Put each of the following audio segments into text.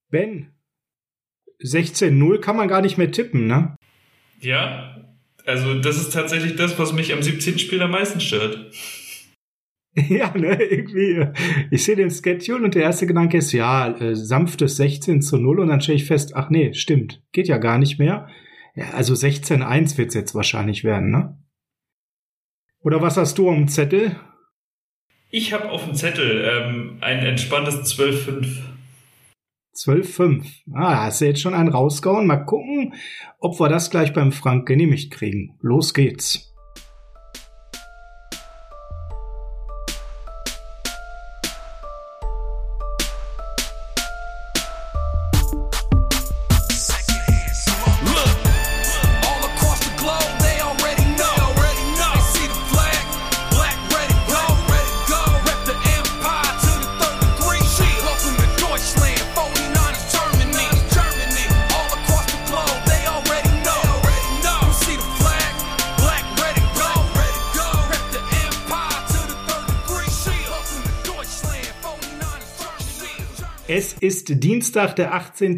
Ben, 16:0 kann man gar nicht mehr tippen, ne? Ja, also das ist tatsächlich das, was mich am 17. Spiel am meisten stört. Ja, ne, irgendwie. Ich sehe den Schedule und der erste Gedanke ist, sanftes 16:0 und dann stelle ich fest, ach nee, stimmt, geht ja gar nicht mehr. Ja, also 16:1 wird es jetzt wahrscheinlich werden, ne? Oder was hast du am Zettel? Ich habe auf dem Zettel ein entspanntes 12:5. 12:5. Hast du jetzt schon einen rausgehauen? Mal gucken, ob wir das gleich beim Frank genehmigt kriegen. Los geht's. Es ist Dienstag, der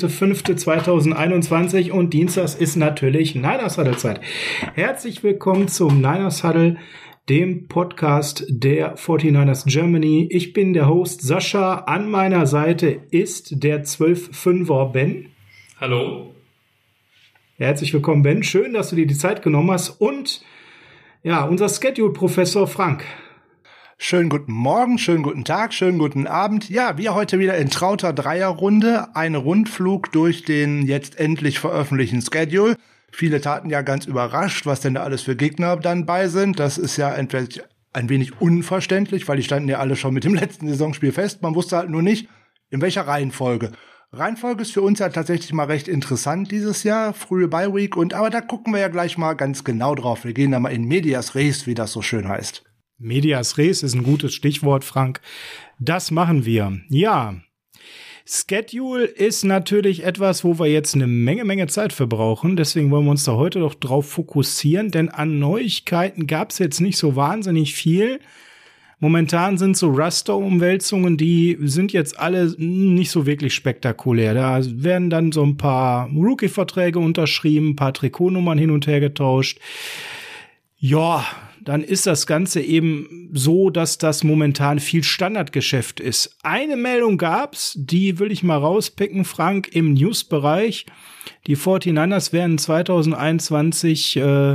18.05.2021 und Dienstags ist natürlich Niners Huddle Zeit. Herzlich willkommen zum Niners Huddle, dem Podcast der 49ers Germany. Ich bin der Host Sascha. An meiner Seite ist der 12:5er Ben. Hallo. Herzlich willkommen, Ben. Schön, dass du dir die Zeit genommen hast. Und ja, unser Schedule-Professor Frank. Schönen guten Morgen, schönen guten Tag, schönen guten Abend. Ja, wir heute wieder in trauter Dreierrunde. Ein Rundflug durch den jetzt endlich veröffentlichten Schedule. Viele taten ja ganz überrascht, was denn da alles für Gegner dann bei sind. Das ist ja entweder ein wenig unverständlich, weil die standen ja alle schon mit dem letzten Saisonspiel fest. Man wusste halt nur nicht, in welcher Reihenfolge. Reihenfolge ist für uns ja tatsächlich mal recht interessant dieses Jahr. Frühe Bye Week aber da gucken wir ja gleich mal ganz genau drauf. Wir gehen da mal in medias res, wie das so schön heißt. Medias res ist ein gutes Stichwort, Frank. Das machen wir. Ja, Schedule ist natürlich etwas, wo wir jetzt eine Menge Zeit für brauchen. Deswegen wollen wir uns da heute doch drauf fokussieren, denn an Neuigkeiten gab es jetzt nicht so wahnsinnig viel. Momentan sind so Raster-Umwälzungen, die sind jetzt alle nicht so wirklich spektakulär. Da werden dann so ein paar Rookie-Verträge unterschrieben, ein paar Trikotnummern hin und her getauscht. Ja, dann ist das Ganze eben so, dass das momentan viel Standardgeschäft ist. Eine Meldung gab's, die will ich mal rauspicken, Frank, im News-Bereich. Die 49ers werden 2021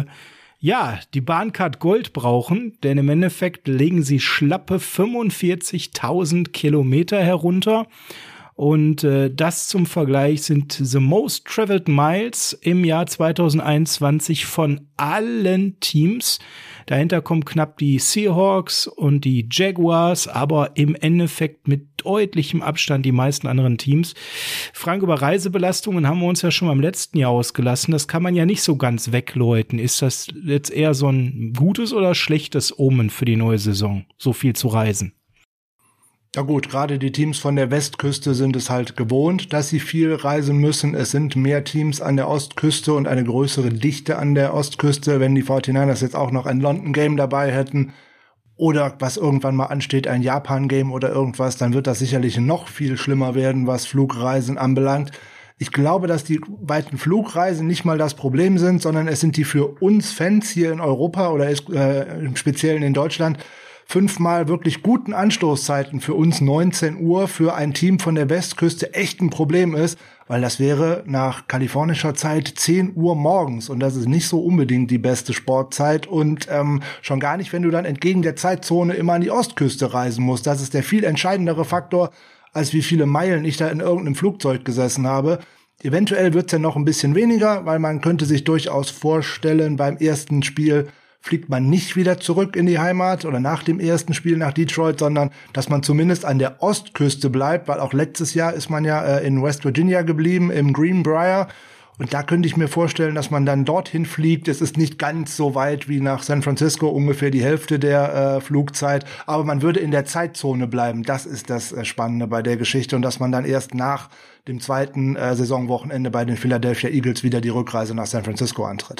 die Bahncard Gold brauchen, denn im Endeffekt legen sie schlappe 45.000 Kilometer herunter. Und das zum Vergleich sind the most traveled miles im Jahr 2021 von allen Teams. Dahinter kommen knapp die Seahawks und die Jaguars, aber im Endeffekt mit deutlichem Abstand die meisten anderen Teams. Frank, über Reisebelastungen haben wir uns ja schon mal im letzten Jahr ausgelassen. Das kann man ja nicht so ganz wegläuten. Ist das jetzt eher so ein gutes oder schlechtes Omen für die neue Saison, so viel zu reisen? Ja gut, gerade die Teams von der Westküste sind es halt gewohnt, dass sie viel reisen müssen. Es sind mehr Teams an der Ostküste und eine größere Dichte an der Ostküste. Wenn die 49ers jetzt auch noch ein London-Game dabei hätten oder was irgendwann mal ansteht, ein Japan-Game oder irgendwas, dann wird das sicherlich noch viel schlimmer werden, was Flugreisen anbelangt. Ich glaube, dass die weiten Flugreisen nicht mal das Problem sind, sondern es sind die für uns Fans hier in Europa oder im Speziellen in Deutschland 5-mal wirklich guten Anstoßzeiten für uns 19 Uhr für ein Team von der Westküste echt ein Problem ist, weil das wäre nach kalifornischer Zeit 10 Uhr morgens und das ist nicht so unbedingt die beste Sportzeit und schon gar nicht, wenn du dann entgegen der Zeitzone immer an die Ostküste reisen musst. Das ist der viel entscheidendere Faktor, als wie viele Meilen ich da in irgendeinem Flugzeug gesessen habe. Eventuell wird's ja noch ein bisschen weniger, weil man könnte sich durchaus vorstellen, beim ersten Spiel fliegt man nicht wieder zurück in die Heimat oder nach dem ersten Spiel nach Detroit, sondern dass man zumindest an der Ostküste bleibt, weil auch letztes Jahr ist man ja in West Virginia geblieben, im Greenbrier. Und da könnte ich mir vorstellen, dass man dann dorthin fliegt. Es ist nicht ganz so weit wie nach San Francisco, ungefähr die Hälfte der Flugzeit. Aber man würde in der Zeitzone bleiben. Das ist das Spannende bei der Geschichte. Und dass man dann erst nach dem zweiten Saisonwochenende bei den Philadelphia Eagles wieder die Rückreise nach San Francisco antritt.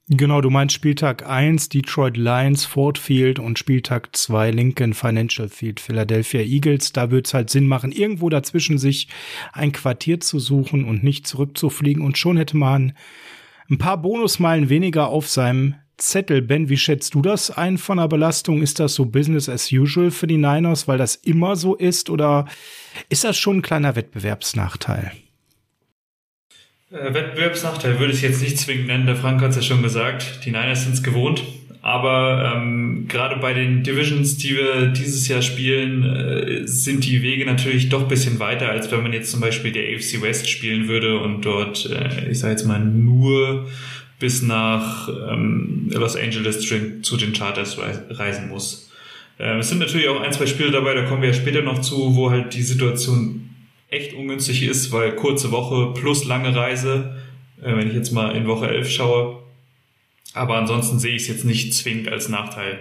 Genau, du meinst Spieltag 1 Detroit Lions, Ford Field und Spieltag 2 Lincoln Financial Field, Philadelphia Eagles. Da wird's halt Sinn machen, irgendwo dazwischen sich ein Quartier zu suchen und nicht zurückzufliegen. Und schon hätte man ein paar Bonusmeilen weniger auf seinem Zettel. Ben, wie schätzt du das ein von der Belastung? Ist das so Business as usual für die Niners, weil das immer so ist? Oder ist das schon ein kleiner Wettbewerbsnachteil? Wettbewerbsnachteil würde ich jetzt nicht zwingend nennen. Der Frank hat es ja schon gesagt. Die Niners sind es gewohnt. Aber gerade bei den Divisions, die wir dieses Jahr spielen, sind die Wege natürlich doch ein bisschen weiter, als wenn man jetzt zum Beispiel der AFC West spielen würde und dort, ich sage jetzt mal, nur bis nach Los Angeles zu den Chargers reisen muss. Es sind natürlich auch 1, 2 Spiele dabei, da kommen wir ja später noch zu, wo halt die Situation echt ungünstig ist, weil kurze Woche plus lange Reise, wenn ich jetzt mal in Woche 11 schaue. Aber ansonsten sehe ich es jetzt nicht zwingend als Nachteil.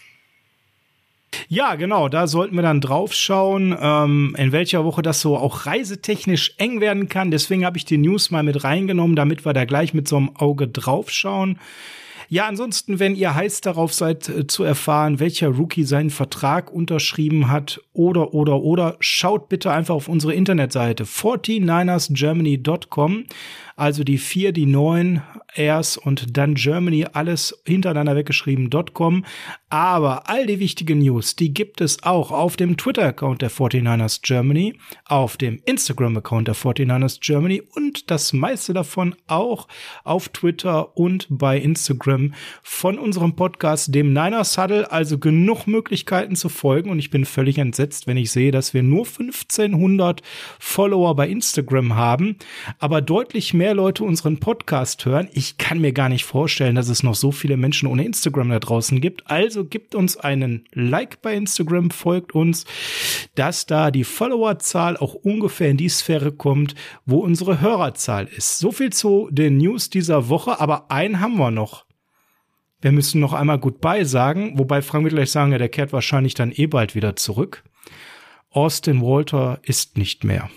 Ja, genau, da sollten wir dann drauf schauen, in welcher Woche das so auch reisetechnisch eng werden kann. Deswegen habe ich die News mal mit reingenommen, damit wir da gleich mit so einem Auge drauf schauen. Ja, ansonsten, wenn ihr heiß darauf seid, zu erfahren, welcher Rookie seinen Vertrag unterschrieben hat oder, schaut bitte einfach auf unsere Internetseite 49ersgermany.com. Also die 4, die 9, Airs und dann Germany, alles hintereinander weggeschrieben.com. Aber all die wichtigen News, die gibt es auch auf dem Twitter-Account der 49ers Germany, auf dem Instagram-Account der 49ers Germany und das meiste davon auch auf Twitter und bei Instagram von unserem Podcast, dem Niners Huddle. Also genug Möglichkeiten zu folgen und ich bin völlig entsetzt, wenn ich sehe, dass wir nur 1500 Follower bei Instagram haben, aber deutlich mehr Leute unseren Podcast hören. Ich kann mir gar nicht vorstellen, dass es noch so viele Menschen ohne Instagram da draußen gibt. Also gibt uns einen Like bei Instagram, folgt uns, dass da die Followerzahl auch ungefähr in die Sphäre kommt, wo unsere Hörerzahl ist. So viel zu den News dieser Woche, aber einen haben wir noch. Wir müssen noch einmal Goodbye sagen, wobei Frank wird gleich sagen, ja, der kehrt wahrscheinlich dann bald wieder zurück. Austin Walter ist nicht mehr.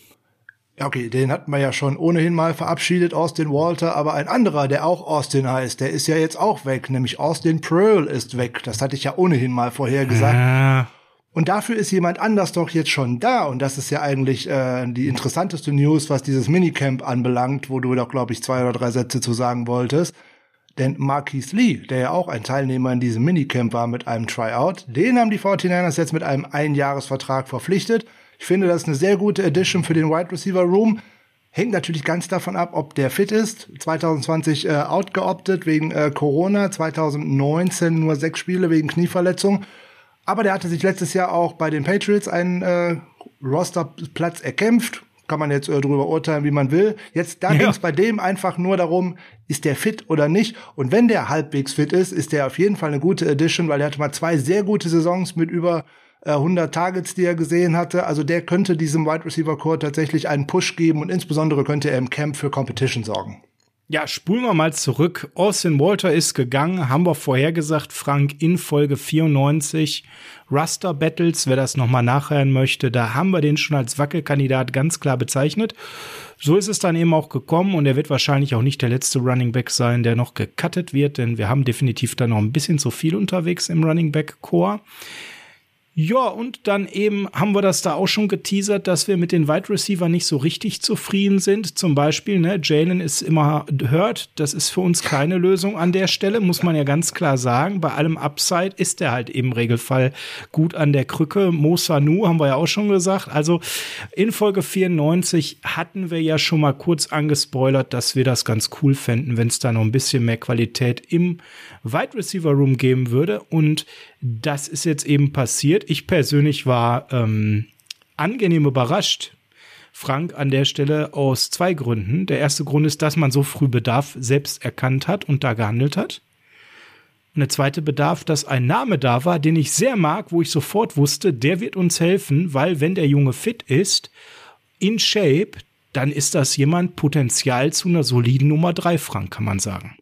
Ja, okay, den hatten wir ja schon ohnehin mal verabschiedet, Austin Walter, aber ein anderer, der auch Austin heißt, der ist ja jetzt auch weg, nämlich Austin Pearl ist weg. Das hatte ich ja ohnehin mal vorher gesagt. Und dafür ist jemand anders doch jetzt schon da und das ist ja eigentlich die interessanteste News, was dieses Minicamp anbelangt, wo du doch, glaube ich, 2 oder 3 Sätze zu sagen wolltest. Denn Marquise Lee, der ja auch ein Teilnehmer in diesem Minicamp war mit einem Tryout, den haben die 49ers jetzt mit einem Einjahresvertrag verpflichtet. Ich finde, das ist eine sehr gute Addition für den Wide Receiver Room. Hängt natürlich ganz davon ab, ob der fit ist. 2020 outgeoptet wegen Corona, 2019 nur 6 Spiele wegen Knieverletzung. Aber der hatte sich letztes Jahr auch bei den Patriots einen Rosterplatz erkämpft. Kann man jetzt drüber urteilen, wie man will. Jetzt, da ging es bei dem einfach nur darum, ist der fit oder nicht? Und wenn der halbwegs fit ist der auf jeden Fall eine gute Addition, weil er hatte mal 2 sehr gute Saisons mit über 100 Targets, die er gesehen hatte. Also der könnte diesem Wide Receiver Core tatsächlich einen Push geben und insbesondere könnte er im Camp für Competition sorgen. Ja, spulen wir mal zurück. Austin Walter ist gegangen, haben wir vorhergesagt, Frank, in Folge 94. Raster Battles, wer das nochmal nachhören möchte, da haben wir den schon als Wackelkandidat ganz klar bezeichnet. So ist es dann eben auch gekommen und er wird wahrscheinlich auch nicht der letzte Running Back sein, der noch gecuttet wird, denn wir haben definitiv da noch ein bisschen zu viel unterwegs im Running Back Core. Ja, und dann eben haben wir das da auch schon geteasert, dass wir mit den Wide Receiver nicht so richtig zufrieden sind. Zum Beispiel, Jalen ist immer hurt. Das ist für uns keine Lösung an der Stelle, muss man ja ganz klar sagen. Bei allem Upside ist der halt im Regelfall gut an der Krücke. Mo Sanu haben wir ja auch schon gesagt. Also in Folge 94 hatten wir ja schon mal kurz angespoilert, dass wir das ganz cool fänden, wenn es da noch ein bisschen mehr Qualität im Wide Receiver Room geben würde. Und das ist jetzt eben passiert. Ich persönlich war angenehm überrascht, Frank, an der Stelle aus 2 Gründen. Der erste Grund ist, dass man so früh Bedarf selbst erkannt hat und da gehandelt hat. Und der zweite Bedarf, dass ein Name da war, den ich sehr mag, wo ich sofort wusste, der wird uns helfen, weil wenn der Junge fit ist, in Shape, dann ist das jemand Potenzial zu einer soliden Nummer 3, Frank, kann man sagen.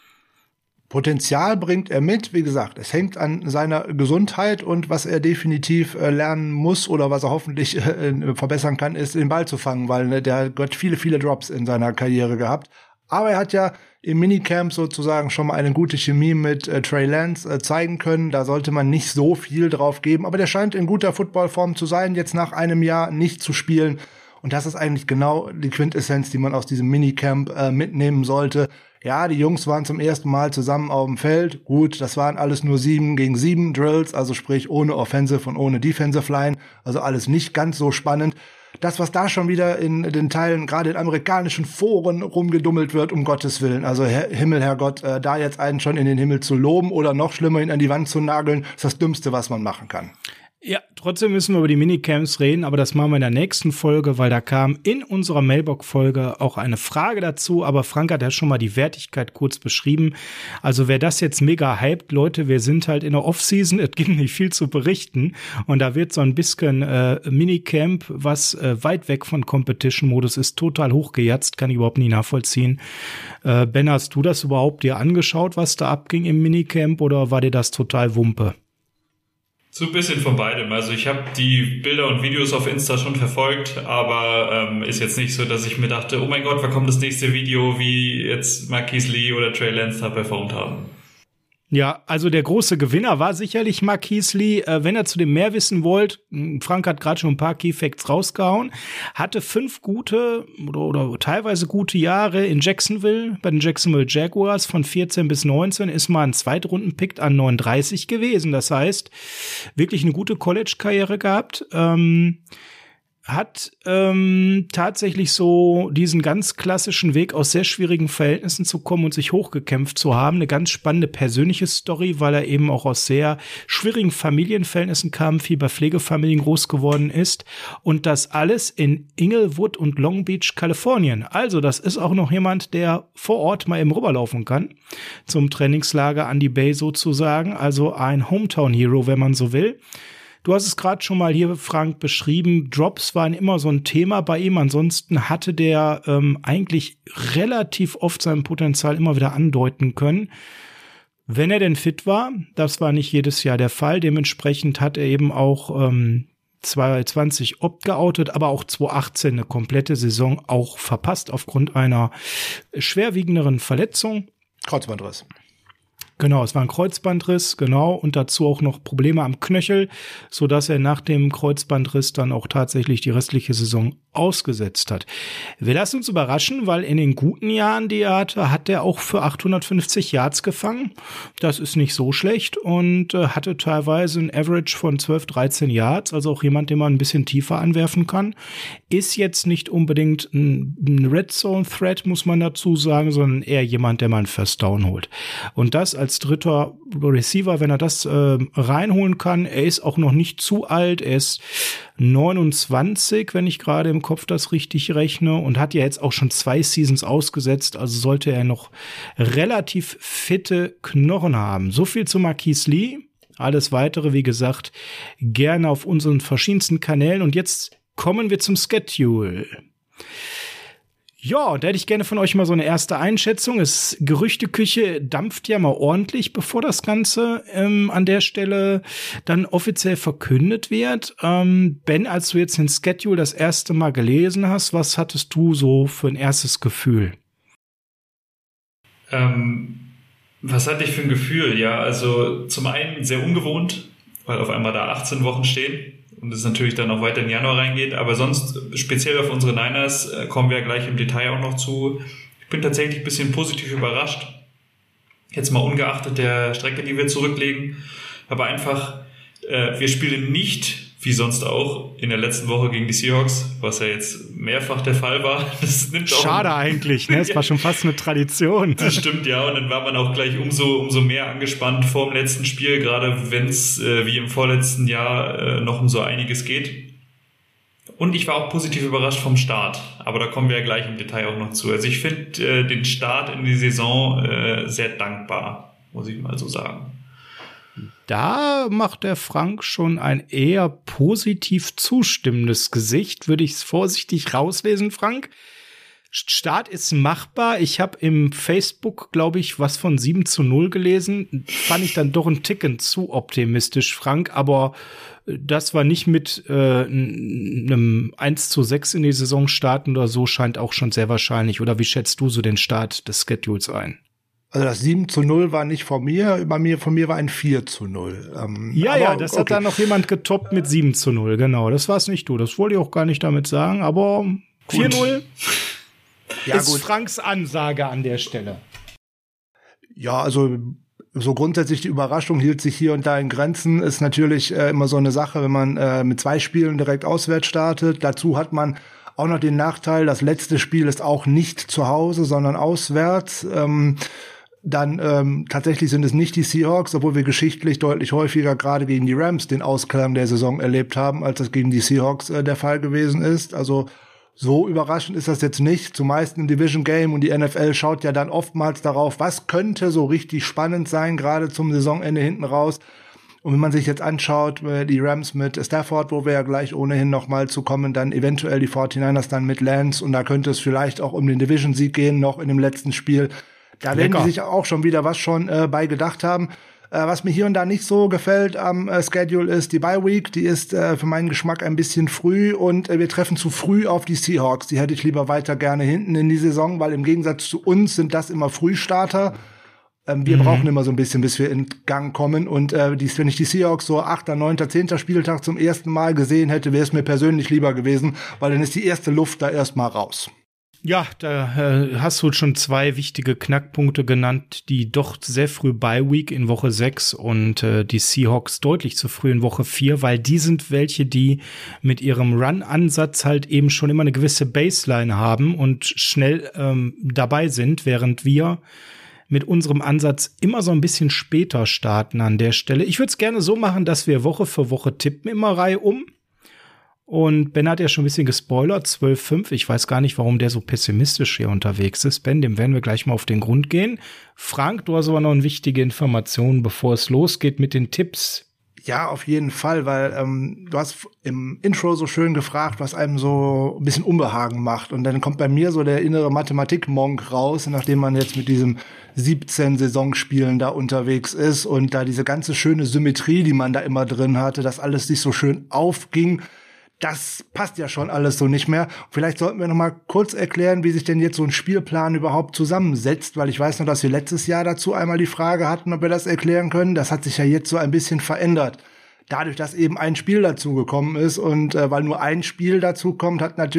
Potenzial bringt er mit, wie gesagt, es hängt an seiner Gesundheit und was er definitiv lernen muss oder was er hoffentlich verbessern kann, ist den Ball zu fangen, weil der hat viele, viele Drops in seiner Karriere gehabt. Aber er hat ja im Minicamp sozusagen schon mal eine gute Chemie mit Trey Lance zeigen können. Da sollte man nicht so viel drauf geben. Aber der scheint in guter Footballform zu sein, jetzt nach einem Jahr nicht zu spielen. Und das ist eigentlich genau die Quintessenz, die man aus diesem Minicamp mitnehmen sollte. Ja, die Jungs waren zum ersten Mal zusammen auf dem Feld. Gut, das waren alles nur 7-gegen-7 Drills, also sprich ohne Offensive und ohne Defensive Line. Also alles nicht ganz so spannend. Das, was da schon wieder in den Teilen, gerade in amerikanischen Foren rumgedummelt wird, um Gottes Willen. Also Herrgott, da jetzt einen schon in den Himmel zu loben oder noch schlimmer, ihn an die Wand zu nageln, ist das Dümmste, was man machen kann. Ja, trotzdem müssen wir über die Minicamps reden, aber das machen wir in der nächsten Folge, weil da kam in unserer Mailbox-Folge auch eine Frage dazu, aber Frank hat ja schon mal die Wertigkeit kurz beschrieben. Also wer das jetzt mega hypt, Leute, wir sind halt in der Offseason, es gibt nicht viel zu berichten und da wird so ein bisschen Minicamp, was weit weg von Competition-Modus ist, total hochgejatzt, kann ich überhaupt nie nachvollziehen. Ben, hast du das überhaupt dir angeschaut, was da abging im Minicamp, oder war dir das total Wumpe? So ein bisschen von beidem. Also ich habe die Bilder und Videos auf Insta schon verfolgt, aber ist jetzt nicht so, dass ich mir dachte, oh mein Gott, wann kommt das nächste Video, wie jetzt Marquise Lee oder Trey Lance da performt haben. Ja, also der große Gewinner war sicherlich Marquise Lee. Wenn ihr zu dem mehr wissen wollt, Frank hat gerade schon ein paar Key Facts rausgehauen, hatte 5 gute oder teilweise gute Jahre in Jacksonville, bei den Jacksonville Jaguars von 14 bis 19, ist mal ein Zweitrunden-Pick an 39 gewesen. Das heißt, wirklich eine gute College-Karriere gehabt. Hat tatsächlich so diesen ganz klassischen Weg aus sehr schwierigen Verhältnissen zu kommen und sich hochgekämpft zu haben. Eine ganz spannende persönliche Story, weil er eben auch aus sehr schwierigen Familienverhältnissen kam, viel bei Pflegefamilien groß geworden ist. Und das alles in Inglewood und Long Beach, Kalifornien. Also das ist auch noch jemand, der vor Ort mal eben rüberlaufen kann zum Trainingslager an die Bay sozusagen. Also ein Hometown-Hero, wenn man so will. Du hast es gerade schon mal hier, Frank, beschrieben. Drops waren immer so ein Thema bei ihm. Ansonsten hatte der eigentlich relativ oft sein Potenzial immer wieder andeuten können. Wenn er denn fit war, das war nicht jedes Jahr der Fall. Dementsprechend hat er eben auch 2020 opt-geoutet, aber auch 2018 eine komplette Saison auch verpasst aufgrund einer schwerwiegenderen Verletzung. Kreuzbandriss. Genau, es war ein Kreuzbandriss, genau, und dazu auch noch Probleme am Knöchel, sodass er nach dem Kreuzbandriss dann auch tatsächlich die restliche Saison ausgesetzt hat. Wir lassen uns überraschen, weil in den guten Jahren, die er hatte, hat er auch für 850 Yards gefangen. Das ist nicht so schlecht und hatte teilweise ein Average von 12, 13 Yards, also auch jemand, den man ein bisschen tiefer anwerfen kann. Ist jetzt nicht unbedingt ein Red Zone Threat, muss man dazu sagen, sondern eher jemand, der mal einen First Down holt. Und das als dritter Receiver, wenn er das reinholen kann. Er ist auch noch nicht zu alt, er ist 29, wenn ich gerade im Kopf das richtig rechne, und hat ja jetzt auch schon 2 Seasons ausgesetzt, also sollte er noch relativ fitte Knochen haben. So viel zu Marquise Lee. Alles Weitere, wie gesagt, gerne auf unseren verschiedensten Kanälen. Und jetzt kommen wir zum Schedule. Ja, da hätte ich gerne von euch mal so eine erste Einschätzung. Gerüchteküche dampft ja mal ordentlich, bevor das Ganze an der Stelle dann offiziell verkündet wird. Ben, als du jetzt den Schedule das erste Mal gelesen hast, was hattest du so für ein erstes Gefühl? Was hatte ich für ein Gefühl? Ja, also zum einen sehr ungewohnt, weil auf einmal da 18 Wochen stehen. Und es natürlich dann auch weiter in Januar reingeht. Aber sonst, speziell auf unsere Niners, kommen wir ja gleich im Detail auch noch zu. Ich bin tatsächlich ein bisschen positiv überrascht. Jetzt mal ungeachtet der Strecke, die wir zurücklegen. Aber einfach, wir spielen nicht, wie sonst auch, in der letzten Woche gegen die Seahawks, was ja jetzt mehrfach der Fall war. Das nimmt auch schade eigentlich, ne? Es war schon fast eine Tradition. Das stimmt, ja. Und dann war man auch gleich umso mehr angespannt vor dem letzten Spiel, gerade wenn es wie im vorletzten Jahr noch um so einiges geht. Und ich war auch positiv überrascht vom Start. Aber da kommen wir ja gleich im Detail auch noch zu. Also ich finde den Start in die Saison sehr dankbar, muss ich mal so sagen. Da macht der Frank schon ein eher positiv zustimmendes Gesicht, würde ich es vorsichtig rauslesen, Frank. Start ist machbar. Ich habe im Facebook, glaube ich, was von 7-0 gelesen. Fand ich dann doch ein Ticken zu optimistisch, Frank. Aber das war nicht mit einem 1-6 in die Saison starten oder so, scheint auch schon sehr wahrscheinlich. Oder wie schätzt du so den Start des Schedules ein? Also das 7-0 war nicht von mir. Von mir war ein 4-0. Ja, das hat dann noch jemand getoppt mit 7-0. Genau, das war's nicht du. Das wollte ich auch gar nicht damit sagen. Aber 4-0 ist gut. Franks Ansage an der Stelle. Ja, also so grundsätzlich die Überraschung hielt sich hier und da in Grenzen. Ist natürlich immer so eine Sache, wenn man mit 2 Spielen direkt auswärts startet. Dazu hat man auch noch den Nachteil, das letzte Spiel ist auch nicht zu Hause, sondern auswärts. Dann tatsächlich sind es nicht die Seahawks, obwohl wir geschichtlich deutlich häufiger gerade gegen die Rams den Ausklang der Saison erlebt haben, als das gegen die Seahawks der Fall gewesen ist. Also so überraschend ist das jetzt nicht. Zumeist im Division Game, und die NFL schaut ja dann oftmals darauf, was könnte so richtig spannend sein, gerade zum Saisonende hinten raus. Und wenn man sich jetzt anschaut, die Rams mit Stafford, wo wir ja gleich ohnehin noch mal zu kommen, dann eventuell die 49ers dann mit Lance, und da könnte es vielleicht auch um den Division-Sieg gehen, noch in dem letzten Spiel. Da werden die sich auch schon wieder was bei gedacht haben. Was mir hier und da nicht so gefällt am Schedule ist die Bye Week. Die ist für meinen Geschmack ein bisschen früh, und wir treffen zu früh auf die Seahawks. Die hätte ich lieber weiter gerne hinten in die Saison, weil im Gegensatz zu uns sind das immer Frühstarter. Wir brauchen immer so ein bisschen, bis wir in Gang kommen. Und wenn ich die Seahawks so 8., 9., 10. Spieltag zum ersten Mal gesehen hätte, wäre es mir persönlich lieber gewesen, weil dann ist die erste Luft da erstmal raus. Ja, da hast du schon 2 wichtige Knackpunkte genannt, die doch sehr früh Bye Week in Woche 6 und die Seahawks deutlich zu früh in Woche 4, weil die sind welche, die mit ihrem Run-Ansatz halt eben schon immer eine gewisse Baseline haben und schnell dabei sind, während wir mit unserem Ansatz immer so ein bisschen später starten an der Stelle. Ich würde es gerne so machen, dass wir Woche für Woche tippen, immer Reihe um. Und Ben hat ja schon ein bisschen gespoilert, 12-5. Ich weiß gar nicht, warum der so pessimistisch hier unterwegs ist. Ben, dem werden wir gleich mal auf den Grund gehen. Frank, du hast aber noch eine wichtige Information, bevor es losgeht mit den Tipps. Ja, auf jeden Fall, weil du hast im Intro so schön gefragt, was einem so ein bisschen Unbehagen macht. Und dann kommt bei mir so der innere Mathematik-Monk raus, nachdem man jetzt mit diesem 17 Saisonspielen da unterwegs ist und da diese ganze schöne Symmetrie, die man da immer drin hatte, dass alles sich so schön aufging. Das passt ja schon alles so nicht mehr. Vielleicht sollten wir noch mal kurz erklären, wie sich denn jetzt so ein Spielplan überhaupt zusammensetzt, weil ich weiß noch, dass wir letztes Jahr dazu einmal die Frage hatten, ob wir das erklären können. Das hat sich ja jetzt so ein bisschen verändert. Dadurch, dass eben ein Spiel dazugekommen ist und weil nur ein Spiel dazu kommt,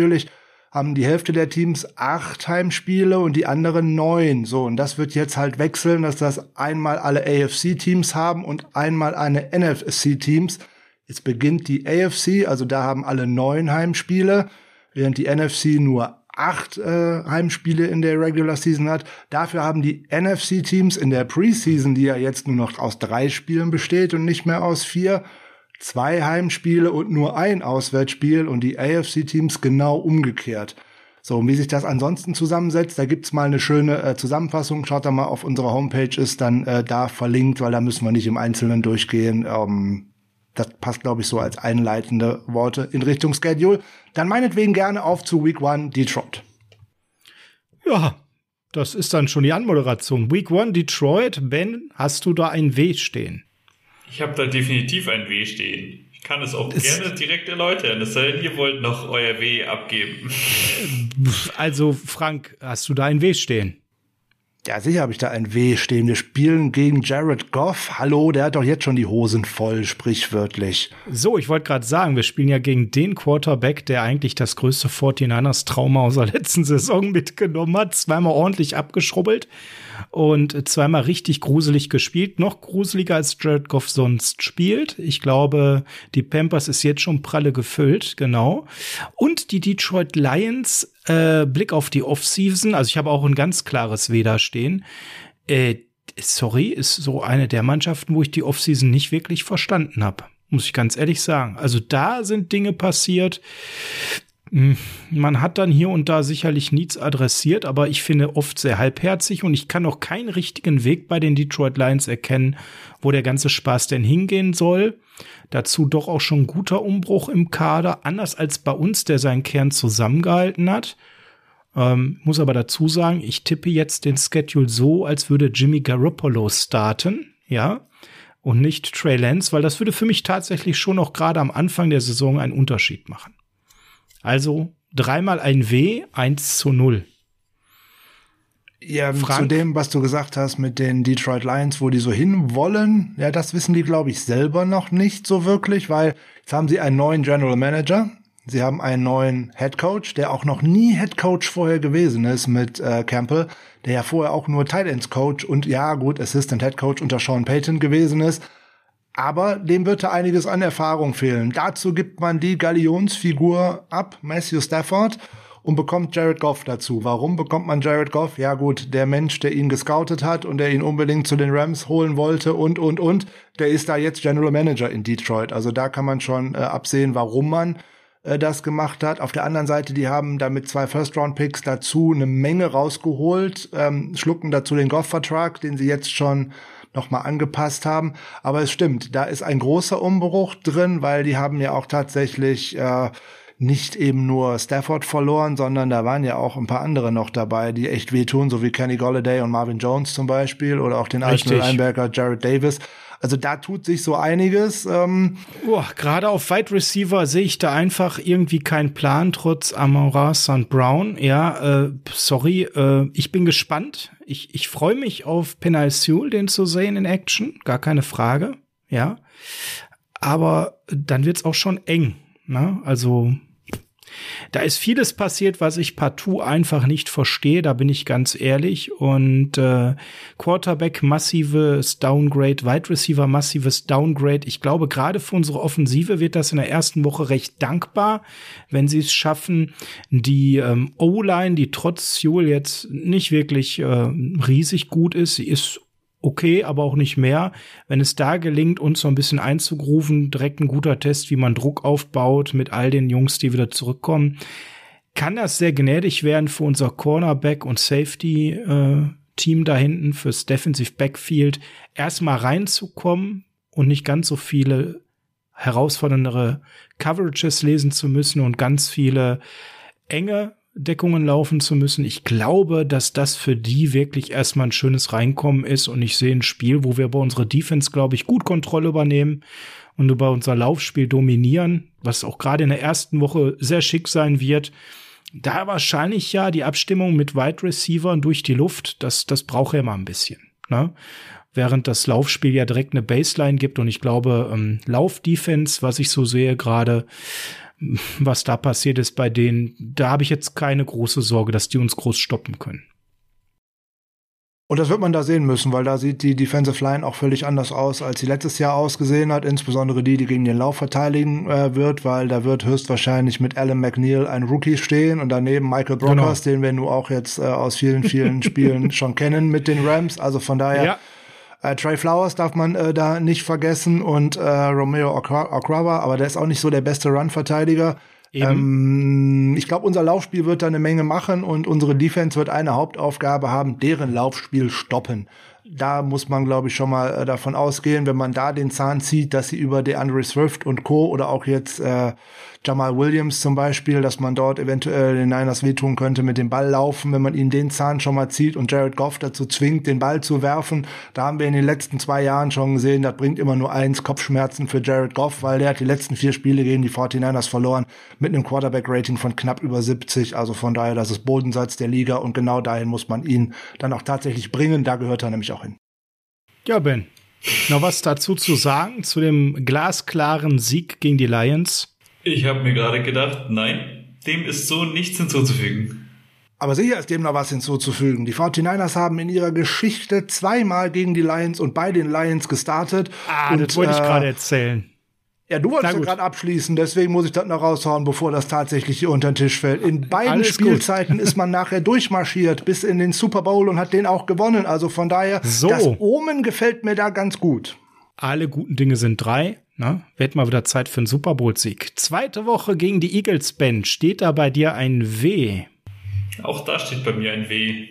haben die Hälfte der Teams 8 Heimspiele und die anderen 9. So, und das wird jetzt halt wechseln, dass das einmal alle AFC-Teams haben und einmal eine NFC-Teams. Jetzt beginnt die AFC, also da haben alle 9 Heimspiele, während die NFC nur 8 Heimspiele in der Regular Season hat. Dafür haben die NFC-Teams in der Preseason, die ja jetzt nur noch aus 3 Spielen besteht und nicht mehr aus 4, 2 Heimspiele und nur ein Auswärtsspiel, und die AFC-Teams genau umgekehrt. So, und wie sich das ansonsten zusammensetzt, da gibt's mal eine schöne Zusammenfassung. Schaut da mal auf unserer Homepage, ist dann da verlinkt, weil da müssen wir nicht im Einzelnen durchgehen. Das passt, glaube ich, so als einleitende Worte in Richtung Schedule. Dann meinetwegen gerne auf zu Week 1 Detroit. Ja, das ist dann schon die Anmoderation. Week 1 Detroit. Ben, hast du da ein W stehen? Ich habe da definitiv ein W stehen. Ich kann es auch gerne direkt erläutern. Es sei denn, ihr wollt noch euer W abgeben. Also, Frank, hast du da ein W stehen? Ja, sicher habe ich da ein W stehen. Wir spielen gegen Jared Goff. Hallo, der hat doch jetzt schon die Hosen voll, sprichwörtlich. So, ich wollte gerade sagen, wir spielen ja gegen den Quarterback, der eigentlich das größte 49ers-Trauma aus der letzten Saison mitgenommen hat. 2-mal ordentlich abgeschrubbelt und 2-mal richtig gruselig gespielt. Noch gruseliger als Jared Goff sonst spielt. Ich glaube, die Pampers ist jetzt schon pralle gefüllt, genau. Und die Detroit Lions, Blick auf die Offseason, also ich habe auch ein ganz klares W da stehen. Sorry, ist so eine der Mannschaften, wo ich die Offseason nicht wirklich verstanden habe. Muss ich ganz ehrlich sagen. Also da sind Dinge passiert. Man hat dann hier und da sicherlich Needs adressiert, aber ich finde oft sehr halbherzig, und ich kann auch keinen richtigen Weg bei den Detroit Lions erkennen, wo der ganze Spaß denn hingehen soll. Dazu doch auch schon ein guter Umbruch im Kader, anders als bei uns, der seinen Kern zusammengehalten hat. Muss aber dazu sagen, ich tippe jetzt den Schedule so, als würde Jimmy Garoppolo starten, ja, und nicht Trey Lance, weil das würde für mich tatsächlich schon noch gerade am Anfang der Saison einen Unterschied machen. Also 3-mal ein W, 1-0. Ja, Frank? zu dem, was du gesagt hast mit den Detroit Lions, wo die so hinwollen, ja, das wissen die, glaube ich, selber noch nicht so wirklich, weil jetzt haben sie einen neuen General Manager, sie haben einen neuen Head Coach, der auch noch nie Head Coach vorher gewesen ist mit Campbell, der ja vorher auch nur Tight Ends Coach und ja, gut, Assistant Head Coach unter Sean Payton gewesen ist. Aber dem wird da einiges an Erfahrung fehlen. Dazu gibt man die Galionsfigur ab, Matthew Stafford, und bekommt Jared Goff dazu. Warum bekommt man Jared Goff? Ja gut, der Mensch, der ihn gescoutet hat und der ihn unbedingt zu den Rams holen wollte und, der ist da jetzt General Manager in Detroit. Also da kann man schon absehen, warum man das gemacht hat. Auf der anderen Seite, die haben da mit 2 First-Round-Picks dazu eine Menge rausgeholt, schlucken dazu den Goff-Vertrag, den sie jetzt schon nochmal angepasst haben. Aber es stimmt, da ist ein großer Umbruch drin, weil die haben ja auch tatsächlich nicht eben nur Stafford verloren, sondern da waren ja auch ein paar andere noch dabei, die echt wehtun, so wie Kenny Golladay und Marvin Jones zum Beispiel oder auch den alten Linebacker Jared Davis. Also da tut sich so einiges. Gerade auf Wide Receiver sehe ich da einfach irgendwie keinen Plan, trotz Amon-Ra St. Brown. Ja, ich bin gespannt. Ich freue mich auf Penei Sewell, den zu sehen in Action, gar keine Frage. Ja, aber dann wird's auch schon eng. Ne? Also da ist vieles passiert, was ich partout einfach nicht verstehe, da bin ich ganz ehrlich. Und Quarterback massives Downgrade, Wide Receiver massives Downgrade. Ich glaube, gerade für unsere Offensive wird das in der ersten Woche recht dankbar, wenn sie es schaffen, die O-Line, die trotz Sewell jetzt nicht wirklich riesig gut ist, sie ist okay, aber auch nicht mehr. Wenn es da gelingt, uns so ein bisschen einzugrooven, direkt ein guter Test, wie man Druck aufbaut mit all den Jungs, die wieder zurückkommen, kann das sehr gnädig werden für unser Cornerback- und Safety-Team da hinten, fürs Defensive Backfield, erstmal reinzukommen und nicht ganz so viele herausfordernde Coverages lesen zu müssen und ganz viele enge Deckungen laufen zu müssen. Ich glaube, dass das für die wirklich erstmal ein schönes Reinkommen ist und ich sehe ein Spiel, wo wir bei unserer Defense, glaube ich, gut Kontrolle übernehmen und über unser Laufspiel dominieren, was auch gerade in der ersten Woche sehr schick sein wird. Da wahrscheinlich ja die Abstimmung mit Wide Receivern durch die Luft, das braucht ja mal ein bisschen, ne? Während das Laufspiel ja direkt eine Baseline gibt und ich glaube, Lauf-Defense, was ich so sehe gerade, was da passiert ist bei denen, da habe ich jetzt keine große Sorge, dass die uns groß stoppen können. Und das wird man da sehen müssen, weil da sieht die Defensive Line auch völlig anders aus, als sie letztes Jahr ausgesehen hat, insbesondere die gegen den Lauf verteidigen wird, weil da wird höchstwahrscheinlich mit Alan McNeil ein Rookie stehen und daneben Michael Brockers, den wir nur auch jetzt aus vielen Spielen schon kennen mit den Rams, also von daher ja. Trey Flowers darf man da nicht vergessen und Romeo Okwara, aber der ist auch nicht so der beste Run-Verteidiger. Ich glaube, unser Laufspiel wird da eine Menge machen und unsere Defense wird eine Hauptaufgabe haben, deren Laufspiel stoppen. Da muss man, glaube ich, schon mal davon ausgehen, wenn man da den Zahn zieht, dass sie über DeAndre Swift und Co. oder auch jetzt Jamal Williams zum Beispiel, dass man dort eventuell den Niners wehtun könnte mit dem Ball laufen, wenn man ihnen den Zahn schon mal zieht und Jared Goff dazu zwingt, den Ball zu werfen. Da haben wir in den letzten 2 Jahren schon gesehen, das bringt immer nur eins, Kopfschmerzen für Jared Goff, weil der hat die letzten 4 Spiele gegen die 49ers verloren mit einem Quarterback-Rating von knapp über 70. Also von daher, das ist Bodensatz der Liga und genau dahin muss man ihn dann auch tatsächlich bringen. Da gehört er nämlich auch hin. Ja, Ben, noch was dazu zu sagen, zu dem glasklaren Sieg gegen die Lions? Ich habe mir gerade gedacht, nein, dem ist so nichts hinzuzufügen. Aber sicher ist dem noch was hinzuzufügen. Die 49ers haben in ihrer Geschichte 2-mal gegen die Lions und bei den Lions gestartet. Das wollte ich gerade erzählen. Ja, du wolltest ja gerade abschließen, deswegen muss ich das noch raushauen, bevor das tatsächlich hier unter den Tisch fällt. In beiden Spielzeiten ist man nachher durchmarschiert bis in den Super Bowl und hat den auch gewonnen. Also von daher, das Omen gefällt mir da ganz gut. Alle guten Dinge sind 3. Ne? Wird mal wieder Zeit für einen Super Bowl-Sieg. 2. Woche gegen die Eagles, Ben. Steht da bei dir ein W? Auch da steht bei mir ein W.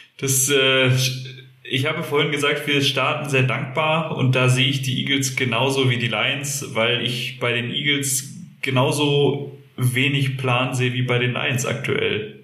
Ich habe vorhin gesagt, wir starten sehr dankbar und da sehe ich die Eagles genauso wie die Lions, weil ich bei den Eagles genauso wenig Plan sehe wie bei den Lions aktuell.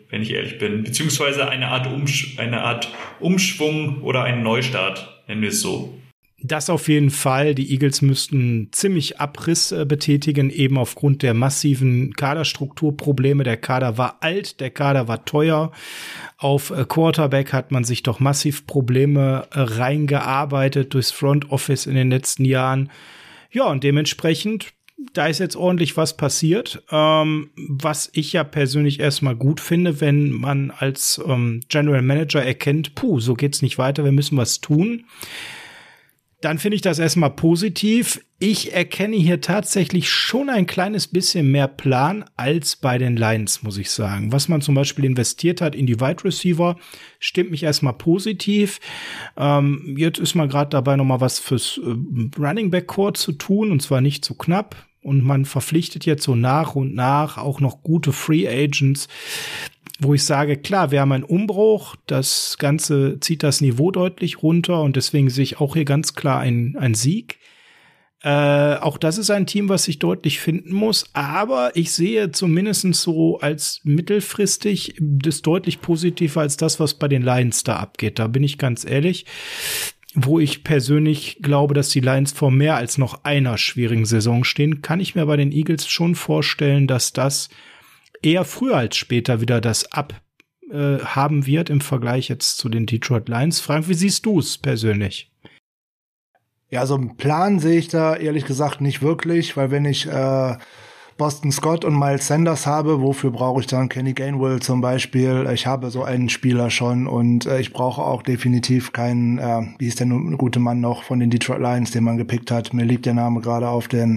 wenn ich ehrlich bin. Beziehungsweise eine Art Umschwung oder einen Neustart, nennen wir es so. Das auf jeden Fall. Die Eagles müssten ziemlich Abriss betätigen, eben aufgrund der massiven Kaderstrukturprobleme. Der Kader war alt, der Kader war teuer. Auf Quarterback hat man sich doch massiv Probleme reingearbeitet durchs Front Office in den letzten Jahren. Ja, und dementsprechend, da ist jetzt ordentlich was passiert, was ich ja persönlich erstmal gut finde, wenn man als General Manager erkennt, so geht's nicht weiter, wir müssen was tun. Dann finde ich das erstmal positiv. Ich erkenne hier tatsächlich schon ein kleines bisschen mehr Plan als bei den Lions, muss ich sagen. Was man zum Beispiel investiert hat in die Wide Receiver, stimmt mich erstmal positiv. Jetzt ist man gerade dabei, nochmal was fürs Running Back Core zu tun, und zwar nicht zu knapp. Und man verpflichtet jetzt so nach und nach auch noch gute Free Agents, wo ich sage, klar, wir haben einen Umbruch, das Ganze zieht das Niveau deutlich runter und deswegen sehe ich auch hier ganz klar einen Sieg. Auch das ist ein Team, was sich deutlich finden muss, aber ich sehe zumindest so als mittelfristig das deutlich positiver als das, was bei den Lions da abgeht. Da bin ich ganz ehrlich, wo ich persönlich glaube, dass die Lions vor mehr als noch einer schwierigen Saison stehen, kann ich mir bei den Eagles schon vorstellen, dass das eher früher als später wieder das haben wird im Vergleich jetzt zu den Detroit Lions. Frank, wie siehst du es persönlich? Ja, so einen Plan sehe ich da ehrlich gesagt nicht wirklich, weil wenn ich Boston Scott und Miles Sanders habe, wofür brauche ich dann Kenny Gainwell zum Beispiel? Ich habe so einen Spieler schon und ich brauche auch definitiv keinen, wie hieß der gute Mann noch von den Detroit Lions, den man gepickt hat. Mir liegt der Name gerade auf der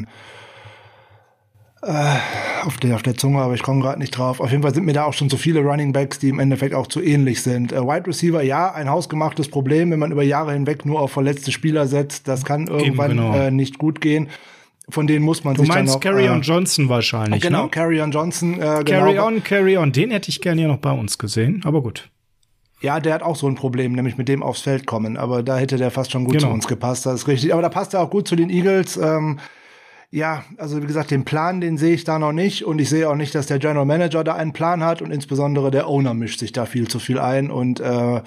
Zunge, aber ich komme gerade nicht drauf. Auf jeden Fall sind mir da auch schon so viele Running Backs, die im Endeffekt auch zu ähnlich sind. Wide Receiver, ja, ein hausgemachtes Problem, wenn man über Jahre hinweg nur auf verletzte Spieler setzt. Das kann irgendwann nicht gut gehen. Von denen muss man sich dann noch... Du meinst Kerryon Johnson wahrscheinlich, genau, ne? Kerryon Johnson. Kerryon, den hätte ich gerne hier noch bei uns gesehen, aber gut. Ja, der hat auch so ein Problem, nämlich mit dem aufs Feld kommen. Aber da hätte der fast schon gut zu uns gepasst, das ist richtig. Aber da passt er auch gut zu den Eagles. Ja, also wie gesagt, den Plan, den sehe ich da noch nicht und ich sehe auch nicht, dass der General Manager da einen Plan hat und insbesondere der Owner mischt sich da viel zu viel ein und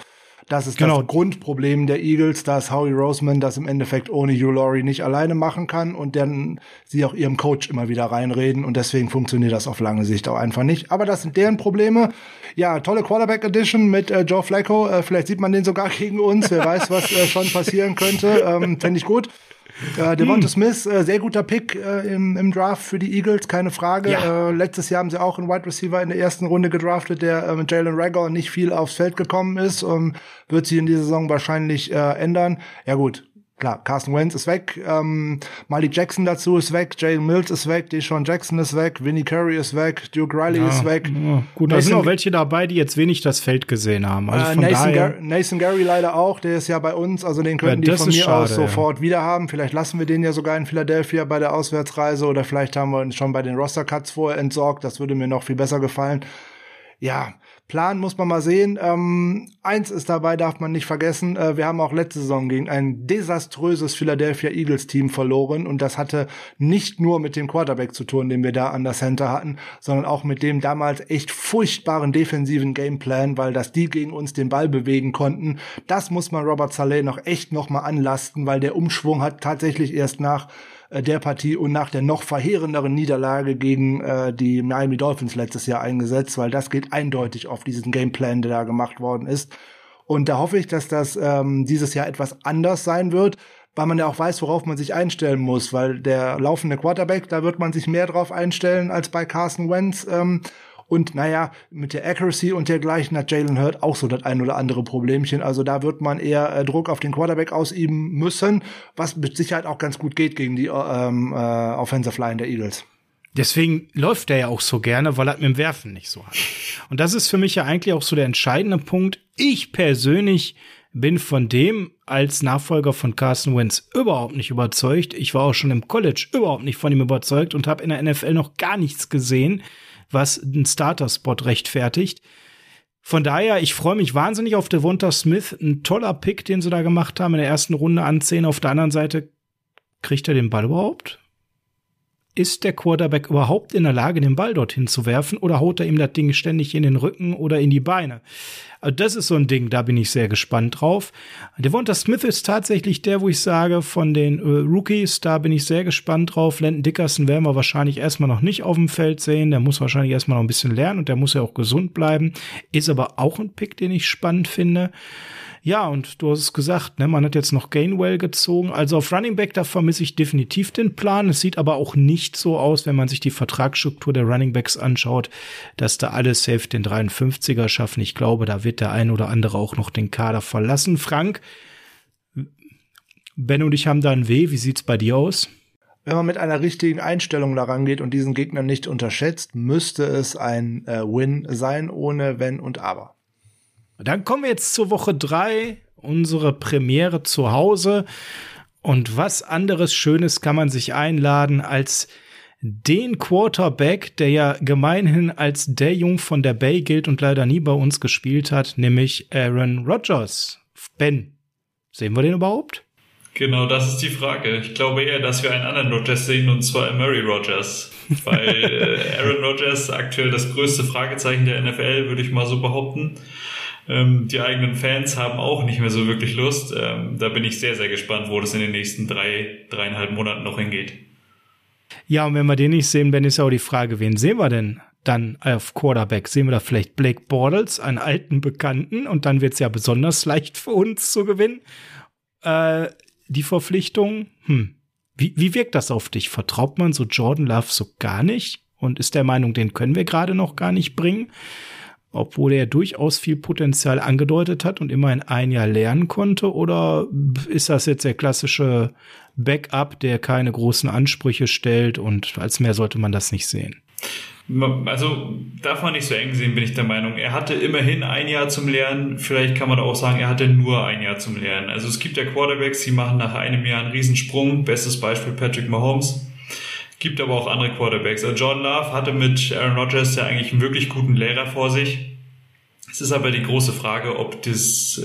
das ist das Grundproblem der Eagles, dass Howie Roseman das im Endeffekt ohne Hugh Laurie nicht alleine machen kann und dann sie auch ihrem Coach immer wieder reinreden und deswegen funktioniert das auf lange Sicht auch einfach nicht. Aber das sind deren Probleme. Ja, tolle Quarterback Edition mit Joe Flacco. Vielleicht sieht man den sogar gegen uns. Wer weiß, was schon passieren könnte. Fände ich gut. Devonta Smith, sehr guter Pick im Draft für die Eagles, keine Frage. Ja. Letztes Jahr haben sie auch einen Wide Receiver in der ersten Runde gedraftet, der mit Jalen Reagor nicht viel aufs Feld gekommen ist. Wird sich in dieser Saison wahrscheinlich ändern. Ja gut, klar, Carson Wentz ist weg, Malik Jackson dazu ist weg, Jalen Mills ist weg, Deshaun Jackson ist weg, Vinnie Curry ist weg, Duke Riley ist weg. Ja, gut, da sind auch welche dabei, die jetzt wenig das Feld gesehen haben. Also Nathan Gary leider auch, der ist ja bei uns, also den könnten die von mir aus sofort wieder haben. Vielleicht lassen wir den ja sogar in Philadelphia bei der Auswärtsreise oder vielleicht haben wir ihn schon bei den Roster-Cuts vorher entsorgt, das würde mir noch viel besser gefallen. Ja, Plan muss man mal sehen. Eins ist dabei, darf man nicht vergessen, wir haben auch letzte Saison gegen ein desaströses Philadelphia Eagles Team verloren und das hatte nicht nur mit dem Quarterback zu tun, den wir da an der Center hatten, sondern auch mit dem damals echt furchtbaren defensiven Gameplan, weil dass die gegen uns den Ball bewegen konnten. Das muss man Robert Saleh noch mal anlasten, weil der Umschwung hat tatsächlich erst nach der Partie und nach der noch verheerenderen Niederlage gegen die Miami Dolphins letztes Jahr eingesetzt, weil das geht eindeutig auf diesen Gameplan, der da gemacht worden ist. Und da hoffe ich, dass das dieses Jahr etwas anders sein wird, weil man ja auch weiß, worauf man sich einstellen muss, weil der laufende Quarterback, da wird man sich mehr drauf einstellen als bei Carson Wentz. Und naja, mit der Accuracy und dergleichen hat Jalen Hurts auch so das ein oder andere Problemchen. Also da wird man eher Druck auf den Quarterback ausüben müssen, was mit Sicherheit auch ganz gut geht gegen die Offensive Line der Eagles. Deswegen läuft er ja auch so gerne, weil er mit dem Werfen nicht so hat. Und das ist für mich ja eigentlich auch so der entscheidende Punkt. Ich persönlich bin von dem als Nachfolger von Carson Wentz überhaupt nicht überzeugt. Ich war auch schon im College überhaupt nicht von ihm überzeugt und habe in der NFL noch gar nichts gesehen, was einen Starter-Spot rechtfertigt. Von daher, ich freue mich wahnsinnig auf Devonta Smith. Ein toller Pick, den sie da gemacht haben in der ersten Runde an 10. Auf der anderen Seite, kriegt er den Ball überhaupt? ist der Quarterback überhaupt in der Lage, den Ball dorthin zu werfen oder haut er ihm das Ding ständig in den Rücken oder in die Beine? Also das ist so ein Ding, da bin ich sehr gespannt drauf. Devonta Smith ist tatsächlich der, wo ich sage, von den Rookies, da bin ich sehr gespannt drauf. Landon Dickerson werden wir wahrscheinlich erstmal noch nicht auf dem Feld sehen. Der muss wahrscheinlich erstmal noch ein bisschen lernen und der muss ja auch gesund bleiben. Ist aber auch ein Pick, den ich spannend finde. Ja, und du hast es gesagt, ne, man hat jetzt noch Gainwell gezogen. Also auf Running Back, da vermisse ich definitiv den Plan. Es sieht aber auch nicht so aus, wenn man sich die Vertragsstruktur der Running Backs anschaut, dass da alle safe den 53er schaffen. Ich glaube, da wird der ein oder andere auch noch den Kader verlassen. Frank, Ben und ich haben da ein Weh. Wie sieht's bei dir aus? Wenn man mit einer richtigen Einstellung daran geht und diesen Gegner nicht unterschätzt, müsste es ein Win sein, ohne Wenn und Aber. Dann kommen wir jetzt zur Woche 3, unsere Premiere zu Hause. Und was anderes Schönes kann man sich einladen als den Quarterback, der ja gemeinhin als der Jung von der Bay gilt und leider nie bei uns gespielt hat, nämlich Aaron Rodgers. Ben, sehen wir den überhaupt? Genau, das ist die Frage. Ich glaube eher, dass wir einen anderen Rodgers sehen, und zwar Murray Rodgers. Weil Aaron Rodgers aktuell das größte Fragezeichen der NFL, würde ich mal so behaupten. Die eigenen Fans haben auch nicht mehr so wirklich Lust. Da bin ich sehr, sehr gespannt, wo das in den nächsten 3,5 Monaten noch hingeht. Ja, und wenn wir den nicht sehen, Ben, ist ja auch die Frage, wen sehen wir denn dann auf Quarterback? Sehen wir da vielleicht Blake Bortles, einen alten Bekannten? Und dann wird es ja besonders leicht für uns zu gewinnen. Die Verpflichtung, Wie wirkt das auf dich? Vertraut man so Jordan Love so gar nicht? Und ist der Meinung, den können wir gerade noch gar nicht bringen? Obwohl er durchaus viel Potenzial angedeutet hat und immerhin ein Jahr lernen konnte? Oder ist das jetzt der klassische Backup, der keine großen Ansprüche stellt und als mehr sollte man das nicht sehen? Also darf man nicht so eng sehen, bin ich der Meinung. Er hatte immerhin ein Jahr zum Lernen. Vielleicht kann man auch sagen, er hatte nur ein Jahr zum Lernen. Also es gibt ja Quarterbacks, die machen nach einem Jahr einen Riesensprung. Bestes Beispiel Patrick Mahomes. Gibt aber auch andere Quarterbacks. Also Jordan Love hatte mit Aaron Rodgers ja eigentlich einen wirklich guten Lehrer vor sich. Es ist aber die große Frage, ob das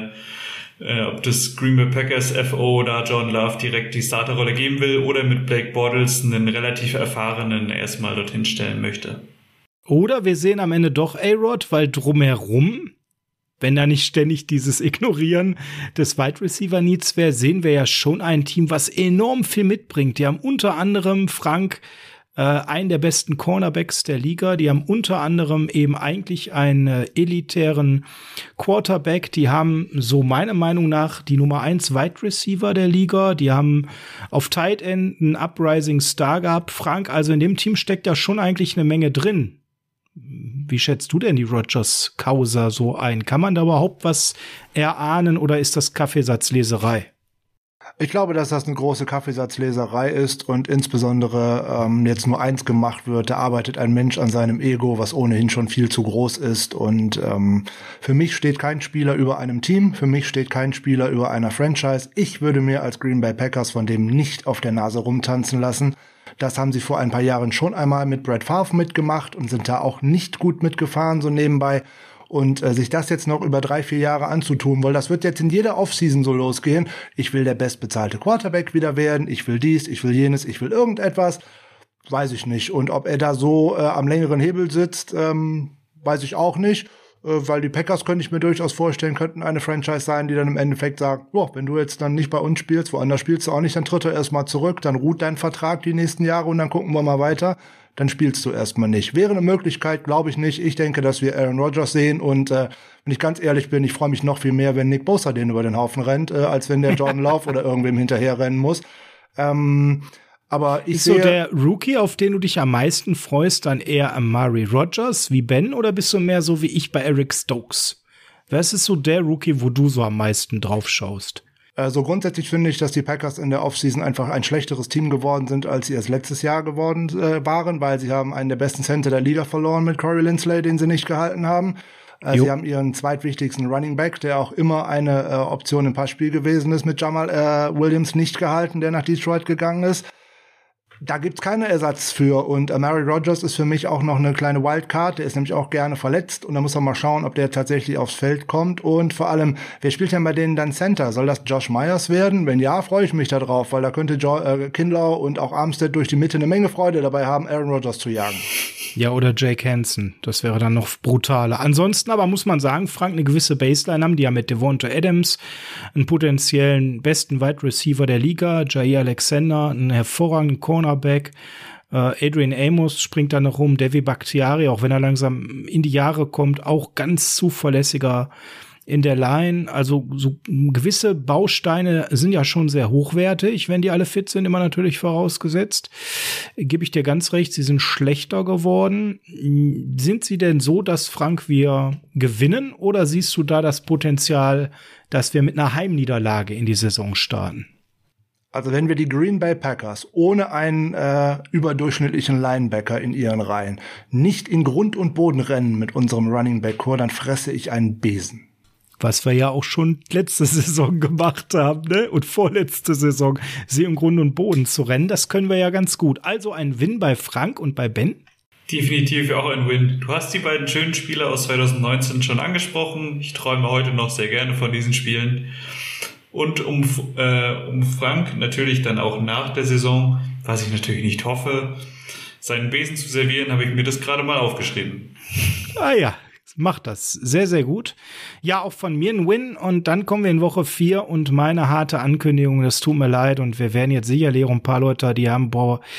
Green Bay Packers FO da Jordan Love direkt die Starterrolle geben will oder mit Blake Bortles einen relativ erfahrenen erstmal dorthin stellen möchte. Oder wir sehen am Ende doch A-Rod, weil drumherum, wenn da nicht ständig dieses Ignorieren des Wide Receiver Needs wäre, sehen wir ja schon ein Team, was enorm viel mitbringt. Die haben unter anderem Frank, einen der besten Cornerbacks der Liga. Die haben unter anderem eben eigentlich einen elitären Quarterback. Die haben so meiner Meinung nach die Nummer 1 Wide Receiver der Liga. Die haben auf Tight End einen Uprising Star gehabt. Frank, also in dem Team steckt ja schon eigentlich eine Menge drin. Wie schätzt du denn die Rodgers-Causa so ein? Kann man da überhaupt was erahnen oder ist das Kaffeesatzleserei? Ich glaube, dass das eine große Kaffeesatzleserei ist und insbesondere jetzt nur eins gemacht wird. Da arbeitet ein Mensch an seinem Ego, was ohnehin schon viel zu groß ist. Und für mich steht kein Spieler über einem Team. Für mich steht kein Spieler über einer Franchise. Ich würde mir als Green Bay Packers von dem nicht auf der Nase rumtanzen lassen. Das haben sie vor ein paar Jahren schon einmal mit Brett Favre mitgemacht und sind da auch nicht gut mitgefahren, so nebenbei. Und sich das jetzt noch über 3-4 Jahre anzutun, weil das wird jetzt in jeder Offseason so losgehen. Ich will der bestbezahlte Quarterback wieder werden, ich will dies, ich will jenes, ich will irgendetwas. Weiß ich nicht. Und ob er da so am längeren Hebel sitzt, weiß ich auch nicht. Weil die Packers, könnte ich mir durchaus vorstellen, könnten eine Franchise sein, die dann im Endeffekt sagt, wenn du jetzt dann nicht bei uns spielst, woanders spielst du auch nicht, dann tritt er erstmal zurück, dann ruht dein Vertrag die nächsten Jahre und dann gucken wir mal weiter. Dann spielst du erstmal nicht. Wäre eine Möglichkeit, glaube ich nicht. Ich denke, dass wir Aaron Rodgers sehen und wenn ich ganz ehrlich bin, ich freue mich noch viel mehr, wenn Nick Bosa den über den Haufen rennt, als wenn der Jordan Love oder irgendwem hinterherrennen muss. Aber ich sehe, so der Rookie, auf den du dich am meisten freust, dann eher Amari Rodgers wie Ben oder bist du mehr so wie ich bei Eric Stokes? Wer ist so der Rookie, wo du so am meisten drauf schaust? So grundsätzlich finde ich, dass die Packers in der Offseason einfach ein schlechteres Team geworden sind, als sie es letztes Jahr geworden waren, weil sie haben einen der besten Center der Liga verloren mit Corey Linsley, den sie nicht gehalten haben. Sie haben ihren zweitwichtigsten Running Back, der auch immer eine Option im Passspiel gewesen ist, mit Jamal Williams nicht gehalten, der nach Detroit gegangen ist. Da gibt's keinen Ersatz für. Und Amari Rodgers ist für mich auch noch eine kleine Wildcard. Der ist nämlich auch gerne verletzt. Und da muss man mal schauen, ob der tatsächlich aufs Feld kommt. Und vor allem, wer spielt denn bei denen dann Center? Soll das Josh Myers werden? Wenn ja, freue ich mich da drauf, weil da könnte Kinlaw und auch Armstead durch die Mitte eine Menge Freude dabei haben, Aaron Rodgers zu jagen. Ja, oder Jake Hansen. Das wäre dann noch brutaler. Ansonsten aber muss man sagen, Frank, eine gewisse Baseline haben die ja mit Devonta Adams, einen potenziellen besten Wide Receiver der Liga, Jair Alexander, einen hervorragenden Cornerback, Adrian Amos springt da noch rum, Devi Bakhtiari, auch wenn er langsam in die Jahre kommt, auch ganz zuverlässiger in der Line. Also so gewisse Bausteine sind ja schon sehr hochwertig, wenn die alle fit sind, immer natürlich vorausgesetzt. Gebe ich dir ganz recht, sie sind schlechter geworden. Sind sie denn so, dass, Frank, wir gewinnen, oder siehst du da das Potenzial, dass wir mit einer Heimniederlage in die Saison starten? Also wenn wir die Green Bay Packers ohne einen überdurchschnittlichen Linebacker in ihren Reihen nicht in Grund und Boden rennen mit unserem Running Back Core, dann fresse ich einen Besen. Was wir ja auch schon letzte Saison gemacht haben, ne? Und vorletzte Saison, sie im Grund und Boden zu rennen, das können wir ja ganz gut. Also ein Win bei Frank und bei Ben? Definitiv auch ein Win. Du hast die beiden schönen Spiele aus 2019 schon angesprochen. Ich träume heute noch sehr gerne von diesen Spielen. Und um Frank natürlich dann auch nach der Saison, was ich natürlich nicht hoffe, seinen Besen zu servieren, habe ich mir das gerade mal aufgeschrieben. Ah ja, macht das sehr, sehr gut. Ja, auch von mir ein Win. Und dann kommen wir in Woche 4 und meine harte Ankündigung, das tut mir leid. Und wir werden jetzt sicherlich auch ein paar Leute, die haben,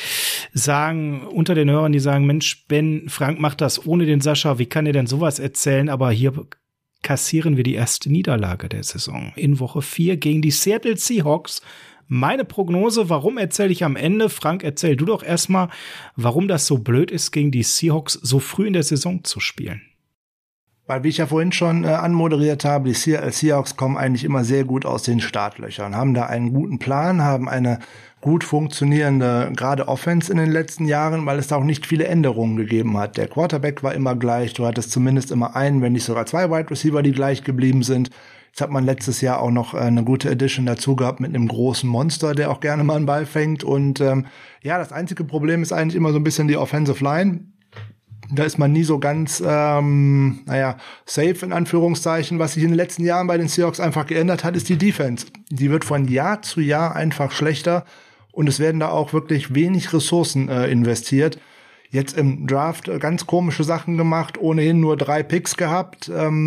sagen, unter den Hörern, die sagen, Mensch, Ben, Frank macht das ohne den Sascha. Wie kann er denn sowas erzählen? Aber hier kassieren wir die erste Niederlage der Saison in Woche 4 gegen die Seattle Seahawks. Meine Prognose, warum erzähle ich am Ende? Frank, erzähl du doch erstmal, warum das so blöd ist, gegen die Seahawks so früh in der Saison zu spielen. Weil, wie ich ja vorhin schon anmoderiert habe, die Seahawks kommen eigentlich immer sehr gut aus den Startlöchern, haben da einen guten Plan, haben eine gut funktionierende, gerade Offense in den letzten Jahren, weil es da auch nicht viele Änderungen gegeben hat. Der Quarterback war immer gleich, du hattest zumindest immer einen, wenn nicht sogar zwei Wide Receiver, die gleich geblieben sind. Jetzt hat man letztes Jahr auch noch eine gute Edition dazu gehabt mit einem großen Monster, der auch gerne mal einen Ball fängt. Und ja, das einzige Problem ist eigentlich immer so ein bisschen die Offensive Line. Da ist man nie so ganz, safe in Anführungszeichen. Was sich in den letzten Jahren bei den Seahawks einfach geändert hat, ist die Defense. Die wird von Jahr zu Jahr einfach schlechter und es werden da auch wirklich wenig Ressourcen investiert. Jetzt im Draft ganz komische Sachen gemacht, ohnehin nur 3 Picks gehabt.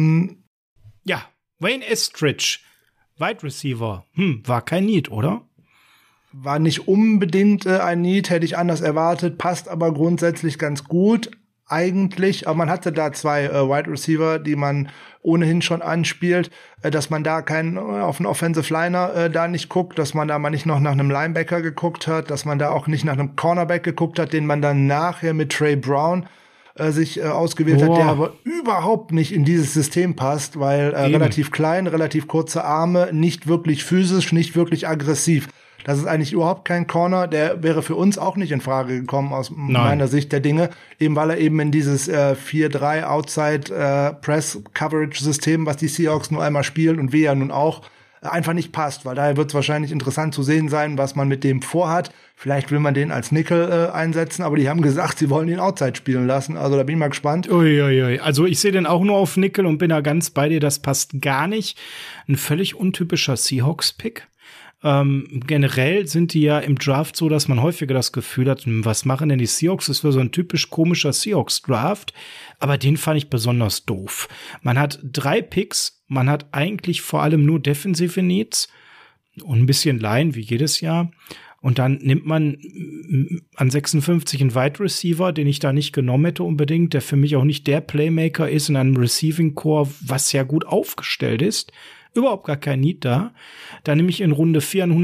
Ja, Wayne Estridge, Wide Receiver, war kein Need, oder? War nicht unbedingt ein Need, hätte ich anders erwartet, passt aber grundsätzlich ganz gut. Eigentlich, aber man hatte da 2 Wide Receiver, die man ohnehin schon anspielt, dass man da keinen auf einen Offensive Liner da nicht guckt, dass man da mal nicht noch nach einem Linebacker geguckt hat, dass man da auch nicht nach einem Cornerback geguckt hat, den man dann nachher mit Trey Brown sich ausgewählt hat, der aber überhaupt nicht in dieses System passt, weil relativ klein, relativ kurze Arme, nicht wirklich physisch, nicht wirklich aggressiv. Das ist eigentlich überhaupt kein Corner, der wäre für uns auch nicht in Frage gekommen aus meiner Sicht der Dinge, eben weil er eben in dieses 4-3 Outside Press Coverage System, was die Seahawks nur einmal spielen und wir ja nun auch, einfach nicht passt, weil daher wird es wahrscheinlich interessant zu sehen sein, was man mit dem vorhat. Vielleicht will man den als Nickel einsetzen, aber die haben gesagt, sie wollen ihn Outside spielen lassen, also da bin ich mal gespannt. Uiuiui. Also ich sehe den auch nur auf Nickel und bin da ganz bei dir, das passt gar nicht. Ein völlig untypischer Seahawks-Pick. Generell sind die ja im Draft so, dass man häufiger das Gefühl hat, was machen denn die Seahawks? Das war so ein typisch komischer Seahawks-Draft, aber den fand ich besonders doof. Man hat 3 Picks, man hat eigentlich vor allem nur defensive Needs und ein bisschen Line, wie jedes Jahr. Und dann nimmt man an 56 einen Wide Receiver, den ich da nicht genommen hätte unbedingt, der für mich auch nicht der Playmaker ist in einem Receiving Core, was ja gut aufgestellt ist. Überhaupt gar kein Need da. Da nehme ich in Runde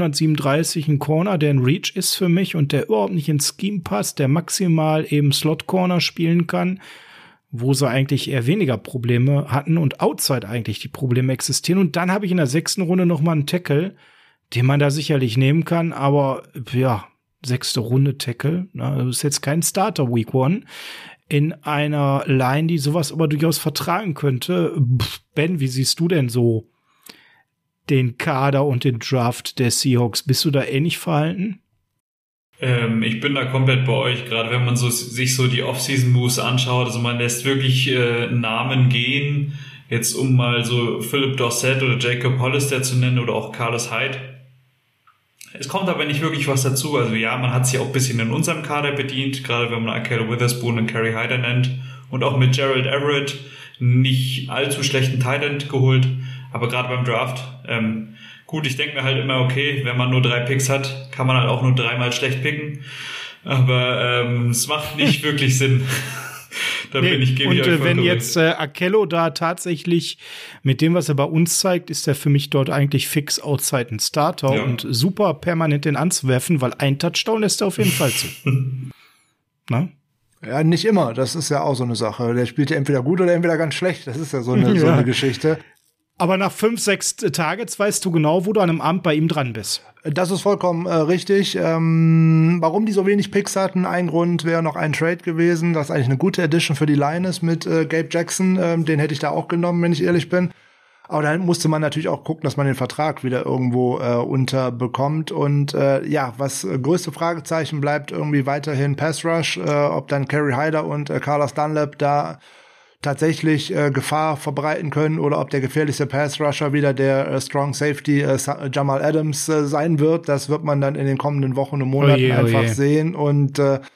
437 einen Corner, der ein Reach ist für mich und der überhaupt nicht ins Scheme passt, der maximal eben Slot-Corner spielen kann, wo sie eigentlich eher weniger Probleme hatten und outside eigentlich die Probleme existieren. Und dann habe ich in der 6. Runde noch mal einen Tackle, den man da sicherlich nehmen kann, aber ja, 6. Runde Tackle, das ist jetzt kein Starter Week 1 in einer Line, die sowas aber durchaus vertragen könnte. Ben, wie siehst du denn so den Kader und den Draft der Seahawks? Bist du da ähnlich verhalten? Ich bin da komplett bei euch, gerade wenn man sich so die Off-Season-Moves anschaut. Also man lässt wirklich Namen gehen, jetzt um mal so Philip Dorsett oder Jacob Hollister zu nennen oder auch Carlos Hyde. Es kommt aber nicht wirklich was dazu. Also ja, man hat sich auch ein bisschen in unserem Kader bedient, gerade wenn man Akello Witherspoon und Kerry Hyder nennt und auch mit Gerald Everett nicht allzu schlechten Tight End geholt. Aber gerade beim Draft, gut, ich denke mir halt immer, okay, wenn man nur 3 Picks hat, kann man halt auch nur 3-mal schlecht picken. Aber es macht nicht wirklich Sinn. Und wenn jetzt Akello da tatsächlich mit dem, was er bei uns zeigt, ist er für mich dort eigentlich fix outside ein Starter und super permanent den anzuwerfen, weil ein Touchdown lässt er auf jeden Fall zu. Na? Ja, nicht immer. Das ist ja auch so eine Sache. Der spielt ja entweder gut oder entweder ganz schlecht. Das ist ja so eine Geschichte. Aber nach 5, 6 Targets weißt du genau, wo du an einem Abend bei ihm dran bist. Das ist vollkommen richtig. Warum die so wenig Picks hatten, ein Grund wäre noch ein Trade gewesen. Das ist eigentlich eine gute Addition für die Lions mit Gabe Jackson. Den hätte ich da auch genommen, wenn ich ehrlich bin. Aber da musste man natürlich auch gucken, dass man den Vertrag wieder irgendwo unterbekommt. Und was größte Fragezeichen bleibt irgendwie weiterhin Pass Rush. Ob dann Kerry Hyder und Carlos Dunlap da tatsächlich Gefahr verbreiten können oder ob der gefährlichste Pass-Rusher wieder der Strong Safety Jamal Adams sein wird. Das wird man dann in den kommenden Wochen und Monaten einfach sehen. Und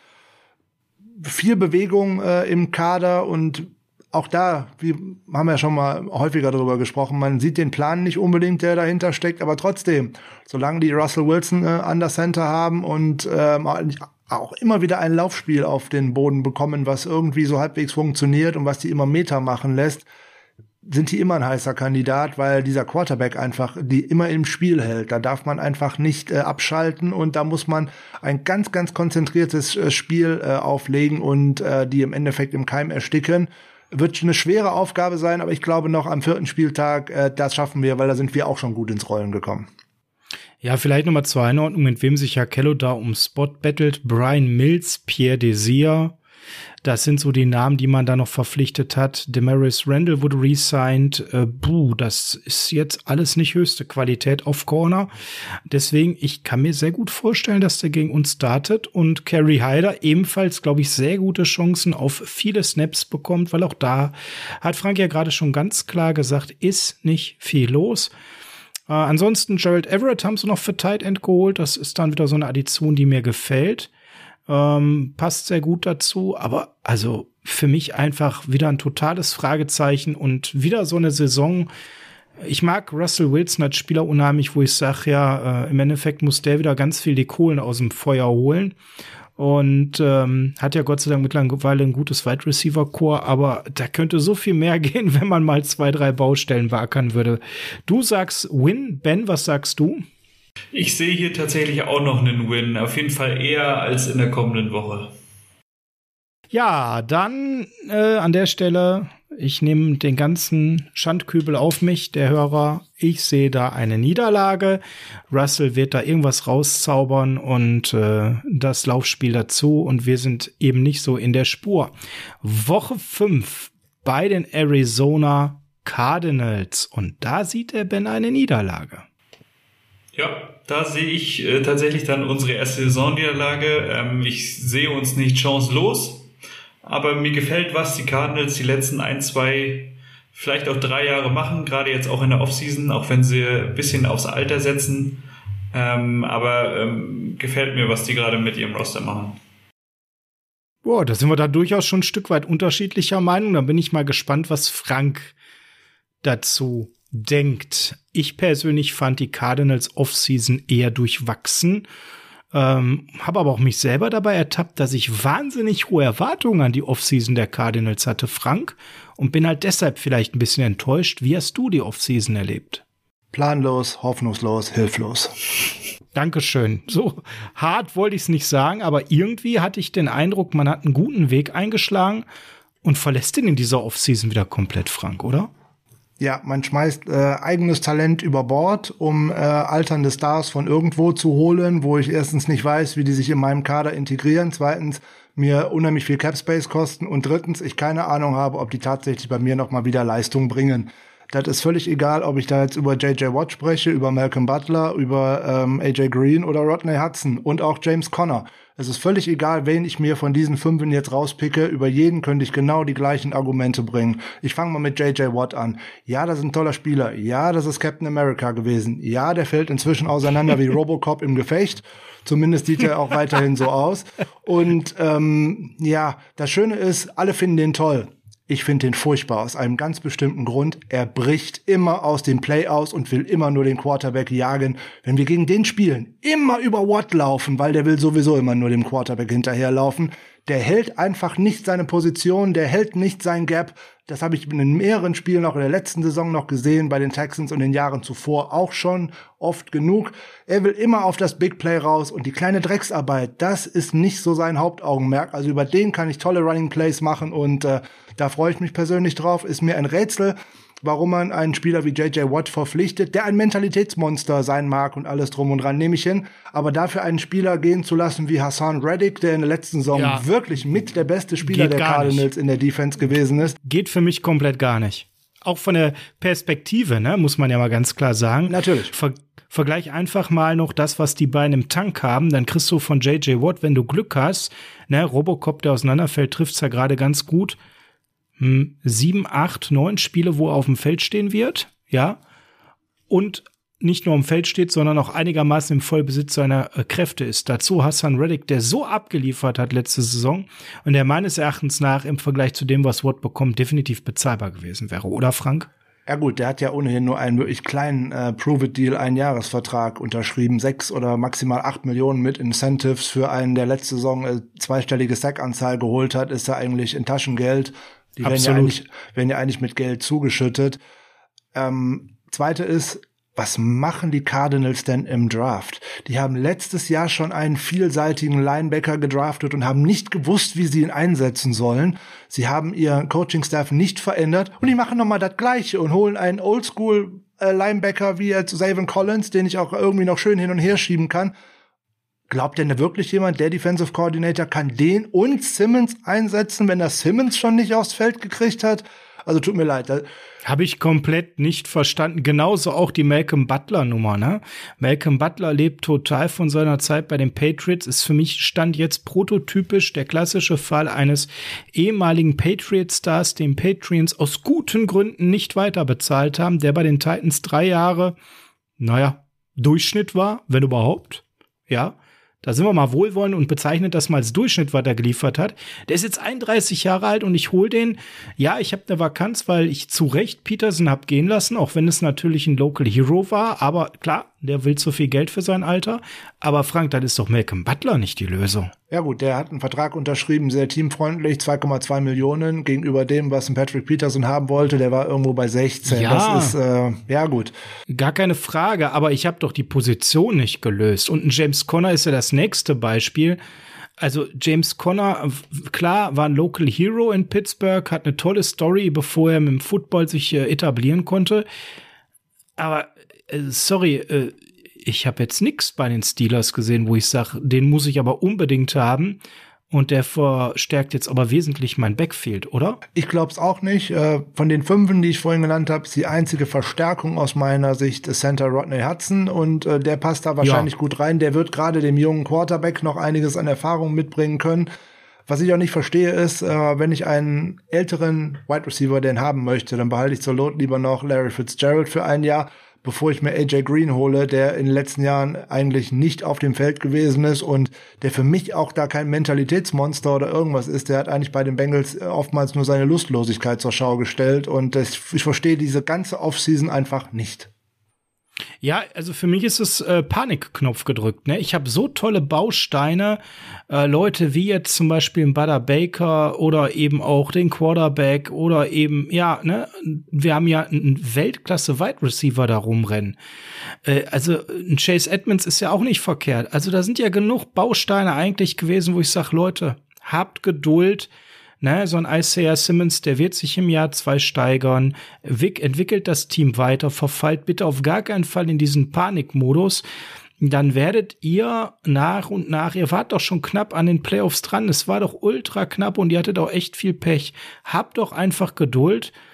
viel Bewegung im Kader und auch da, wir haben ja schon mal häufiger darüber gesprochen, man sieht den Plan nicht unbedingt, der dahinter steckt, aber trotzdem, solange die Russell Wilson an der Center haben und auch immer wieder ein Laufspiel auf den Boden bekommen, was irgendwie so halbwegs funktioniert und was die immer Meter machen lässt, sind die immer ein heißer Kandidat, weil dieser Quarterback einfach die immer im Spiel hält. Da darf man einfach nicht abschalten und da muss man ein ganz, ganz konzentriertes Spiel auflegen und die im Endeffekt im Keim ersticken. Wird eine schwere Aufgabe sein, aber ich glaube noch am 4. Spieltag, das schaffen wir, weil da sind wir auch schon gut ins Rollen gekommen. Ja, vielleicht nochmal zur Einordnung, mit wem sich Akello da um Spot battelt. Brian Mills, Pierre Desir. Das sind so die Namen, die man da noch verpflichtet hat. Demaris Randall wurde re-signed. Das ist jetzt alles nicht höchste Qualität auf Corner. Deswegen, ich kann mir sehr gut vorstellen, dass der gegen uns startet und Kerry Hyder ebenfalls, glaube ich, sehr gute Chancen auf viele Snaps bekommt, weil auch da hat Frank ja gerade schon ganz klar gesagt, ist nicht viel los. Ansonsten Gerald Everett haben sie noch für Tight End geholt. Das ist dann wieder so eine Addition, die mir gefällt. Passt sehr gut dazu. Aber also für mich einfach wieder ein totales Fragezeichen und wieder so eine Saison. Ich mag Russell Wilson als Spieler unheimlich, wo ich sage, im Endeffekt muss der wieder ganz viel die Kohlen aus dem Feuer holen. Und hat ja Gott sei Dank mittlerweile ein gutes Wide Receiver Core, aber da könnte so viel mehr gehen, wenn man mal 2, 3 Baustellen beackern würde. Du sagst Win. Ben, was sagst du? Ich sehe hier tatsächlich auch noch einen Win. Auf jeden Fall eher als in der kommenden Woche. Ja, dann an der Stelle, ich nehme den ganzen Schandkübel auf mich, der Hörer. Ich sehe da eine Niederlage. Russell wird da irgendwas rauszaubern und das Laufspiel dazu. Und wir sind eben nicht so in der Spur. Woche 5 bei den Arizona Cardinals. Und da sieht der Ben eine Niederlage. Ja, da sehe ich tatsächlich dann unsere erste Saisonniederlage. Ich sehe uns nicht chancenlos. Aber mir gefällt, was die Cardinals die letzten 1, 2, vielleicht auch 3 Jahre machen, gerade jetzt auch in der Offseason, auch wenn sie ein bisschen aufs Alter setzen. Aber gefällt mir, was die gerade mit ihrem Roster machen. Boah, da sind wir da durchaus schon ein Stück weit unterschiedlicher Meinung. Da bin ich mal gespannt, was Frank dazu denkt. Ich persönlich fand die Cardinals Offseason eher durchwachsen. Habe aber auch mich selber dabei ertappt, dass ich wahnsinnig hohe Erwartungen an die Offseason der Cardinals hatte, Frank, und bin halt deshalb vielleicht ein bisschen enttäuscht. Wie hast du die Offseason erlebt? Planlos, hoffnungslos, hilflos. Dankeschön. So hart wollte ich es nicht sagen, aber irgendwie hatte ich den Eindruck, man hat einen guten Weg eingeschlagen und verlässt den in dieser Offseason wieder komplett, Frank, oder? Ja, man schmeißt eigenes Talent über Bord, um alternde Stars von irgendwo zu holen, wo ich erstens nicht weiß, wie die sich in meinem Kader integrieren, zweitens mir unheimlich viel Capspace kosten und drittens ich keine Ahnung habe, ob die tatsächlich bei mir noch mal wieder Leistung bringen. Das ist völlig egal, ob ich da jetzt über J.J. Watt spreche, über Malcolm Butler, über A.J. Green oder Rodney Hudson und auch James Conner. Es ist völlig egal, wen ich mir von diesen 5 jetzt rauspicke. Über jeden könnte ich genau die gleichen Argumente bringen. Ich fange mal mit J.J. Watt an. Ja, das ist ein toller Spieler. Ja, das ist Captain America gewesen. Ja, der fällt inzwischen auseinander wie Robocop im Gefecht. Zumindest sieht er auch weiterhin so aus. Und ja, das Schöne ist, alle finden den toll. Ich finde den furchtbar, aus einem ganz bestimmten Grund. Er bricht immer aus dem Play aus und will immer nur den Quarterback jagen. Wenn wir gegen den spielen, immer über Watt laufen, weil der will sowieso immer nur dem Quarterback hinterherlaufen. Der hält einfach nicht seine Position, der hält nicht sein Gap. Das habe ich in mehreren Spielen auch in der letzten Saison noch gesehen, bei den Texans und den Jahren zuvor auch schon oft genug. Er will immer auf das Big Play raus und die kleine Drecksarbeit, das ist nicht so sein Hauptaugenmerk. Also über den kann ich tolle Running Plays machen und da freue ich mich persönlich drauf. Ist mir ein Rätsel, warum man einen Spieler wie J.J. Watt verpflichtet, der ein Mentalitätsmonster sein mag und alles drum und dran, nehme ich hin. Aber dafür einen Spieler gehen zu lassen wie Hassan Reddick, der in der letzten Saison wirklich mit der beste Spieler der Cardinals in der Defense gewesen ist. Geht für mich komplett gar nicht. Auch von der Perspektive, ne, muss man ja mal ganz klar sagen. Natürlich. Vergleich einfach mal noch das, was die beiden im Tank haben. Dann kriegst du von J.J. Watt, wenn du Glück hast, ne, Robocop, der auseinanderfällt, trifft's ja gerade ganz gut. 7, 8, 9 Spiele, wo er auf dem Feld stehen wird, ja, und nicht nur am Feld steht, sondern auch einigermaßen im Vollbesitz seiner Kräfte ist. Dazu Hassan Reddick, der so abgeliefert hat letzte Saison und der meines Erachtens nach im Vergleich zu dem, was Watt bekommt, definitiv bezahlbar gewesen wäre, oder Frank? Ja gut, der hat ja ohnehin nur einen wirklich kleinen Prove-It-Deal, einen Jahresvertrag unterschrieben, 6 oder maximal 8 Millionen mit Incentives für einen, der letzte Saison zweistellige Sack-Anzahl geholt hat, ist ja eigentlich in Taschengeld. Die werden ja eigentlich mit Geld zugeschüttet. Zweite ist, was machen die Cardinals denn im Draft? Die haben letztes Jahr schon einen vielseitigen Linebacker gedraftet und haben nicht gewusst, wie sie ihn einsetzen sollen. Sie haben ihren Coaching-Staff nicht verändert und die machen nochmal das Gleiche und holen einen Oldschool-Linebacker wie jetzt Zaven Collins, den ich auch irgendwie noch schön hin und her schieben kann. Glaubt denn da wirklich jemand, der Defensive Coordinator kann den und Simmons einsetzen, wenn er Simmons schon nicht aufs Feld gekriegt hat? Also tut mir leid. Habe ich komplett nicht verstanden. Genauso auch die Malcolm Butler-Nummer, ne? Malcolm Butler lebt total von seiner Zeit bei den Patriots. Ist für mich Stand jetzt prototypisch der klassische Fall eines ehemaligen Patriot-Stars, den Patriots aus guten Gründen nicht weiter bezahlt haben, der bei den Titans 3 Jahre, Durchschnitt war, wenn überhaupt, ja. Da sind wir mal wohlwollend und bezeichnet das mal als Durchschnitt, was er geliefert hat. Der ist jetzt 31 Jahre alt und ich hole den. Ja, ich habe eine Vakanz, weil ich zu Recht Peterson hab gehen lassen, auch wenn es natürlich ein Local Hero war. Aber klar, der will zu viel Geld für sein Alter. Aber Frank, das ist doch Malcolm Butler nicht die Lösung. Ja gut, der hat einen Vertrag unterschrieben, sehr teamfreundlich, 2,2 Millionen gegenüber dem, was ein Patrick Peterson haben wollte. Der war irgendwo bei 16. Ja. Das ist, ja gut. Gar keine Frage, aber ich habe doch die Position nicht gelöst. Und ein James Conner ist ja das nächste Beispiel. Also James Conner, klar, war ein Local Hero in Pittsburgh, hat eine tolle Story, bevor er mit dem Football sich etablieren konnte. Aber ich habe jetzt nichts bei den Steelers gesehen, wo ich sage, den muss ich aber unbedingt haben. Und der verstärkt jetzt aber wesentlich mein Backfield, oder? Ich glaube es auch nicht. Von den 5, die ich vorhin genannt habe, ist die einzige Verstärkung aus meiner Sicht Center Rodney Hudson. Und der passt da wahrscheinlich gut rein. Der wird gerade dem jungen Quarterback noch einiges an Erfahrung mitbringen können. Was ich auch nicht verstehe ist, wenn ich einen älteren Wide Receiver den haben möchte, dann behalte ich zur Not lieber noch Larry Fitzgerald für ein Jahr, bevor ich mir A.J. Green hole, der in den letzten Jahren eigentlich nicht auf dem Feld gewesen ist und der für mich auch da kein Mentalitätsmonster oder irgendwas ist. Der hat eigentlich bei den Bengals oftmals nur seine Lustlosigkeit zur Schau gestellt und ich verstehe diese ganze Offseason einfach nicht. Ja, also für mich ist es Panikknopf gedrückt, ne? Ich habe so tolle Bausteine, Leute wie jetzt zum Beispiel ein Buda Baker oder eben auch den Quarterback oder eben, ja, ne? Wir haben ja einen Weltklasse-Wide Receiver da rumrennen. Also ein Chase Edmonds ist ja auch nicht verkehrt. Also da sind ja genug Bausteine eigentlich gewesen, wo ich sage, Leute, habt Geduld. Ne, so ein Isaiah Simmons, der wird sich im Jahr 2 steigern, entwickelt das Team weiter, verfallt bitte auf gar keinen Fall in diesen Panikmodus. Dann werdet ihr nach und nach, ihr wart doch schon knapp an den Playoffs dran, es war doch ultra knapp und ihr hattet auch echt viel Pech. Habt doch einfach Geduld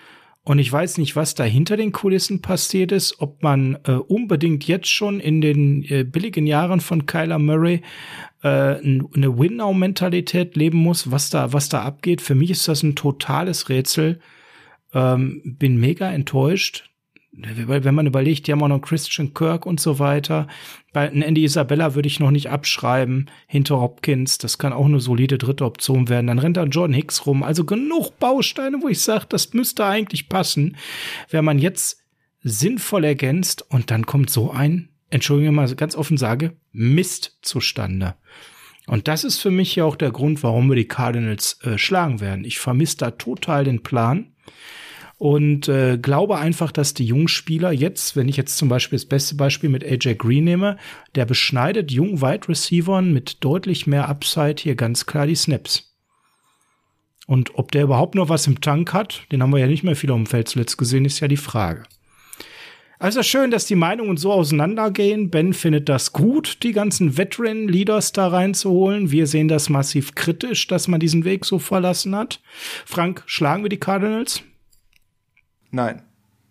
Und ich weiß nicht, was da hinter den Kulissen passiert ist, ob man unbedingt jetzt schon in den billigen Jahren von Kyler Murray eine Win-Now-Mentalität leben muss, was da abgeht. Für mich ist das ein totales Rätsel. Bin mega enttäuscht. Wenn man überlegt, die haben auch noch Christian Kirk und so weiter. Bei Andy Isabella würde ich noch nicht abschreiben. Hinter Hopkins, das kann auch eine solide dritte Option werden. Dann rennt da Jordan Hicks rum. Also genug Bausteine, wo ich sage, das müsste eigentlich passen. Wenn man jetzt sinnvoll ergänzt und dann kommt so ein, Entschuldigung, mal ganz offen sage, Mist zustande. Und das ist für mich ja auch der Grund, warum wir die Cardinals schlagen werden. Ich vermisse da total den Plan. Und glaube einfach, dass die jungen Spieler jetzt, wenn ich jetzt zum Beispiel das beste Beispiel mit AJ Green nehme, der beschneidet jungen Wide Receivern mit deutlich mehr Upside hier ganz klar die Snaps. Und ob der überhaupt noch was im Tank hat, den haben wir ja nicht mehr viel auf dem Feld zuletzt gesehen, ist ja die Frage. Also schön, dass die Meinungen so auseinandergehen. Ben findet das gut, die ganzen Veteran-Leaders da reinzuholen. Wir sehen das massiv kritisch, dass man diesen Weg so verlassen hat. Frank, schlagen wir die Cardinals? Nein.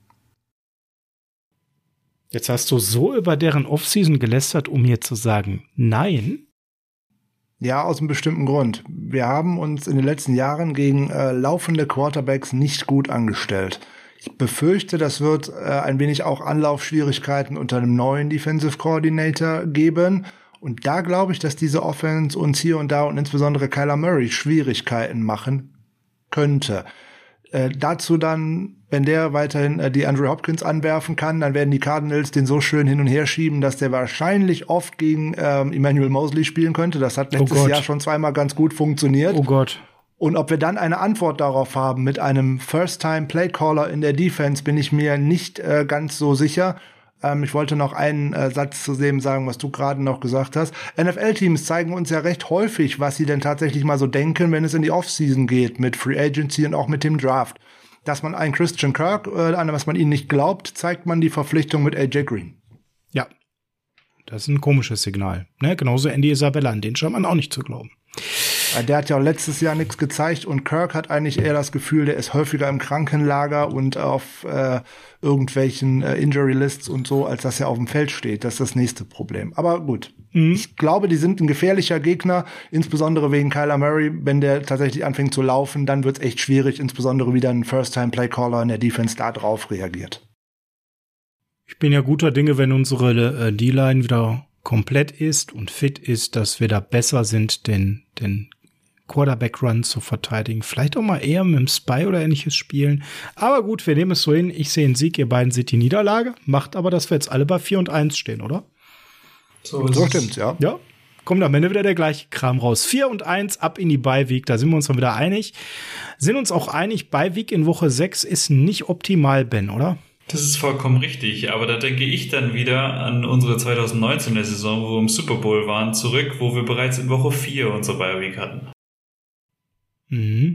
Jetzt hast du so über deren Offseason gelästert, um hier zu sagen, nein? Ja, aus einem bestimmten Grund. Wir haben uns in den letzten Jahren gegen laufende Quarterbacks nicht gut angestellt. Ich befürchte, das wird ein wenig auch Anlaufschwierigkeiten unter einem neuen Defensive Coordinator geben. Und da glaube ich, dass diese Offense uns hier und da und insbesondere Kyler Murray Schwierigkeiten machen könnte. Dazu dann, wenn der weiterhin die Andrew Hopkins anwerfen kann, dann werden die Cardinals den so schön hin und her schieben, dass der wahrscheinlich oft gegen Emmanuel Mosley spielen könnte. Das hat letztes Jahr schon zweimal ganz gut funktioniert. Oh Gott. Und ob wir dann eine Antwort darauf haben mit einem First-Time-Play-Caller in der Defense, bin ich mir nicht ganz so sicher. Ich wollte noch einen Satz zu dem sagen, was du gerade noch gesagt hast. NFL-Teams zeigen uns ja recht häufig, was sie denn tatsächlich mal so denken, wenn es in die Offseason geht, mit Free Agency und auch mit dem Draft. Dass man einen Christian Kirk, an was man ihnen nicht glaubt, zeigt man die Verpflichtung mit AJ Green. Ja, das ist ein komisches Signal. Ne? Genauso Andy Isabella, an den scheint man auch nicht zu glauben. Der hat ja auch letztes Jahr nichts gezeigt und Kirk hat eigentlich eher das Gefühl, der ist häufiger im Krankenlager und auf irgendwelchen Injury-Lists und so, als dass er auf dem Feld steht. Das ist das nächste Problem. Aber gut, ich glaube, die sind ein gefährlicher Gegner, insbesondere wegen Kyler Murray. Wenn der tatsächlich anfängt zu laufen, dann wird's echt schwierig, insbesondere wieder ein First-Time-Play-Caller in der Defense da drauf reagiert. Ich bin ja guter Dinge, wenn unsere D-Line wieder komplett ist und fit ist, dass wir da besser sind, den Quarterback-Run zu verteidigen. Vielleicht auch mal eher mit dem Spy oder ähnliches spielen. Aber gut, wir nehmen es so hin. Ich sehe einen Sieg, ihr beiden seht die Niederlage. Macht aber, dass wir jetzt alle bei 4-1 stehen, oder? So stimmt's, ja. Ja, kommt am Ende wieder der gleiche Kram raus. 4-1, ab in die Bye-Week. Da sind wir uns dann wieder einig. Sind uns auch einig, Bye-Week in Woche 6 ist nicht optimal, Ben, oder? Das ist vollkommen richtig, aber da denke ich dann wieder an unsere 2019er Saison, wo wir im Super Bowl waren, zurück, wo wir bereits in Woche 4 unsere Bye-Week hatten. Mhm.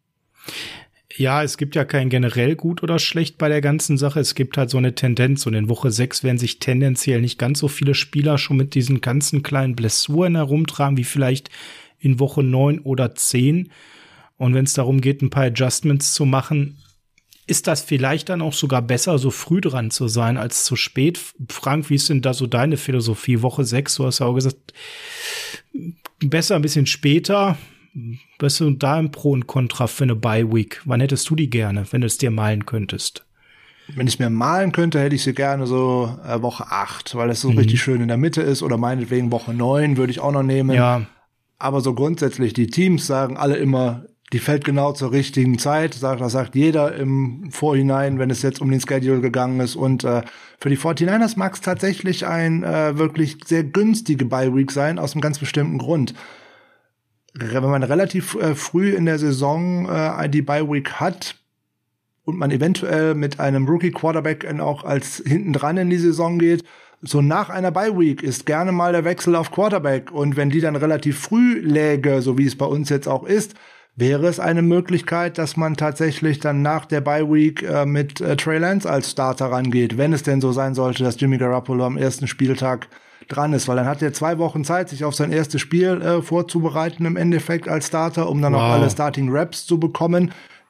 Ja, es gibt ja kein generell gut oder schlecht bei der ganzen Sache. Es gibt halt so eine Tendenz und in Woche 6 werden sich tendenziell nicht ganz so viele Spieler schon mit diesen ganzen kleinen Blessuren herumtragen, wie vielleicht in Woche 9 oder 10. Und wenn es darum geht, ein paar Adjustments zu machen, ist das vielleicht dann auch sogar besser, so früh dran zu sein, als zu spät? Frank, wie ist denn da so deine Philosophie? Woche 6, du hast ja auch gesagt, besser ein bisschen später. Was ist da im Pro und Contra für eine Bye-Week? Wann hättest du die gerne, wenn du es dir malen könntest? Wenn ich es mir malen könnte, hätte ich sie gerne so Woche 8, weil es so richtig schön in der Mitte ist. Oder meinetwegen Woche 9 würde ich auch noch nehmen. Ja. Aber so grundsätzlich, die Teams sagen alle immer, die fällt genau zur richtigen Zeit. Das sagt jeder im Vorhinein, wenn es jetzt um den Schedule gegangen ist. Und für die 49ers mag es tatsächlich ein wirklich sehr günstige Bye-Week sein, aus einem ganz bestimmten Grund. Wenn man relativ früh in der Saison die Bye-Week hat und man eventuell mit einem Rookie-Quarterback auch als hinten dran in die Saison geht, so nach einer Bye-Week ist gerne mal der Wechsel auf Quarterback. Und wenn die dann relativ früh läge, so wie es bei uns jetzt auch ist, wäre es eine Möglichkeit, dass man tatsächlich dann nach der Bye-Week mit Trey Lance als Starter rangeht, wenn es denn so sein sollte, dass Jimmy Garoppolo am ersten Spieltag dran ist, weil dann hat er 2 Wochen Zeit, sich auf sein erstes Spiel vorzubereiten im Endeffekt als Starter, um dann auch alle Starting Reps zu bekommen.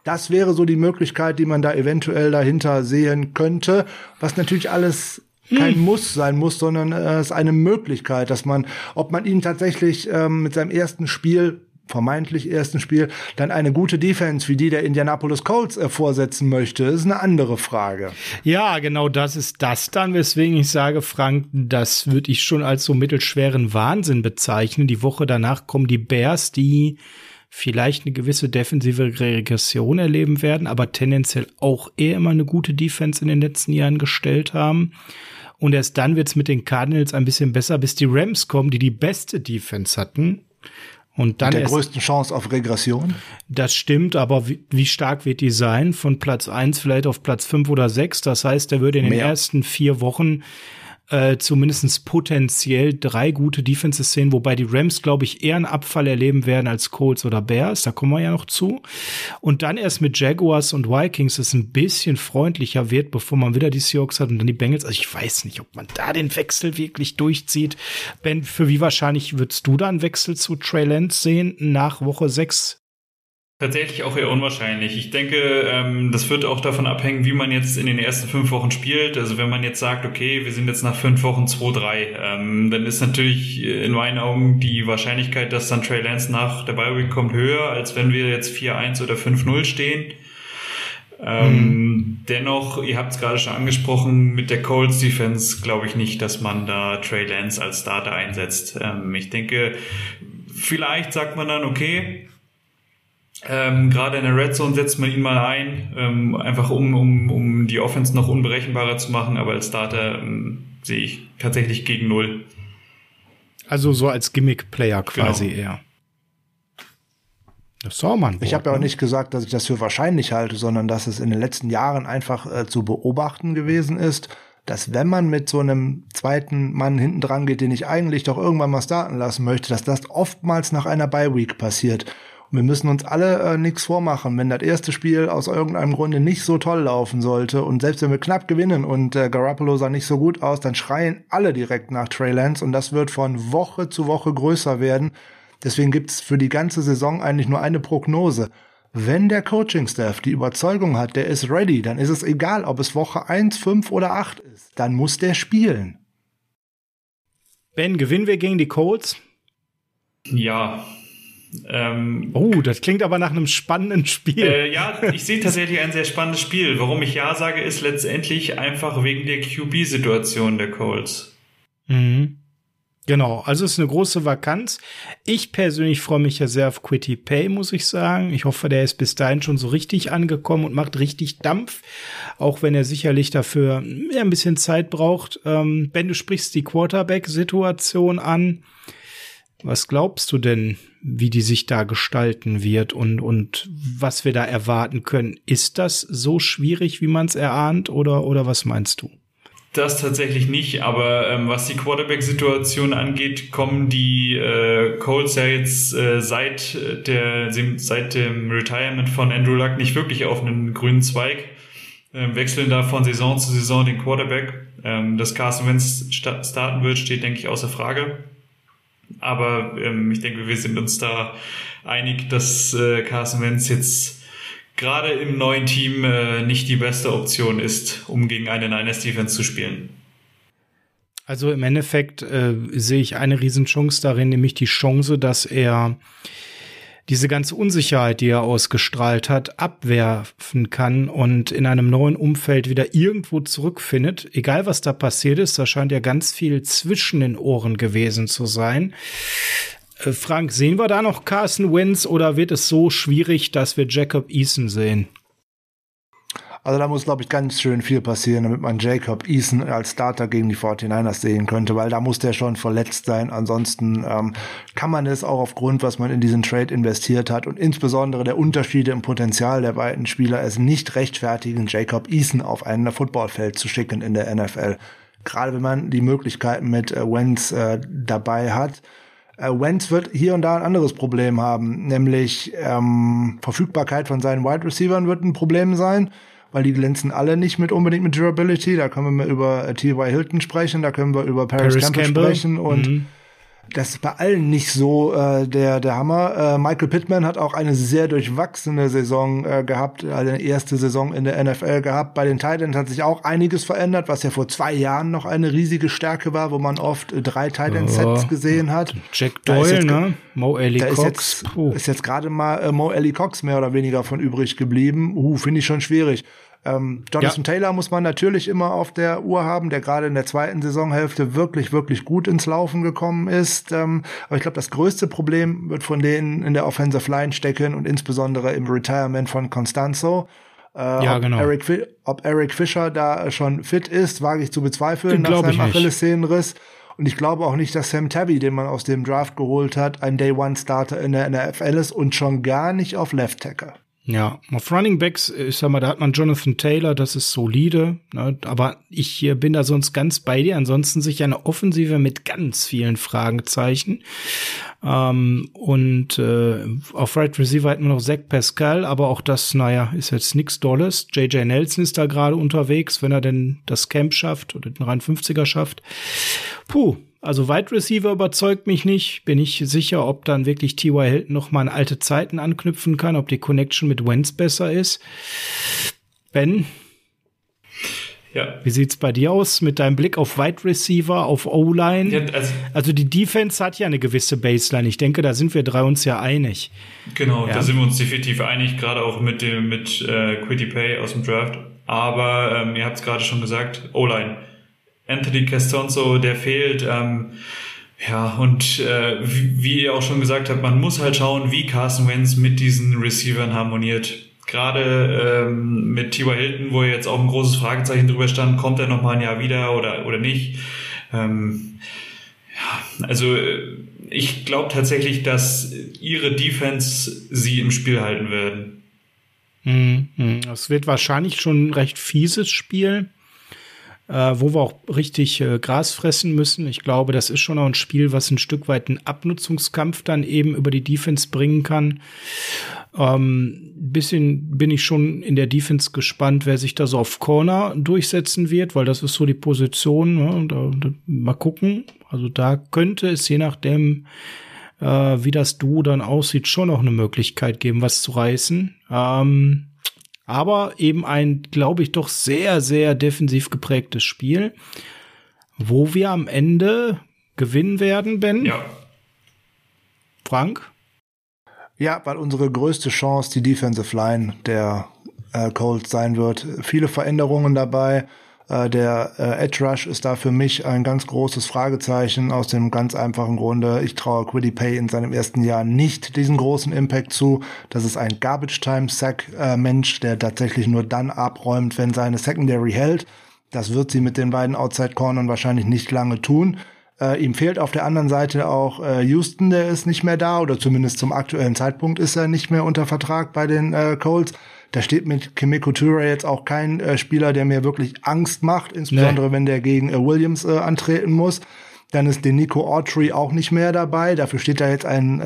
Das wäre so die Möglichkeit, die man da eventuell dahinter sehen könnte, was natürlich alles kein Muss sein muss, sondern es ist eine Möglichkeit, dass man, ob man ihn tatsächlich mit seinem vermeintlich ersten Spiel, dann eine gute Defense wie die der Indianapolis Colts vorsetzen möchte, ist eine andere Frage. Ja, genau, das ist das dann, weswegen ich sage, Frank, das würde ich schon als so mittelschweren Wahnsinn bezeichnen. Die Woche danach kommen die Bears, die vielleicht eine gewisse defensive Regression erleben werden, aber tendenziell auch eher immer eine gute Defense in den letzten Jahren gestellt haben. Und erst dann wird's mit den Cardinals ein bisschen besser, bis die Rams kommen, die die beste Defense hatten. Und dann mit der größten Chance auf Regression. Das stimmt, aber wie stark wird die sein? Von Platz 1 vielleicht auf Platz 5 oder 6. Das heißt, er würde in den ersten 4 Wochen zumindest potenziell 3 gute Defenses sehen, wobei die Rams, glaube ich, eher einen Abfall erleben werden als Colts oder Bears. Da kommen wir ja noch zu. Und dann erst mit Jaguars und Vikings es ein bisschen freundlicher wird, bevor man wieder die Seahawks hat und dann die Bengals. Also ich weiß nicht, ob man da den Wechsel wirklich durchzieht. Ben, für wie wahrscheinlich würdest du da einen Wechsel zu Trey Lance sehen nach Woche 6? Tatsächlich auch eher unwahrscheinlich. Ich denke, das wird auch davon abhängen, wie man jetzt in den ersten 5 Wochen spielt. Also wenn man jetzt sagt, okay, wir sind jetzt nach 5 Wochen 2-3, dann ist natürlich in meinen Augen die Wahrscheinlichkeit, dass dann Trey Lance nach der Bye-Week kommt, höher, als wenn wir jetzt 4-1 oder 5-0 stehen. Dennoch, ihr habt es gerade schon angesprochen, mit der Colts Defense glaube ich nicht, dass man da Trey Lance als Starter einsetzt. Ich denke, vielleicht sagt man dann, okay, gerade in der Red Zone setzt man ihn mal ein, einfach um die Offense noch unberechenbarer zu machen, aber als Starter sehe ich tatsächlich gegen 0. Also so als Gimmick-Player quasi eher. Das soll man. Ich habe ja auch nicht gesagt, dass ich das für wahrscheinlich halte, sondern dass es in den letzten Jahren einfach zu beobachten gewesen ist, dass wenn man mit so einem zweiten Mann hinten dran geht, den ich eigentlich doch irgendwann mal starten lassen möchte, dass das oftmals nach einer Bye-Week passiert. Und wir müssen uns alle nichts vormachen, wenn das erste Spiel aus irgendeinem Grunde nicht so toll laufen sollte und selbst wenn wir knapp gewinnen und Garoppolo sah nicht so gut aus, dann schreien alle direkt nach Trey Lance und das wird von Woche zu Woche größer werden. Deswegen gibt's für die ganze Saison eigentlich nur eine Prognose. Wenn der Coaching-Staff die Überzeugung hat, der ist ready, dann ist es egal, ob es Woche 1, 5 oder 8 ist. Dann muss der spielen. Ben, gewinnen wir gegen die Colts? Ja. Das klingt aber nach einem spannenden Spiel. Ja, ich sehe tatsächlich ein sehr spannendes Spiel. Warum ich ja sage, ist letztendlich einfach wegen der QB-Situation der Colts. Mhm. Genau, also es ist eine große Vakanz. Ich persönlich freue mich ja sehr auf Kwity Paye, muss ich sagen. Ich hoffe, der ist bis dahin schon so richtig angekommen und macht richtig Dampf, auch wenn er sicherlich dafür ein bisschen Zeit braucht. Ben, du sprichst die Quarterback-Situation an. Was glaubst du denn, wie die sich da gestalten wird und was wir da erwarten können? Ist das so schwierig, wie man es erahnt, oder was meinst du? Das tatsächlich nicht, aber was die Quarterback-Situation angeht, kommen die Colts ja jetzt seit dem Retirement von Andrew Luck nicht wirklich auf einen grünen Zweig, wechseln da von Saison zu Saison den Quarterback. Dass Carson Wentz starten wird, steht, denke ich, außer Frage. Aber ich denke, wir sind uns da einig, dass Carson Wentz jetzt gerade im neuen Team nicht die beste Option ist, um gegen eine Niners-Defense zu spielen. Also im Endeffekt sehe ich eine Riesenchance darin, nämlich die Chance, dass er diese ganze Unsicherheit, die er ausgestrahlt hat, abwerfen kann und in einem neuen Umfeld wieder irgendwo zurückfindet. Egal, was da passiert ist, da scheint ja ganz viel zwischen den Ohren gewesen zu sein. Frank, sehen wir da noch Carson Wentz oder wird es so schwierig, dass wir Jacob Eason sehen? Also da muss, glaube ich, ganz schön viel passieren, damit man Jacob Eason als Starter gegen die 49ers sehen könnte, weil da muss der schon verletzt sein. Ansonsten kann man es auch aufgrund, was man in diesen Trade investiert hat und insbesondere der Unterschiede im Potenzial der beiden Spieler es nicht rechtfertigen, Jacob Eason auf ein Footballfeld zu schicken in der NFL. Gerade wenn man die Möglichkeiten mit Wentz dabei hat. Wentz wird hier und da ein anderes Problem haben, nämlich Verfügbarkeit von seinen Wide Receivern wird ein Problem sein, weil die glänzen alle nicht unbedingt mit Durability. Da können wir über T.Y. Hilton sprechen, da können wir über Paris Campbell sprechen und das ist bei allen nicht so der Hammer. Michael Pittman hat auch eine sehr durchwachsene Saison gehabt, eine erste Saison in der NFL gehabt. Bei den Titans hat sich auch einiges verändert, was ja vor 2 Jahren noch eine riesige Stärke war, wo man oft 3 Titan-Sets gesehen hat. Jack Doyle, ne? Mo Alie-Cox. Ist jetzt gerade mal Mo Alie-Cox mehr oder weniger von übrig geblieben. Finde ich schon schwierig. Jonathan Taylor muss man natürlich immer auf der Uhr haben, der gerade in der zweiten Saisonhälfte wirklich, wirklich gut ins Laufen gekommen ist. Aber ich glaube, das größte Problem wird von denen in der Offensive Line stecken und insbesondere im Retirement von Constanzo. Genau. Ob Eric Fisher da schon fit ist, wage ich zu bezweifeln nach seinem Achillessehnenriss. Und ich glaube auch nicht, dass Sam Tabby, den man aus dem Draft geholt hat, ein Day-One-Starter in der NFL ist und schon gar nicht auf Left Tackle. Ja, auf Running Backs, ich sag mal, da hat man Jonathan Taylor, das ist solide, ne? Aber ich bin da sonst ganz bei dir. Ansonsten sicher eine Offensive mit ganz vielen Fragezeichen. Und auf Right Receiver hatten wir noch Zach Pascal, aber auch das, ist jetzt nichts Dolles. JJ Nelson ist da gerade unterwegs, wenn er denn das Camp schafft oder den 53er schafft. Also Wide Receiver überzeugt mich nicht. Bin ich sicher, ob dann wirklich T.Y. Hilton noch mal an alte Zeiten anknüpfen kann, ob die Connection mit Wentz besser ist. Ben? Ja. Wie sieht's bei dir aus mit deinem Blick auf Wide Receiver, auf O-Line? Ja, also die Defense hat ja eine gewisse Baseline. Ich denke, da sind wir 3 uns ja einig. Genau, da sind wir uns definitiv einig, gerade auch mit Kwity Paye aus dem Draft. Aber ihr habt es gerade schon gesagt, O-Line. Anthony Castonzo, der fehlt, wie ihr auch schon gesagt habt, man muss halt schauen, wie Carson Wentz mit diesen Receivern harmoniert. Gerade mit T.Y. Hilton, wo jetzt auch ein großes Fragezeichen drüber stand, kommt er noch mal ein Jahr wieder oder nicht. Ich glaube tatsächlich, dass ihre Defense sie im Spiel halten werden. Es wird wahrscheinlich schon ein recht fieses Spiel, wo wir auch richtig Gras fressen müssen. Ich glaube, das ist schon auch ein Spiel, was ein Stück weit einen Abnutzungskampf dann eben über die Defense bringen kann. Bisschen bin ich schon in der Defense gespannt, wer sich da so auf Corner durchsetzen wird, weil das ist so die Position. Ne? Da mal gucken. Also da könnte es, je nachdem, wie das Duo dann aussieht, schon noch eine Möglichkeit geben, was zu reißen. Aber eben ein, glaube ich, doch sehr, sehr defensiv geprägtes Spiel, wo wir am Ende gewinnen werden, Ben. Ja. Frank? Ja, weil unsere größte Chance die Defensive Line der Colts sein wird. Viele Veränderungen dabei. Der Edge Rush ist da für mich ein ganz großes Fragezeichen aus dem ganz einfachen Grunde. Ich traue Kwity Paye in seinem ersten Jahr nicht diesen großen Impact zu. Das ist ein Garbage-Time-Sack-Mensch, der tatsächlich nur dann abräumt, wenn seine Secondary hält. Das wird sie mit den beiden Outside-Cornern wahrscheinlich nicht lange tun. Ihm fehlt auf der anderen Seite auch Houston, der ist nicht mehr da, oder zumindest zum aktuellen Zeitpunkt ist er nicht mehr unter Vertrag bei den Colts. Da steht mit Kemoko Turay jetzt auch kein Spieler, der mir wirklich Angst macht, insbesondere wenn der gegen Williams antreten muss. Dann ist Denico Autry auch nicht mehr dabei. Dafür steht da jetzt ein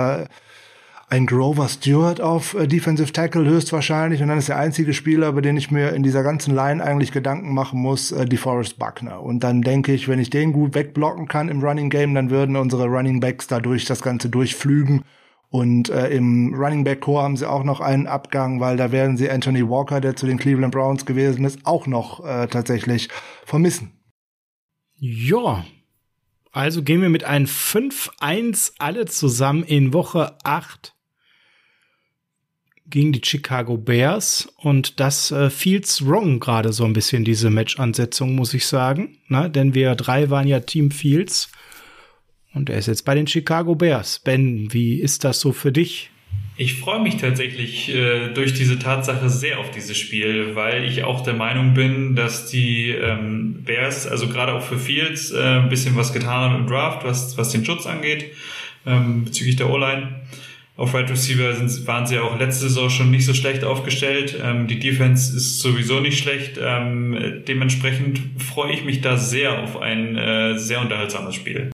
Grover Stewart auf Defensive Tackle höchstwahrscheinlich. Und dann ist der einzige Spieler, über den ich mir in dieser ganzen Line eigentlich Gedanken machen muss, DeForest Buckner. Und dann denke ich, wenn ich den gut wegblocken kann im Running Game, dann würden unsere Running Backs dadurch das Ganze durchflügen. Und im Running Back Core haben sie auch noch einen Abgang, weil da werden sie Anthony Walker, der zu den Cleveland Browns gewesen ist, auch noch tatsächlich vermissen. Ja, also gehen wir mit einem 5-1 alle zusammen in Woche 8 gegen die Chicago Bears. Und das feels wrong gerade so ein bisschen, diese Match-Ansetzung, muss ich sagen. Na, denn wir 3 waren ja Team Fields. Und er ist jetzt bei den Chicago Bears. Ben, wie ist das so für dich? Ich freue mich tatsächlich durch diese Tatsache sehr auf dieses Spiel, weil ich auch der Meinung bin, dass die Bears, also gerade auch für Fields, ein bisschen was getan haben im Draft, was den Schutz angeht, bezüglich der O-Line. Auf Wide Receiver waren sie auch letzte Saison schon nicht so schlecht aufgestellt. Die Defense ist sowieso nicht schlecht. Dementsprechend freue ich mich da sehr auf ein sehr unterhaltsames Spiel.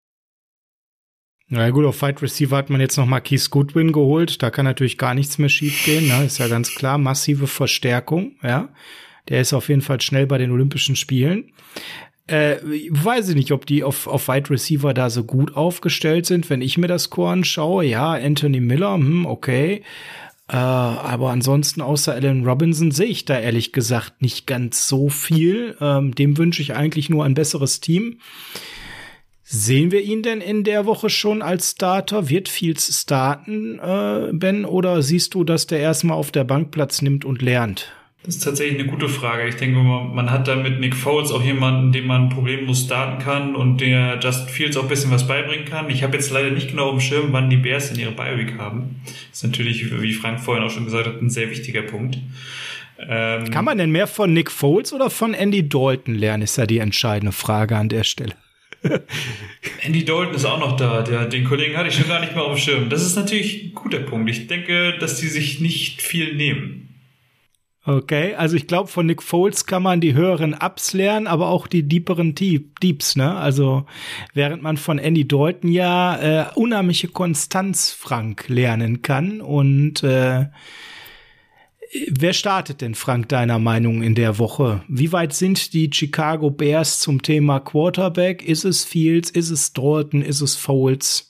Na gut, auf Wide Receiver hat man jetzt noch Marquise Goodwin geholt. Da kann natürlich gar nichts mehr schief gehen, ne? Ist ja ganz klar. Massive Verstärkung, ja. Der ist auf jeden Fall schnell bei den Olympischen Spielen. Weiß ich nicht, ob die auf Wide Receiver da so gut aufgestellt sind. Wenn ich mir das Core anschaue, ja, Anthony Miller, okay. Aber ansonsten außer Allen Robinson sehe ich da ehrlich gesagt nicht ganz so viel. Dem wünsche ich eigentlich nur ein besseres Team. Sehen wir ihn denn in der Woche schon als Starter? Wird Fields starten, Ben? Oder siehst du, dass der erstmal auf der Bank Platz nimmt und lernt? Das ist tatsächlich eine gute Frage. Ich denke, man hat da mit Nick Foles auch jemanden, den man problemlos starten kann und der Justin Fields auch ein bisschen was beibringen kann. Ich habe jetzt leider nicht genau auf dem Schirm, wann die Bears in ihre Bye-Week haben. Das ist natürlich, wie Frank vorhin auch schon gesagt hat, ein sehr wichtiger Punkt. Kann man denn mehr von Nick Foles oder von Andy Dalton lernen, ist ja die entscheidende Frage an der Stelle. Andy Dalton ist auch noch da. Den Kollegen hatte ich schon gar nicht mehr auf dem Schirm. Das ist natürlich ein guter Punkt. Ich denke, dass die sich nicht viel nehmen. Okay, also ich glaube, von Nick Foles kann man die höheren Ups lernen, aber auch die deeperen Deeps, ne? Also während man von Andy Dalton ja unheimliche Konstanz, Frank, lernen kann. Und wer startet denn, Frank, deiner Meinung in der Woche? Wie weit sind die Chicago Bears zum Thema Quarterback? Ist es Fields? Ist es Dalton? Ist es Foles?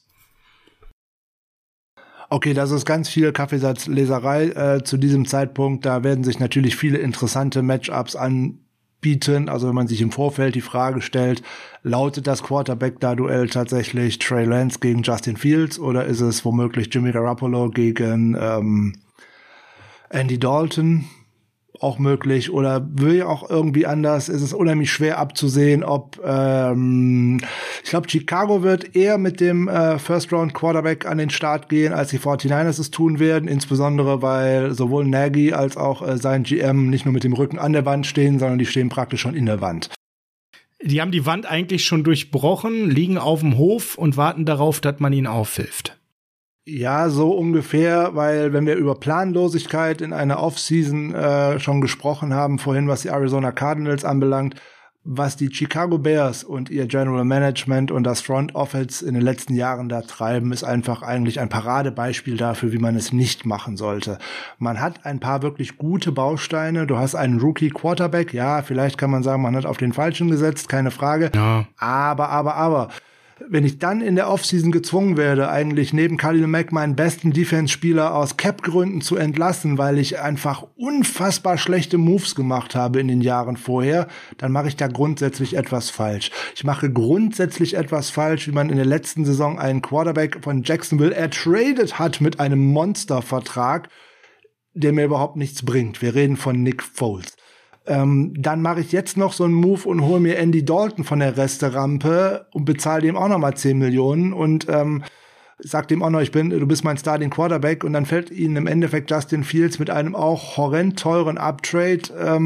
Okay, das ist ganz viel Kaffeesatzleserei zu diesem Zeitpunkt. Da werden sich natürlich viele interessante Matchups anbieten. Also wenn man sich im Vorfeld die Frage stellt, lautet das Quarterback-Duell tatsächlich Trey Lance gegen Justin Fields oder ist es womöglich Jimmy Garoppolo gegen Andy Dalton? Auch möglich oder will ja auch irgendwie anders. Es ist unheimlich schwer abzusehen, ob ich glaube, Chicago wird eher mit dem First-Round-Quarterback an den Start gehen, als die 49ers es tun werden, insbesondere weil sowohl Nagy als auch sein GM nicht nur mit dem Rücken an der Wand stehen, sondern die stehen praktisch schon in der Wand. Die haben die Wand eigentlich schon durchbrochen, liegen auf dem Hof und warten darauf, dass man ihnen aufhilft. Ja, so ungefähr, weil wenn wir über Planlosigkeit in einer Offseason schon gesprochen haben, vorhin was die Arizona Cardinals anbelangt, was die Chicago Bears und ihr General Management und das Front Office in den letzten Jahren da treiben, ist einfach eigentlich ein Paradebeispiel dafür, wie man es nicht machen sollte. Man hat ein paar wirklich gute Bausteine, du hast einen Rookie Quarterback, ja, vielleicht kann man sagen, man hat auf den Falschen gesetzt, keine Frage, ja. Aber wenn ich dann in der Offseason gezwungen werde, eigentlich neben Khalil Mack meinen besten Defense-Spieler aus Cap-Gründen zu entlassen, weil ich einfach unfassbar schlechte Moves gemacht habe in den Jahren vorher, dann mache ich da grundsätzlich etwas falsch. Ich mache grundsätzlich etwas falsch, wie man in der letzten Saison einen Quarterback von Jacksonville ertradet hat mit einem Monstervertrag, der mir überhaupt nichts bringt. Wir reden von Nick Foles. Dann mache ich jetzt noch so einen Move und hole mir Andy Dalton von der Resterampe und bezahle dem auch noch mal 10 Millionen und sag dem auch noch, du bist mein Starting Quarterback und dann fällt ihnen im Endeffekt Justin Fields mit einem auch horrend teuren Uptrade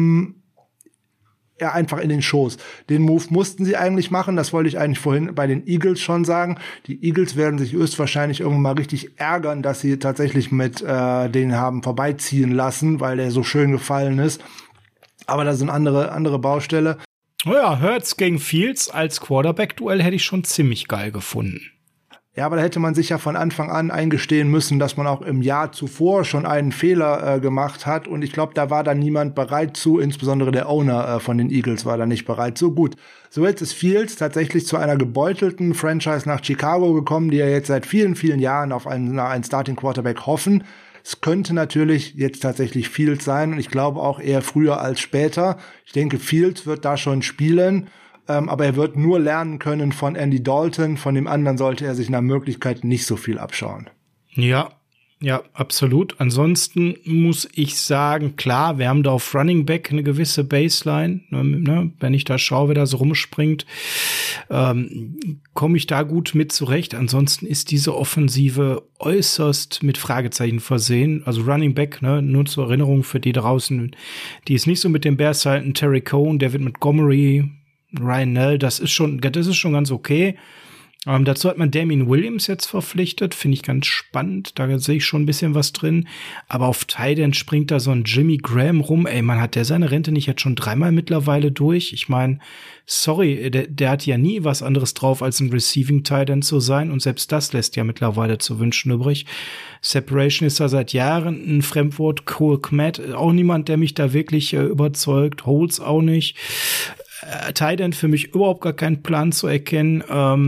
einfach in den Schoß. Den Move mussten sie eigentlich machen, das wollte ich eigentlich vorhin bei den Eagles schon sagen. Die Eagles werden sich höchstwahrscheinlich irgendwann mal richtig ärgern, dass sie tatsächlich mit den haben vorbeiziehen lassen, weil der so schön gefallen ist. Aber da sind andere Baustelle. Ja, Hurts gegen Fields als Quarterback-Duell hätte ich schon ziemlich geil gefunden. Ja, aber da hätte man sich ja von Anfang an eingestehen müssen, dass man auch im Jahr zuvor schon einen Fehler gemacht hat. Und ich glaube, da war dann niemand bereit zu, insbesondere der Owner von den Eagles war da nicht bereit zu. Gut, so jetzt ist Fields tatsächlich zu einer gebeutelten Franchise nach Chicago gekommen, die ja jetzt seit vielen, vielen Jahren auf einen Starting Quarterback hoffen. Es könnte natürlich jetzt tatsächlich Fields sein und ich glaube auch eher früher als später. Ich denke, Fields wird da schon spielen, aber er wird nur lernen können von Andy Dalton. Von dem anderen sollte er sich nach Möglichkeit nicht so viel abschauen. Ja, absolut. Ansonsten muss ich sagen, klar, wir haben da auf Running Back eine gewisse Baseline. Ne? Wenn ich da schaue, wer da so rumspringt, komme ich da gut mit zurecht. Ansonsten ist diese Offensive äußerst mit Fragezeichen versehen. Also Running Back, ne, nur zur Erinnerung für die draußen, die es nicht so mit dem Bears halten. Terry Cohn, David Montgomery, Ryan Nell, das ist schon ganz okay. Dazu hat man Damien Williams jetzt verpflichtet, finde ich ganz spannend, da sehe ich schon ein bisschen was drin, aber auf Tight End springt da so ein Jimmy Graham rum, hat der seine Rente nicht jetzt schon 3-mal mittlerweile durch? Ich meine, sorry, der hat ja nie was anderes drauf, als ein Receiving Tight End zu sein und selbst das lässt ja mittlerweile zu wünschen übrig. Separation ist da seit Jahren ein Fremdwort, Cole Kmet, auch niemand, der mich da wirklich überzeugt, Holtz auch nicht. Tight End für mich überhaupt gar keinen Plan zu erkennen.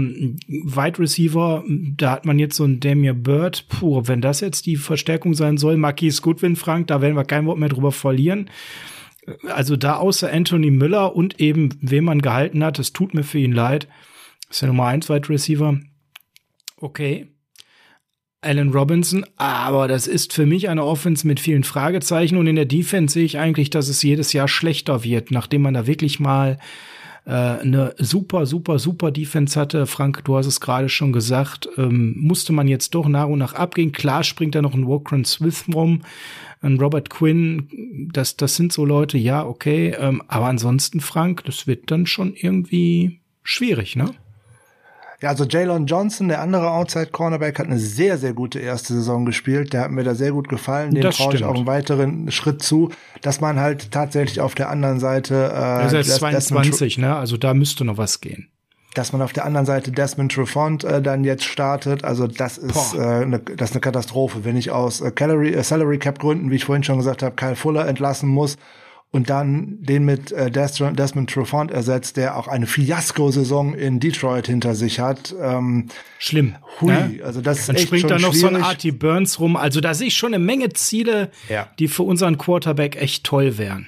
Wide Receiver, da hat man jetzt so einen Damian Byrd. Puh, wenn das jetzt die Verstärkung sein soll, Marquise Goodwin, Frank, da werden wir kein Wort mehr drüber verlieren. Also da außer Anthony Miller und eben, wen man gehalten hat, es tut mir für ihn leid, ist der Nummer 1 Wide Receiver. Okay. Allen Robinson, aber das ist für mich eine Offense mit vielen Fragezeichen und in der Defense sehe ich eigentlich, dass es jedes Jahr schlechter wird, nachdem man da wirklich mal eine super Defense hatte. Frank, du hast es gerade schon gesagt, musste man jetzt doch nach und nach abgehen. Klar springt da noch ein Walker Smith rum, ein Robert Quinn, das sind so Leute, ja, okay, aber ansonsten, Frank, das wird dann schon irgendwie schwierig, ne? Ja, also Jalen Johnson, der andere Outside-Cornerback, hat eine sehr, sehr gute erste Saison gespielt. Der hat mir da sehr gut gefallen. Dem traue ich auch einen weiteren Schritt zu, dass man halt tatsächlich auf der anderen Seite er ist jetzt 22, ne? Also da müsste noch was gehen. Dass man auf der anderen Seite Desmond Trufant dann jetzt startet, also das ist eine Katastrophe. Wenn ich aus Salary Cap Gründen, wie ich vorhin schon gesagt habe, Kyle Fuller entlassen muss, und dann den mit Desmond Trufant ersetzt, der auch eine Fiasko-Saison in Detroit hinter sich hat. Schlimm. Hui, ne? Also das ist dann echt springt schon da noch schwierig. so ein Artie Burns rum. Also da sehe ich schon eine Menge Ziele, die für unseren Quarterback echt toll wären.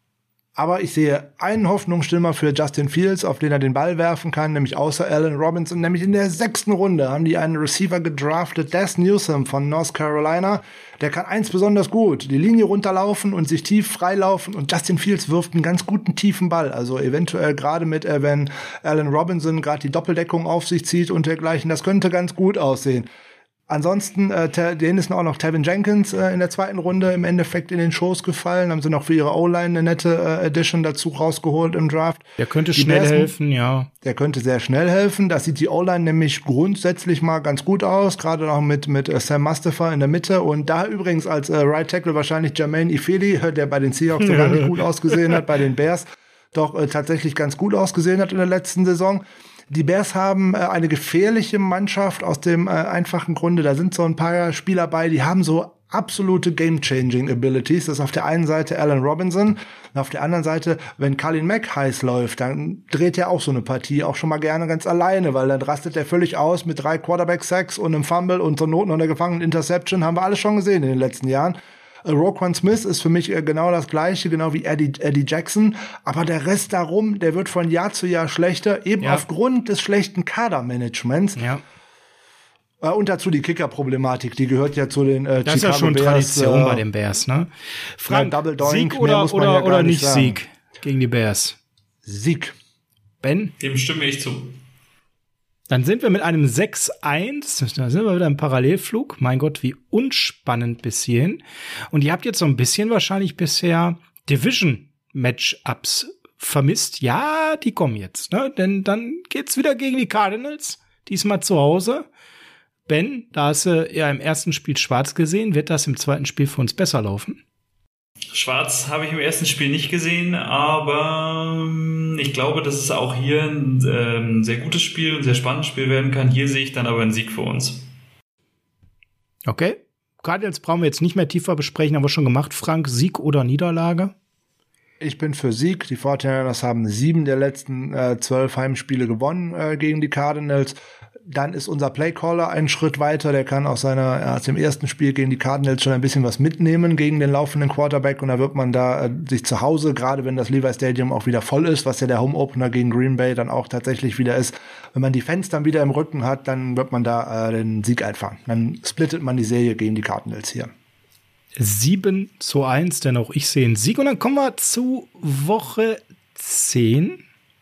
Aber ich sehe einen Hoffnungsschimmer für Justin Fields, auf den er den Ball werfen kann, nämlich außer Allen Robinson. Nämlich in der 6. Runde haben die einen Receiver gedraftet, Des Newsome von North Carolina. Der kann eins besonders gut, die Linie runterlaufen und sich tief freilaufen. Und Justin Fields wirft einen ganz guten tiefen Ball. Also eventuell gerade wenn Allen Robinson gerade die Doppeldeckung auf sich zieht und dergleichen, das könnte ganz gut aussehen. Ansonsten, denen ist auch noch Tevin Jenkins in der 2. Runde im Endeffekt in den Schoß gefallen. Haben sie noch für ihre O-Line eine nette Addition dazu rausgeholt im Draft. Der könnte schnell helfen, ja. Der könnte sehr schnell helfen. Das sieht die O-Line nämlich grundsätzlich mal ganz gut aus. Gerade noch mit Sam Mustafa in der Mitte. Und da übrigens als Right Tackle wahrscheinlich Jermaine Ifedi, der bei den Seahawks sogar nicht gut ausgesehen hat, bei den Bears doch tatsächlich ganz gut ausgesehen hat in der letzten Saison. Die Bears haben eine gefährliche Mannschaft aus dem einfachen Grunde. Da sind so ein paar Spieler bei, die haben so absolute Game-Changing Abilities. Das ist auf der einen Seite Allen Robinson und auf der anderen Seite, wenn Khalil Mack heiß läuft, dann dreht er auch so eine Partie auch schon mal gerne ganz alleine, weil dann rastet er völlig aus mit 3 Quarterback-Sacks und einem Fumble und zur Not noch einer gefangenen Interception. Haben wir alles schon gesehen in den letzten Jahren. Roquan Smith ist für mich genau das Gleiche, genau wie Eddie Jackson. Aber der Rest darum, der wird von Jahr zu Jahr schlechter, eben aufgrund des schlechten Kadermanagements. Ja. Und dazu die Kicker-Problematik, die gehört ja zu den Chicago Bears. Das ist ja schon Tradition bei den Bears, ne? Frank, Double Doink, Sieg oder nicht Sieg gegen die Bears? Sieg. Ben? Dem stimme ich zu. Dann sind wir mit einem 6-1, da sind wir wieder im Parallelflug. Mein Gott, wie unspannend bis hierhin. Und ihr habt jetzt so ein bisschen wahrscheinlich bisher Division-Matchups vermisst. Ja, die kommen jetzt, ne? Denn dann geht's wieder gegen die Cardinals, diesmal zu Hause. Ben, da hast du ja im ersten Spiel schwarz gesehen. Wird das im zweiten Spiel für uns besser laufen? Schwarz habe ich im ersten Spiel nicht gesehen, aber ich glaube, dass es auch hier ein sehr gutes Spiel, ein sehr spannendes Spiel werden kann. Hier sehe ich dann aber einen Sieg für uns. Okay. Cardinals brauchen wir jetzt nicht mehr tiefer besprechen, haben wir schon gemacht. Frank, Sieg oder Niederlage? Ich bin für Sieg. Die 49ers haben 7 der letzten 12 Heimspiele gewonnen gegen die Cardinals. Dann ist unser Playcaller einen Schritt weiter. Der kann aus dem ersten Spiel gegen die Cardinals schon ein bisschen was mitnehmen gegen den laufenden Quarterback. Und da wird man da sich zu Hause, gerade wenn das Levi Stadium auch wieder voll ist, was ja der Home Opener gegen Green Bay dann auch tatsächlich wieder ist. Wenn man die Fans dann wieder im Rücken hat, dann wird man da den Sieg einfahren. Dann splittet man die Serie gegen die Cardinals hier. 7-1, denn auch ich sehe einen Sieg. Und dann kommen wir zu Woche 10.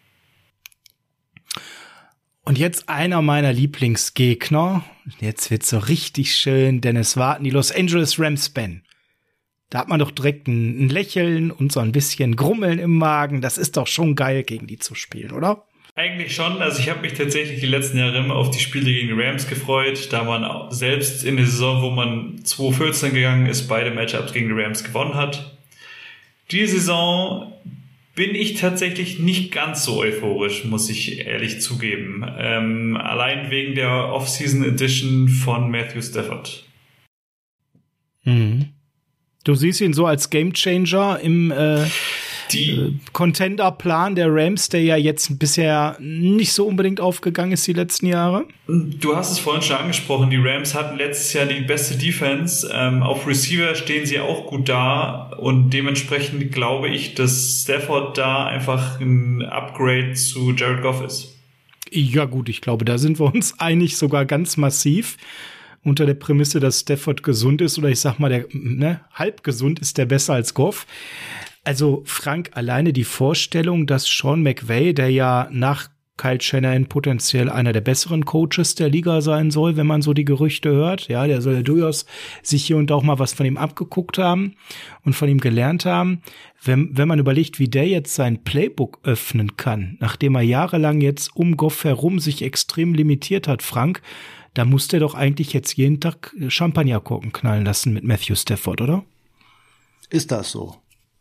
Und jetzt einer meiner Lieblingsgegner. Jetzt wird's so richtig schön, denn es warten die Los Angeles Rams, Ben. Da hat man doch direkt ein Lächeln und so ein bisschen Grummeln im Magen. Das ist doch schon geil, gegen die zu spielen, oder? Eigentlich schon. Also ich habe mich tatsächlich die letzten Jahre immer auf die Spiele gegen die Rams gefreut, da man auch selbst in der Saison, wo man 2-14 gegangen ist, beide Matchups gegen die Rams gewonnen hat. Die Saison bin ich tatsächlich nicht ganz so euphorisch, muss ich ehrlich zugeben. Allein wegen der Off-Season Edition von Matthew Stafford. Mhm. Du siehst ihn so als Gamechanger Contender-Plan der Rams, der ja jetzt bisher nicht so unbedingt aufgegangen ist die letzten Jahre? Du hast es vorhin schon angesprochen, die Rams hatten letztes Jahr die beste Defense. Auf Receiver stehen sie auch gut da und dementsprechend glaube ich, dass Stafford da einfach ein Upgrade zu Jared Goff ist. Ja gut, ich glaube, da sind wir uns einig, sogar ganz massiv. Unter der Prämisse, dass Stafford gesund ist, oder ich sag mal, halb gesund ist der besser als Goff. Also Frank, alleine die Vorstellung, dass Sean McVay, der ja nach Kyle Shanahan potenziell einer der besseren Coaches der Liga sein soll, wenn man so die Gerüchte hört, ja, der soll ja durchaus sich hier und da auch mal was von ihm abgeguckt haben und von ihm gelernt haben. Wenn man überlegt, wie der jetzt sein Playbook öffnen kann, nachdem er jahrelang jetzt um Goff herum sich extrem limitiert hat, Frank, da muss der doch eigentlich jetzt jeden Tag Champagnerkorken knallen lassen mit Matthew Stafford, oder? Ist das so?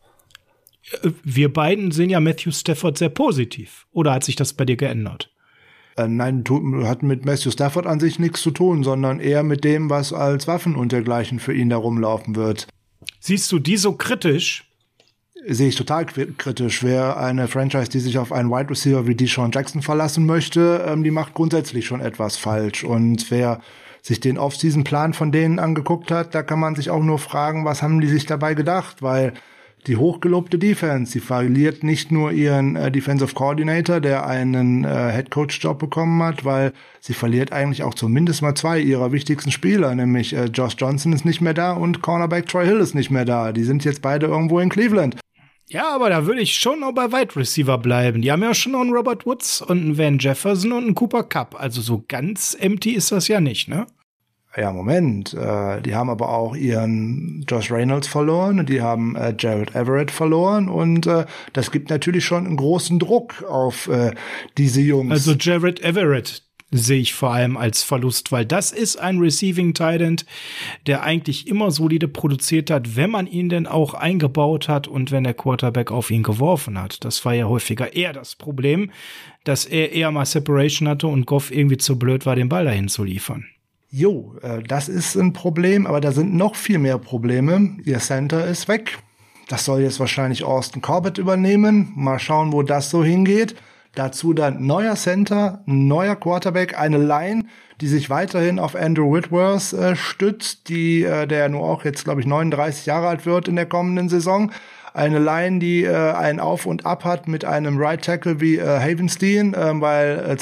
Wir beiden sehen ja Matthew Stafford sehr positiv. Oder hat sich das bei dir geändert? Nein, hat mit Matthew Stafford an sich nichts zu tun, sondern eher mit dem, was als Waffen und dergleichen für ihn da rumlaufen wird. Siehst du die so kritisch? Sehe ich total kritisch. Wer eine Franchise, die sich auf einen Wide Receiver wie Deshaun Jackson verlassen möchte, die macht grundsätzlich schon etwas falsch. Und wer sich den Off-Season-Plan von denen angeguckt hat, da kann man sich auch nur fragen, was haben die sich dabei gedacht? Weil die hochgelobte Defense, die verliert nicht nur ihren Defensive Coordinator, der einen Head-Coach-Job bekommen hat, weil sie verliert eigentlich auch zumindest mal 2 ihrer wichtigsten Spieler, nämlich Josh Johnson ist nicht mehr da und Cornerback Troy Hill ist nicht mehr da. Die sind jetzt beide irgendwo in Cleveland. Ja, aber da würde ich schon noch bei Wide Receiver bleiben. Die haben ja schon noch einen Robert Woods und einen Van Jefferson und einen Cooper Kupp. Also so ganz empty ist das ja nicht, ne? Ja, Moment. Die haben aber auch ihren Josh Reynolds verloren und die haben Gerald Everett verloren und das gibt natürlich schon einen großen Druck auf diese Jungs. Also Gerald Everett sehe ich vor allem als Verlust, weil das ist ein Receiving Tight End, der eigentlich immer solide produziert hat, wenn man ihn denn auch eingebaut hat und wenn der Quarterback auf ihn geworfen hat. Das war ja häufiger eher das Problem, dass er eher mal Separation hatte und Goff irgendwie zu blöd war, den Ball dahin zu liefern. Jo, das ist ein Problem, aber da sind noch viel mehr Probleme. Ihr Center ist weg. Das soll jetzt wahrscheinlich Austin Corbett übernehmen. Mal schauen, wo das so hingeht. Dazu dann neuer Center, neuer Quarterback, eine Line, die sich weiterhin auf Andrew Whitworth stützt, der nur auch jetzt, glaube ich, 39 Jahre alt wird in der kommenden Saison. Eine Line, die ein Auf und Ab hat mit einem Right Tackle wie Havenstein, weil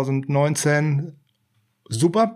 2019 super,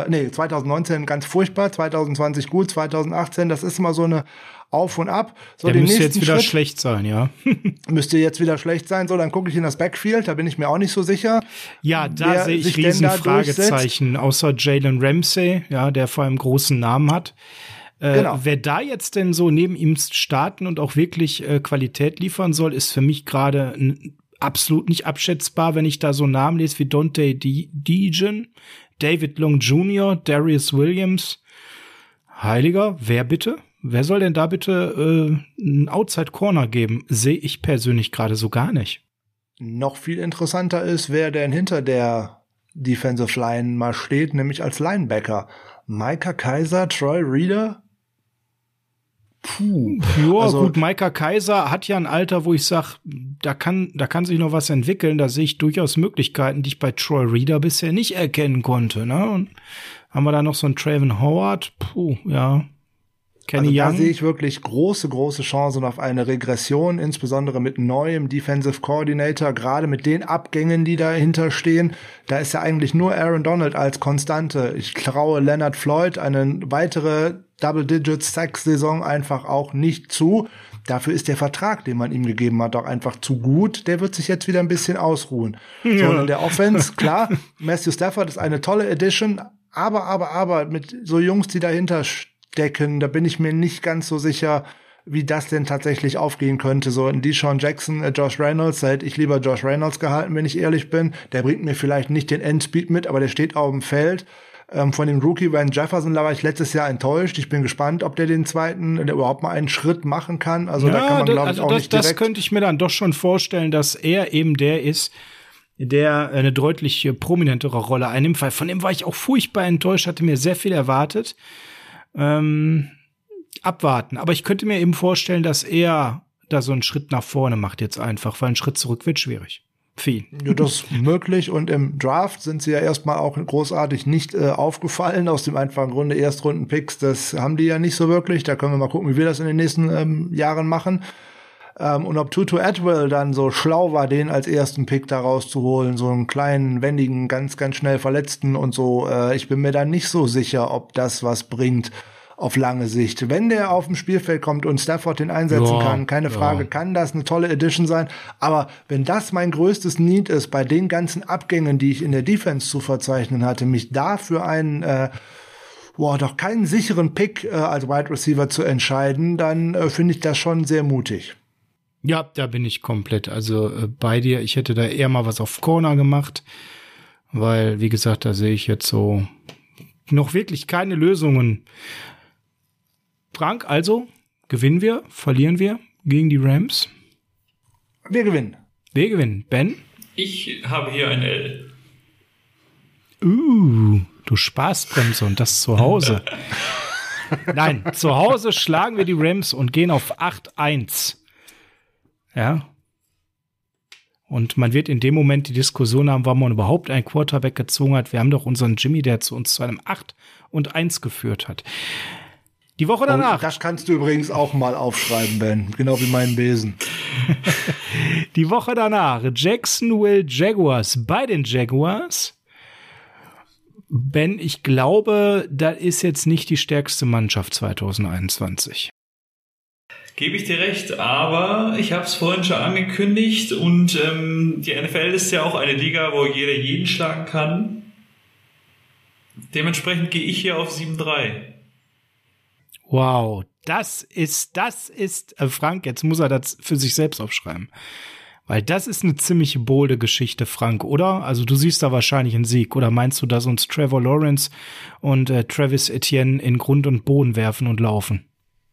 2019 ganz furchtbar, 2020 gut, 2018, das ist immer so eine Auf und Ab. So, der müsste jetzt wieder schlecht sein, ja. Müsste jetzt wieder schlecht sein. So, dann gucke ich in das Backfield, da bin ich mir auch nicht so sicher. Ja, da sehe ich riesen Fragezeichen, außer Jalen Ramsey, ja, der vor allem großen Namen hat. Genau. Wer da jetzt denn so neben ihm starten und auch wirklich Qualität liefern soll, ist für mich gerade absolut nicht abschätzbar, wenn ich da so Namen lese wie Dante Deegan, David Long Jr., Darius Williams. Heiliger, wer bitte? Wer soll denn da bitte einen Outside Corner geben? Sehe ich persönlich gerade so gar nicht. Noch viel interessanter ist, wer denn hinter der Defensive Line mal steht, nämlich als Linebacker. Micah Kaiser, Troy Reader? Puh. Ja, also, gut, Micah Kaiser hat ja ein Alter, wo ich sage, da kann sich noch was entwickeln. Da sehe ich durchaus Möglichkeiten, die ich bei Troy Reader bisher nicht erkennen konnte. Ne? Und haben wir da noch so einen Traven Howard? Puh, ja. Also da sehe ich wirklich große Chancen auf eine Regression, insbesondere mit neuem Defensive Coordinator, gerade mit den Abgängen, die dahinter stehen. Da ist ja eigentlich nur Aaron Donald als Konstante. Ich traue Leonard Floyd eine weitere Double-Digit-Sack-Saison einfach auch nicht zu. Dafür ist der Vertrag, den man ihm gegeben hat, auch einfach zu gut. Der wird sich jetzt wieder ein bisschen ausruhen. Ja. So, in der Offense, klar, Matthew Stafford ist eine tolle Addition, aber mit so Jungs, die dahinter stecken, da bin ich mir nicht ganz so sicher, wie das denn tatsächlich aufgehen könnte. So in Deshaun Jackson, Josh Reynolds, da hätte ich lieber Josh Reynolds gehalten, wenn ich ehrlich bin. Der bringt mir vielleicht nicht den Endspeed mit, aber der steht auf dem Feld. Von dem Rookie Van Jefferson war ich letztes Jahr enttäuscht. Ich bin gespannt, ob der überhaupt mal einen Schritt machen kann. Also ja, da kann man, glaube ich, auch nicht direkt. Das könnte ich mir dann doch schon vorstellen, dass er eben der ist, der eine deutlich prominentere Rolle einnimmt. Von dem war ich auch furchtbar enttäuscht, hatte mir sehr viel erwartet. Abwarten. Aber ich könnte mir eben vorstellen, dass er da so einen Schritt nach vorne macht jetzt einfach, weil ein Schritt zurück wird schwierig. Für ihn. Ja, das ist möglich. Und im Draft sind sie ja erstmal auch großartig nicht aufgefallen. Aus dem einfachen Grunde Erstrunden-Picks, das haben die ja nicht so wirklich. Da können wir mal gucken, wie wir das in den nächsten Jahren machen. Und ob Tutu Atwell dann so schlau war, den als ersten Pick da rauszuholen, so einen kleinen, wendigen, ganz, ganz schnell Verletzten und so, ich bin mir da nicht so sicher, ob das was bringt auf lange Sicht. Wenn der auf dem Spielfeld kommt und Stafford den einsetzen kann, keine Frage, kann das eine tolle Edition sein. Aber wenn das mein größtes Need ist, bei den ganzen Abgängen, die ich in der Defense zu verzeichnen hatte, mich da für einen doch keinen sicheren Pick als Wide Receiver zu entscheiden, dann finde ich das schon sehr mutig. Ja, da bin ich komplett bei dir. Ich hätte da eher mal was auf Corner gemacht, weil, wie gesagt, da sehe ich jetzt so noch wirklich keine Lösungen. Frank, also gewinnen wir, verlieren wir gegen die Rams? Wir gewinnen. Wir gewinnen. Ben? Ich habe hier ein L. Du Spaßbremse und das zu Hause. Nein, zu Hause schlagen wir die Rams und gehen auf 8-1. Ja. Und man wird in dem Moment die Diskussion haben, warum man überhaupt einen Quarterback gezogen hat. Wir haben doch unseren Jimmy, der zu uns zu einem 8-1 geführt hat. Die Woche danach. Das kannst du übrigens auch mal aufschreiben, Ben. Genau wie meinen Besen. Die Woche danach. Jacksonville Jaguars bei den Jaguars. Ben, ich glaube, das ist jetzt nicht die stärkste Mannschaft 2021. Gebe ich dir recht, aber ich habe es vorhin schon angekündigt und die NFL ist ja auch eine Liga, wo jeder jeden schlagen kann. Dementsprechend gehe ich hier auf 7-3. Wow, das ist, Frank, jetzt muss er das für sich selbst aufschreiben. Weil das ist eine ziemlich bolde Geschichte, Frank, oder? Also du siehst da wahrscheinlich einen Sieg. Oder meinst du, dass uns Trevor Lawrence und Travis Etienne in Grund und Boden werfen und laufen?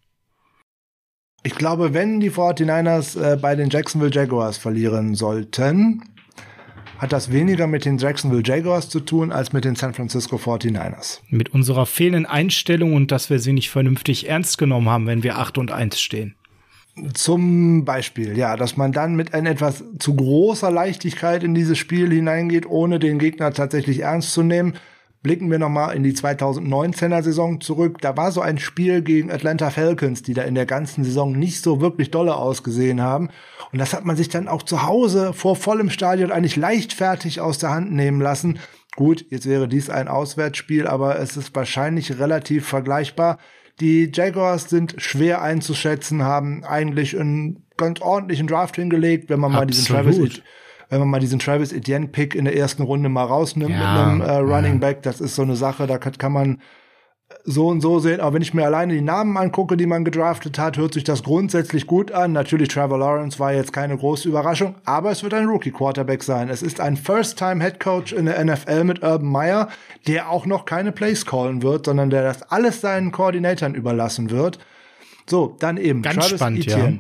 Ich glaube, wenn die 49ers bei den Jacksonville Jaguars verlieren sollten, hat das weniger mit den Jacksonville Jaguars zu tun, als mit den San Francisco 49ers. Mit unserer fehlenden Einstellung und dass wir sie nicht vernünftig ernst genommen haben, wenn wir 8-1 stehen. Zum Beispiel, ja, dass man dann mit einer etwas zu großer Leichtigkeit in dieses Spiel hineingeht, ohne den Gegner tatsächlich ernst zu nehmen. Blicken wir nochmal in die 2019er Saison zurück. Da war so ein Spiel gegen Atlanta Falcons, die da in der ganzen Saison nicht so wirklich dolle ausgesehen haben. Und das hat man sich dann auch zu Hause vor vollem Stadion eigentlich leichtfertig aus der Hand nehmen lassen. Gut, jetzt wäre dies ein Auswärtsspiel, aber es ist wahrscheinlich relativ vergleichbar. Die Jaguars sind schwer einzuschätzen, haben eigentlich einen ganz ordentlichen Draft hingelegt, wenn man mal diesen Travis Etienne-Pick in der ersten Runde mal rausnimmt mit einem Running Back. Das ist so eine Sache, da kann man so und so sehen. Aber wenn ich mir alleine die Namen angucke, die man gedraftet hat, hört sich das grundsätzlich gut an. Natürlich, Trevor Lawrence war jetzt keine große Überraschung, aber es wird ein Rookie-Quarterback sein. Es ist ein First-Time-Head-Coach in der NFL mit Urban Meyer, der auch noch keine Plays callen wird, sondern der das alles seinen Koordinatoren überlassen wird. So, dann eben ganz Travis spannend, Etienne.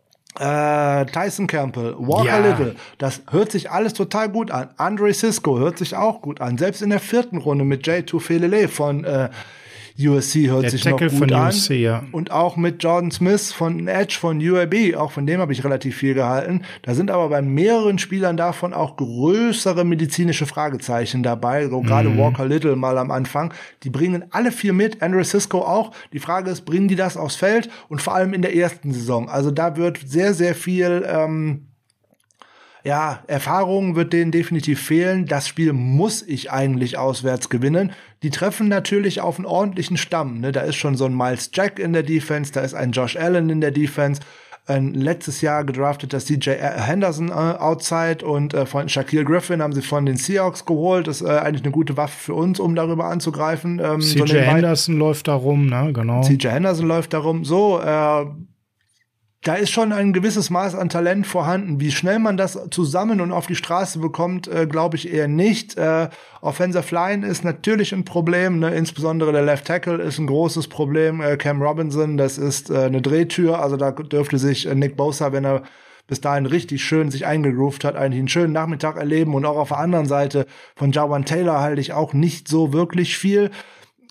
Tyson Campbell, Walker Little, das hört sich alles total gut an. Andre Cisco hört sich auch gut an. Selbst in der 4. Runde mit Jay Tufele von USC hört sich noch gut an. USC, ja. Und auch mit Jordan Smith von Edge von UAB, auch von dem habe ich relativ viel gehalten. Da sind aber bei mehreren Spielern davon auch größere medizinische Fragezeichen dabei, so gerade Walker Little mal am Anfang. Die bringen alle 4 mit, Andre Cisco auch. Die Frage ist, bringen die das aufs Feld? Und vor allem in der ersten Saison. Also da wird sehr, sehr viel Erfahrung wird denen definitiv fehlen. Das Spiel muss ich eigentlich auswärts gewinnen. Die treffen natürlich auf einen ordentlichen Stamm. Ne? Da ist schon so ein Miles Jack in der Defense, da ist ein Josh Allen in der Defense. Letztes Jahr gedraftet das CJ Henderson outside und von Shaquille Griffin haben sie von den Seahawks geholt. Das ist eigentlich eine gute Waffe für uns, um darüber anzugreifen. CJ Henderson läuft da rum, ne? Genau. CJ Henderson läuft da rum. So, da ist schon ein gewisses Maß an Talent vorhanden. Wie schnell man das zusammen und auf die Straße bekommt, glaube ich eher nicht. Offensive Line ist natürlich ein Problem, ne? Insbesondere der Left Tackle ist ein großes Problem. Cam Robinson, das ist eine Drehtür. Also da dürfte sich Nick Bosa, wenn er bis dahin richtig schön sich eingegroovt hat, eigentlich einen schönen Nachmittag erleben. Und auch auf der anderen Seite von Jawan Taylor halte ich auch nicht so wirklich viel.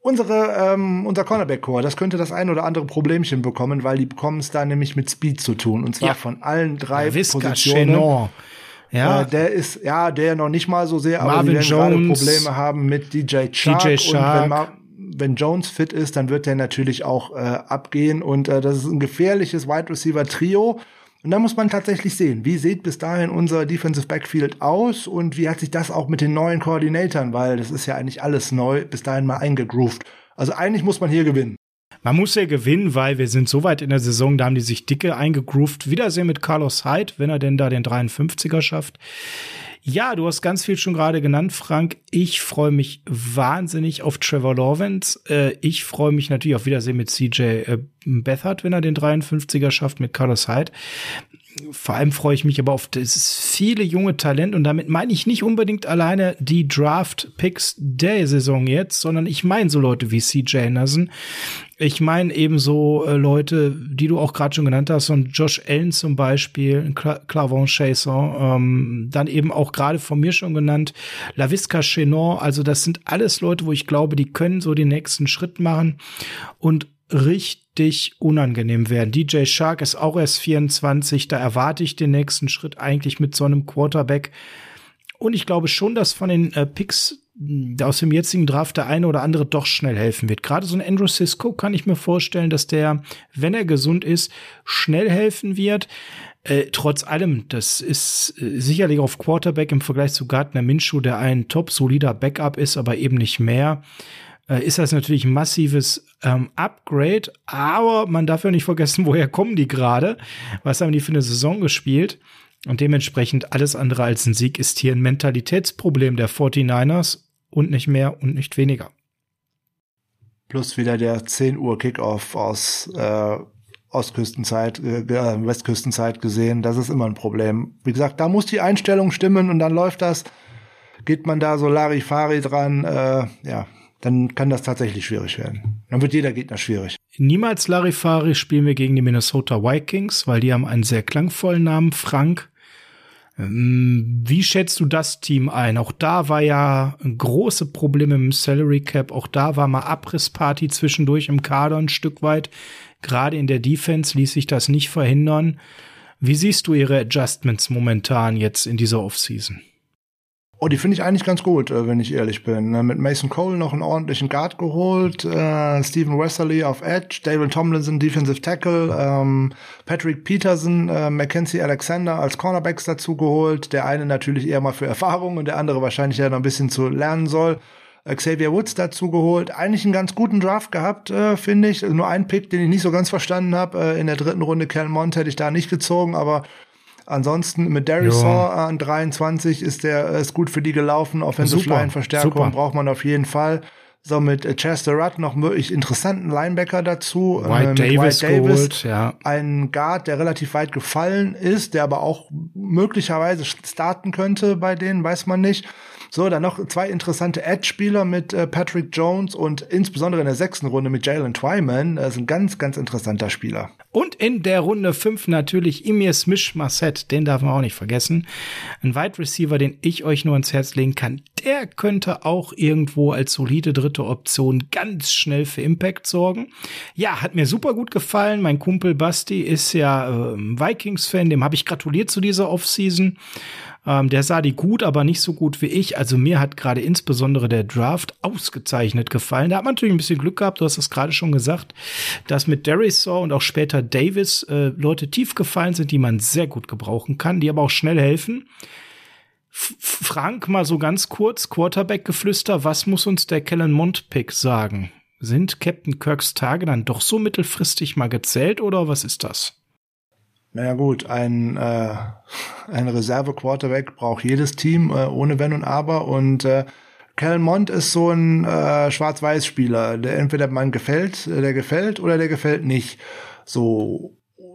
Unser Cornerback-Core, das könnte das ein oder andere Problemchen bekommen, weil die bekommen es da nämlich mit Speed zu tun. Und zwar von allen 3 Positionen. Chenor. Ja. Der noch nicht mal so sehr, Marvin aber die werden Jones, gerade Probleme haben mit DJ Chark. Und wenn Jones fit ist, dann wird der natürlich auch abgehen. Und das ist ein gefährliches Wide-Receiver-Trio. Und da muss man tatsächlich sehen, wie sieht bis dahin unser Defensive Backfield aus und wie hat sich das auch mit den neuen Koordinatoren, weil das ist ja eigentlich alles neu, bis dahin mal eingegroovt. Also eigentlich muss man hier gewinnen. Man muss ja gewinnen, weil wir sind so weit in der Saison, da haben die sich dicke eingegroovt. Wiedersehen mit Carlos Hyde, wenn er denn da den 53er schafft. Ja, du hast ganz viel schon gerade genannt, Frank. Ich freue mich wahnsinnig auf Trevor Lawrence. Ich freue mich natürlich auf Wiedersehen mit CJ Beathard, wenn er den 53er schafft mit Carlos Hyde. Vor allem freue ich mich aber auf das viele junge Talent und damit meine ich nicht unbedingt alleine die Draft-Picks der Saison jetzt, sondern ich meine so Leute wie CJ Henderson. Ich meine eben so Leute, die du auch gerade schon genannt hast, so ein Josh Allen zum Beispiel, ein Clavon Chaser, dann eben auch gerade von mir schon genannt, Laviska Shenault. Also das sind alles Leute, wo ich glaube, die können so den nächsten Schritt machen und richtig unangenehm werden. DJ Chark ist auch erst 24, da erwarte ich den nächsten Schritt eigentlich mit so einem Quarterback. Und ich glaube schon, dass von den Picks aus dem jetzigen Draft der eine oder andere doch schnell helfen wird. Gerade so ein Andrew Cisco kann ich mir vorstellen, dass der, wenn er gesund ist, schnell helfen wird. Trotz allem, das ist sicherlich auf Quarterback im Vergleich zu Gardner Minshew, der ein top solider Backup ist, aber eben nicht mehr. Ist das natürlich ein massives Upgrade, aber man darf ja nicht vergessen, woher kommen die gerade? Was haben die für eine Saison gespielt? Und dementsprechend alles andere als ein Sieg ist hier ein Mentalitätsproblem der 49ers und nicht mehr und nicht weniger. Plus wieder der 10 Uhr Kickoff aus Ostküstenzeit, Westküstenzeit gesehen. Das ist immer ein Problem. Wie gesagt, da muss die Einstellung stimmen und dann läuft das. Geht man da so Larifari dran, dann kann das tatsächlich schwierig werden. Dann wird jeder Gegner schwierig. Niemals Larifari spielen wir gegen die Minnesota Vikings, weil die haben einen sehr klangvollen Namen, Frank. Wie schätzt du das Team ein? Auch da war ja große Probleme im Salary Cap. Auch da war mal Abrissparty zwischendurch im Kader ein Stück weit. Gerade in der Defense ließ sich das nicht verhindern. Wie siehst du ihre Adjustments momentan jetzt in dieser Offseason? Oh, die finde ich eigentlich ganz gut, wenn ich ehrlich bin. Mit Mason Cole noch einen ordentlichen Guard geholt, Stephen Westerly auf Edge, David Tomlinson Defensive Tackle, Patrick Peterson, Mackenzie Alexander als Cornerbacks dazu geholt. Der eine natürlich eher mal für Erfahrung und der andere wahrscheinlich ja noch ein bisschen zu lernen soll. Xavier Woods dazu geholt. Eigentlich einen ganz guten Draft gehabt, finde ich. Nur ein Pick, den ich nicht so ganz verstanden habe. In der 3. Runde Kellen Mond hätte ich da nicht gezogen, aber ansonsten mit Darius Saw an 23 ist gut für die gelaufen. Offensive Line Verstärkung braucht man auf jeden Fall. So mit Chester Rudd noch wirklich interessanten Linebacker dazu. White Davis geholt, ja. Ein Guard, der relativ weit gefallen ist, der aber auch möglicherweise starten könnte bei denen, weiß man nicht. So, dann noch 2 interessante Edge-Spieler mit Patrick Jones und insbesondere in der 6. Runde mit Jalen Twyman. Das ist ein ganz, ganz interessanter Spieler. Und in der Runde 5 natürlich Emir Smith-Marsette, den darf man auch nicht vergessen. Ein Wide Receiver, den ich euch nur ans Herz legen kann. Der könnte auch irgendwo als solide 3. Option ganz schnell für Impact sorgen. Ja, hat mir super gut gefallen. Mein Kumpel Basti ist ja Vikings-Fan, dem habe ich gratuliert zu dieser Offseason. Der sah die gut, aber nicht so gut wie ich. Also mir hat gerade insbesondere der Draft ausgezeichnet gefallen. Da hat man natürlich ein bisschen Glück gehabt, du hast es gerade schon gesagt, dass mit Darius Saw und auch später Davis Leute tief gefallen sind, die man sehr gut gebrauchen kann, die aber auch schnell helfen. Frank, mal so ganz kurz, Quarterback-Geflüster, was muss uns der Kellen Mond-Pick sagen? Sind Captain Kirks Tage dann doch so mittelfristig mal gezählt oder was ist das? Naja gut, ein Reserve-Quarterback braucht jedes Team, ohne Wenn und Aber. Und Kellen Mond ist so ein Schwarz-Weiß-Spieler, der entweder der gefällt oder der gefällt nicht. So,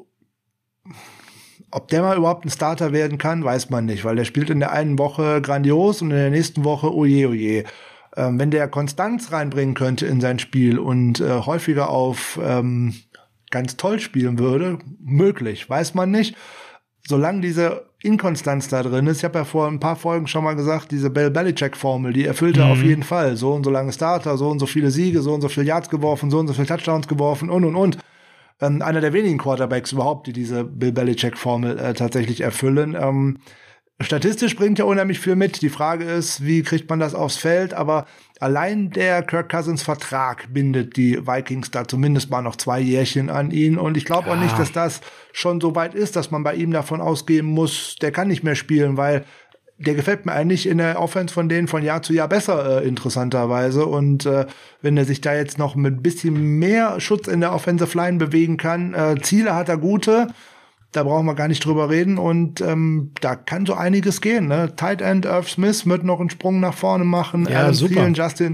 ob der mal überhaupt ein Starter werden kann, weiß man nicht, weil der spielt in der einen Woche grandios und in der nächsten Woche oje, oje. Wenn der Konstanz reinbringen könnte in sein Spiel und häufiger auf ganz toll spielen würde, möglich, weiß man nicht. solange diese Inkonstanz da drin ist, ich habe ja vor ein paar Folgen schon mal gesagt, diese Bill Belichick-Formel, die erfüllt er auf jeden Fall. So und so lange Starter, so und so viele Siege, so und so viele Yards geworfen, so und so viele Touchdowns geworfen und. Einer der wenigen Quarterbacks überhaupt, die diese Bill Belichick-Formel tatsächlich erfüllen. Statistisch bringt er unheimlich viel mit. Die Frage ist, wie kriegt man das aufs Feld? Aber allein der Kirk Cousins Vertrag bindet die Vikings da zumindest mal noch 2 Jährchen an ihn. Und ich glaube auch nicht, dass das schon so weit ist, dass man bei ihm davon ausgehen muss, der kann nicht mehr spielen, weil der gefällt mir eigentlich in der Offense von denen von Jahr zu Jahr besser, interessanterweise. Und wenn er sich da jetzt noch mit ein bisschen mehr Schutz in der Offensive Line bewegen kann, Ziele hat er gute, da brauchen wir gar nicht drüber reden. Und da kann so einiges gehen. Ne? Tight End Irv Smith wird noch einen Sprung nach vorne machen. Ja, super.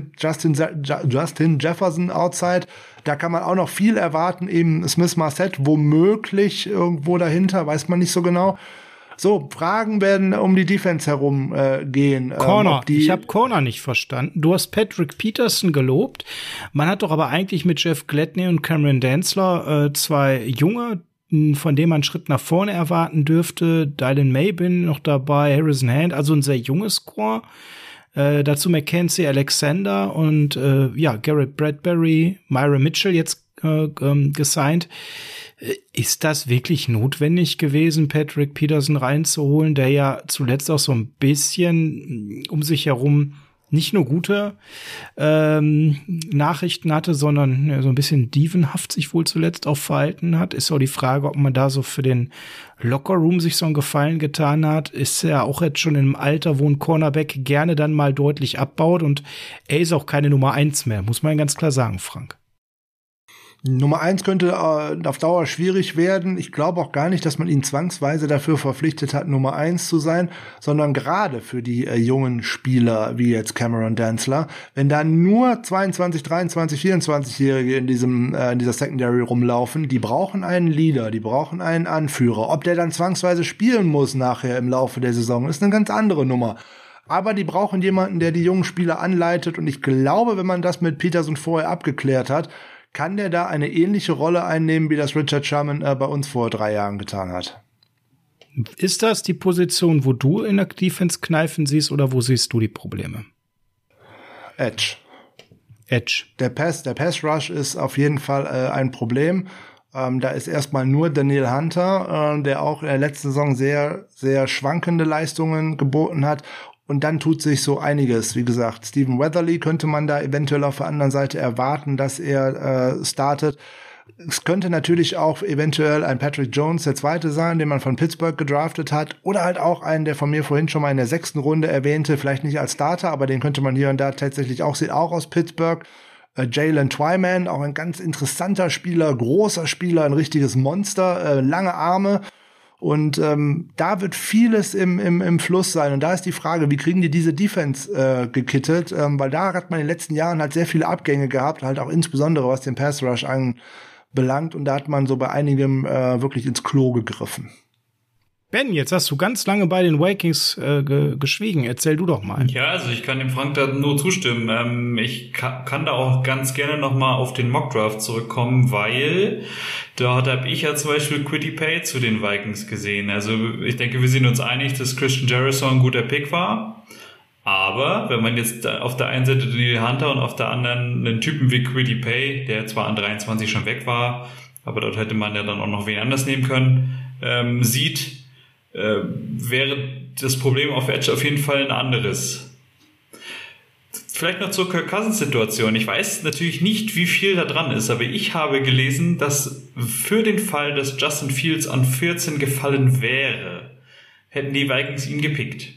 Justin Jefferson outside. Da kann man auch noch viel erwarten. Eben Smith Marset womöglich irgendwo dahinter, weiß man nicht so genau. So, Fragen werden um die Defense herum gehen. Corner. Ich habe Corner nicht verstanden. Du hast Patrick Peterson gelobt. Man hat doch aber eigentlich mit Jeff Gladney und Cameron Dantzler 2 Junge, von denen man einen Schritt nach vorne erwarten dürfte. Dylan Mabin noch dabei, Harrison Hand, also ein sehr junges Core. Dazu Mackenzie Alexander und Garrett Bradbury, Myra Mitchell jetzt gesigned. Ist das wirklich notwendig gewesen, Patrick Peterson reinzuholen, der ja zuletzt auch so ein bisschen um sich herum nicht nur gute Nachrichten hatte, sondern so ein bisschen dievenhaft sich wohl zuletzt auch verhalten hat? Ist auch die Frage, ob man da so für den Lockerroom sich so einen Gefallen getan hat. Ist er auch jetzt schon im Alter, wo ein Cornerback gerne dann mal deutlich abbaut, und er ist auch keine Nummer 1 mehr, muss man ganz klar sagen, Frank. Nummer 1 könnte auf Dauer schwierig werden. Ich glaube auch gar nicht, dass man ihn zwangsweise dafür verpflichtet hat, Nummer 1 zu sein, sondern gerade für die jungen Spieler wie jetzt Cameron Dantzler. Wenn da nur 22, 23, 24-Jährige in dieser Secondary rumlaufen, die brauchen einen Leader, die brauchen einen Anführer. Ob der dann zwangsweise spielen muss nachher im Laufe der Saison, ist eine ganz andere Nummer. Aber die brauchen jemanden, der die jungen Spieler anleitet, und ich glaube, wenn man das mit Peterson vorher abgeklärt hat, kann der da eine ähnliche Rolle einnehmen, wie das Richard Sherman bei uns vor 3 Jahren getan hat? Ist das die Position, wo du in der Defense Kneifen siehst, oder wo siehst du die Probleme? Edge. Der Pass Rush ist auf jeden Fall ein Problem. Da ist erstmal nur Daniel Hunter, der auch in der letzten Saison sehr, sehr schwankende Leistungen geboten hat. Und dann tut sich so einiges. Wie gesagt, Stephen Weatherly könnte man da eventuell auf der anderen Seite erwarten, dass er startet. Es könnte natürlich auch eventuell ein Patrick Jones, der Zweite, sein, den man von Pittsburgh gedraftet hat. Oder halt auch einen, der von mir vorhin schon mal in der 6. Runde erwähnte, vielleicht nicht als Starter, aber den könnte man hier und da tatsächlich auch sehen, auch aus Pittsburgh. Jalen Twyman, auch ein ganz interessanter Spieler, großer Spieler, ein richtiges Monster, lange Arme. Und da wird vieles im Fluss sein. Und da ist die Frage, wie kriegen die diese Defense gekittet? Weil da hat man in den letzten Jahren halt sehr viele Abgänge gehabt, halt auch insbesondere was den Pass Rush anbelangt. Und da hat man so bei einigem wirklich ins Klo gegriffen. Ben, jetzt hast du ganz lange bei den Vikings geschwiegen. Erzähl du doch mal. Ja, also ich kann dem Frank da nur zustimmen. Ich kann da auch ganz gerne noch mal auf den Mockdraft zurückkommen, weil dort habe ich ja zum Beispiel Kwity Paye zu den Vikings gesehen. Also ich denke, wir sind uns einig, dass Christian Jerison ein guter Pick war. Aber wenn man jetzt auf der einen Seite Daniel Hunter und auf der anderen einen Typen wie Kwity Paye, der zwar an 23 schon weg war, aber dort hätte man ja dann auch noch wen anders nehmen können, sieht, wäre das Problem auf Edge auf jeden Fall ein anderes. Vielleicht noch zur Kirk Cousins Situation. Ich weiß natürlich nicht, wie viel da dran ist, aber ich habe gelesen, dass für den Fall, dass Justin Fields an 14 gefallen wäre, hätten die Vikings ihn gepickt.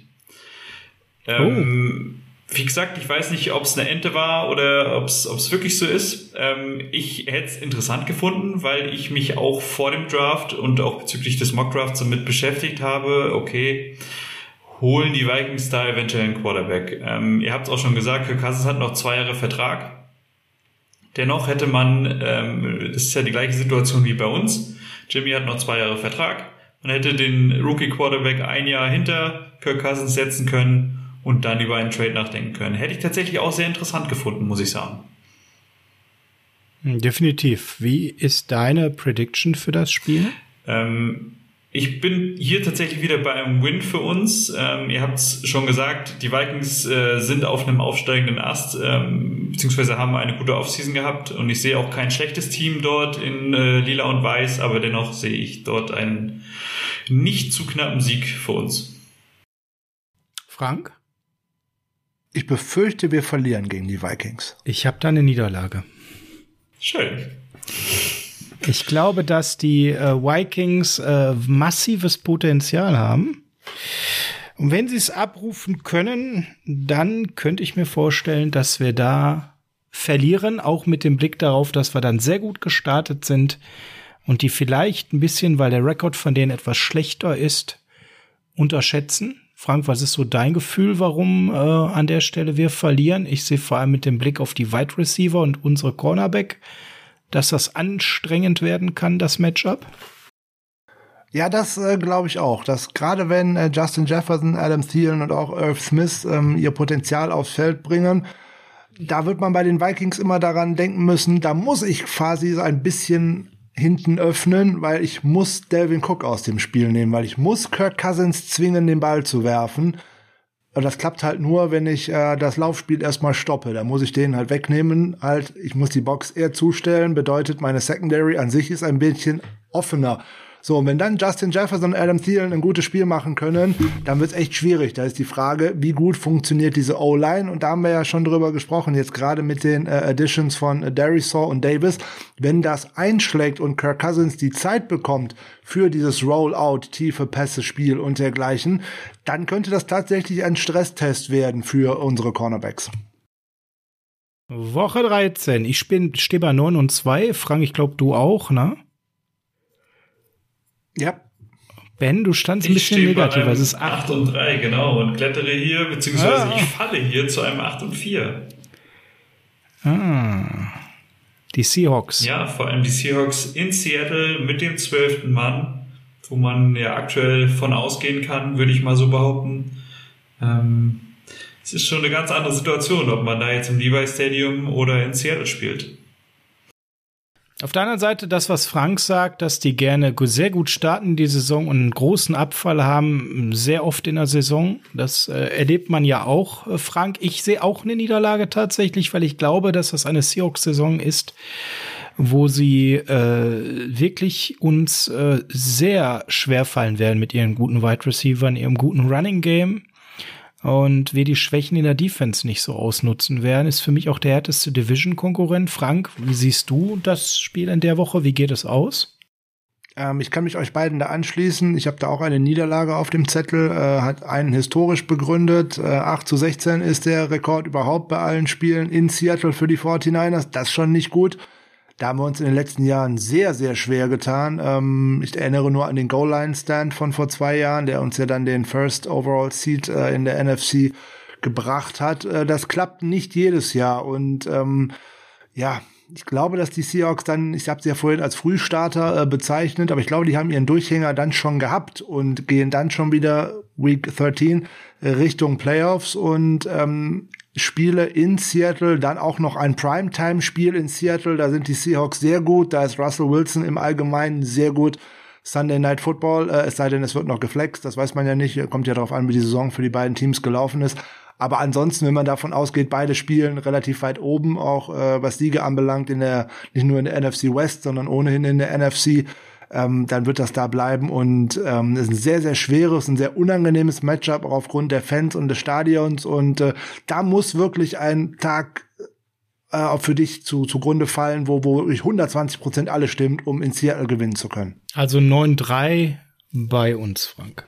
Wie gesagt, ich weiß nicht, ob es eine Ente war oder ob es wirklich so ist. Ich hätte es interessant gefunden, weil ich mich auch vor dem Draft und auch bezüglich des Mock-Drafts damit beschäftigt habe, okay, holen die Vikings da eventuell einen Quarterback. Ihr habt es auch schon gesagt, Kirk Cousins hat noch 2 Jahre Vertrag. Dennoch hätte man, das ist ja die gleiche Situation wie bei uns, Jimmy hat noch 2 Jahre Vertrag, man hätte den Rookie-Quarterback 1 Jahr hinter Kirk Cousins setzen können und dann über einen Trade nachdenken können. Hätte ich tatsächlich auch sehr interessant gefunden, muss ich sagen. Definitiv. Wie ist deine Prediction für das Spiel? Ich bin hier tatsächlich wieder bei einem Win für uns. Ihr habt es schon gesagt, die Vikings sind auf einem aufsteigenden Ast, beziehungsweise haben eine gute Offseason gehabt. Und ich sehe auch kein schlechtes Team dort in Lila und Weiß, aber dennoch sehe ich dort einen nicht zu knappen Sieg für uns. Frank? Ich befürchte, wir verlieren gegen die Vikings. Ich habe da eine Niederlage. Schön. Ich glaube, dass die Vikings massives Potenzial haben. Und wenn sie es abrufen können, dann könnte ich mir vorstellen, dass wir da verlieren, auch mit dem Blick darauf, dass wir dann sehr gut gestartet sind und die vielleicht ein bisschen, weil der Rekord von denen etwas schlechter ist, unterschätzen. Frank, was ist so dein Gefühl, warum an der Stelle wir verlieren? Ich sehe vor allem mit dem Blick auf die Wide Receiver und unsere Cornerback, dass das anstrengend werden kann, das Matchup? Ja, das glaube ich auch. Dass gerade wenn Justin Jefferson, Adam Thielen und auch Irv Smith ihr Potenzial aufs Feld bringen, da wird man bei den Vikings immer daran denken müssen, da muss ich quasi so ein bisschen hinten öffnen, weil ich muss Dalvin Cook aus dem Spiel nehmen, weil ich muss Kirk Cousins zwingen, den Ball zu werfen. Und das klappt halt nur, wenn ich das Laufspiel erstmal stoppe. Da muss ich den halt wegnehmen. Ich muss die Box eher zustellen. Bedeutet, meine Secondary an sich ist ein bisschen offener. So, und wenn dann Justin Jefferson und Adam Thielen ein gutes Spiel machen können, dann wird's echt schwierig. Da ist die Frage, wie gut funktioniert diese O-Line? Und da haben wir ja schon drüber gesprochen, jetzt gerade mit den Additions von Darisaw und Davis. Wenn das einschlägt und Kirk Cousins die Zeit bekommt für dieses Rollout, tiefe Pässe-Spiel und dergleichen, dann könnte das tatsächlich ein Stresstest werden für unsere Cornerbacks. Woche 13. Ich stehe bei 9-2. Frank, ich glaube, du auch, ne? Ja. Ben, du standst ein bisschen negativer. Es ist 8-3, genau. Und klettere hier, beziehungsweise ich falle hier zu einem 8-4. Die Seahawks. Ja, vor allem die Seahawks in Seattle mit dem 12. Mann, wo man ja aktuell von ausgehen kann, würde ich mal so behaupten. Es ist schon eine ganz andere Situation, ob man da jetzt im Levi Stadium oder in Seattle spielt. Auf der anderen Seite das, was Frank sagt, dass die gerne sehr gut starten die Saison und einen großen Abfall haben, sehr oft in der Saison. Das erlebt man ja auch, Frank. Ich sehe auch eine Niederlage tatsächlich, weil ich glaube, dass das eine Seahawks-Saison ist, wo sie wirklich uns sehr schwer fallen werden mit ihren guten Wide Receivern, ihrem guten Running Game. Und wir die Schwächen in der Defense nicht so ausnutzen werden, ist für mich auch der härteste Division-Konkurrent. Frank, wie siehst du das Spiel in der Woche? Wie geht es aus? Ich kann mich euch beiden da anschließen. Ich habe da auch eine Niederlage auf dem Zettel, hat einen historisch begründet. 8-16 ist der Rekord überhaupt bei allen Spielen in Seattle für die 49ers. Das ist schon nicht gut. Da haben wir uns in den letzten Jahren sehr, sehr schwer getan. Ich erinnere nur an den Goal-Line-Stand von vor 2 Jahren, der uns ja dann den First Overall Seed in der NFC gebracht hat. Das klappt nicht jedes Jahr. Und ich glaube, dass die Seahawks dann, ich habe sie ja vorhin als Frühstarter bezeichnet, aber ich glaube, die haben ihren Durchhänger dann schon gehabt und gehen dann schon wieder Week 13 Richtung Playoffs und Spiele in Seattle, dann auch noch ein Primetime-Spiel in Seattle, da sind die Seahawks sehr gut, da ist Russell Wilson im Allgemeinen sehr gut. Sunday Night Football, es sei denn, es wird noch geflext, das weiß man ja nicht, kommt ja darauf an, wie die Saison für die beiden Teams gelaufen ist. Aber ansonsten, wenn man davon ausgeht, beide spielen relativ weit oben, auch was Siege anbelangt, nicht nur in der NFC West, sondern ohnehin in der NFC, dann wird das da bleiben und es ist ein sehr, sehr schweres, ein sehr unangenehmes Matchup, auch aufgrund der Fans und des Stadions und da muss wirklich ein Tag für dich zugrunde fallen, wo wirklich 120% alles stimmt, um in Seattle gewinnen zu können. Also 9-3 bei uns, Frank.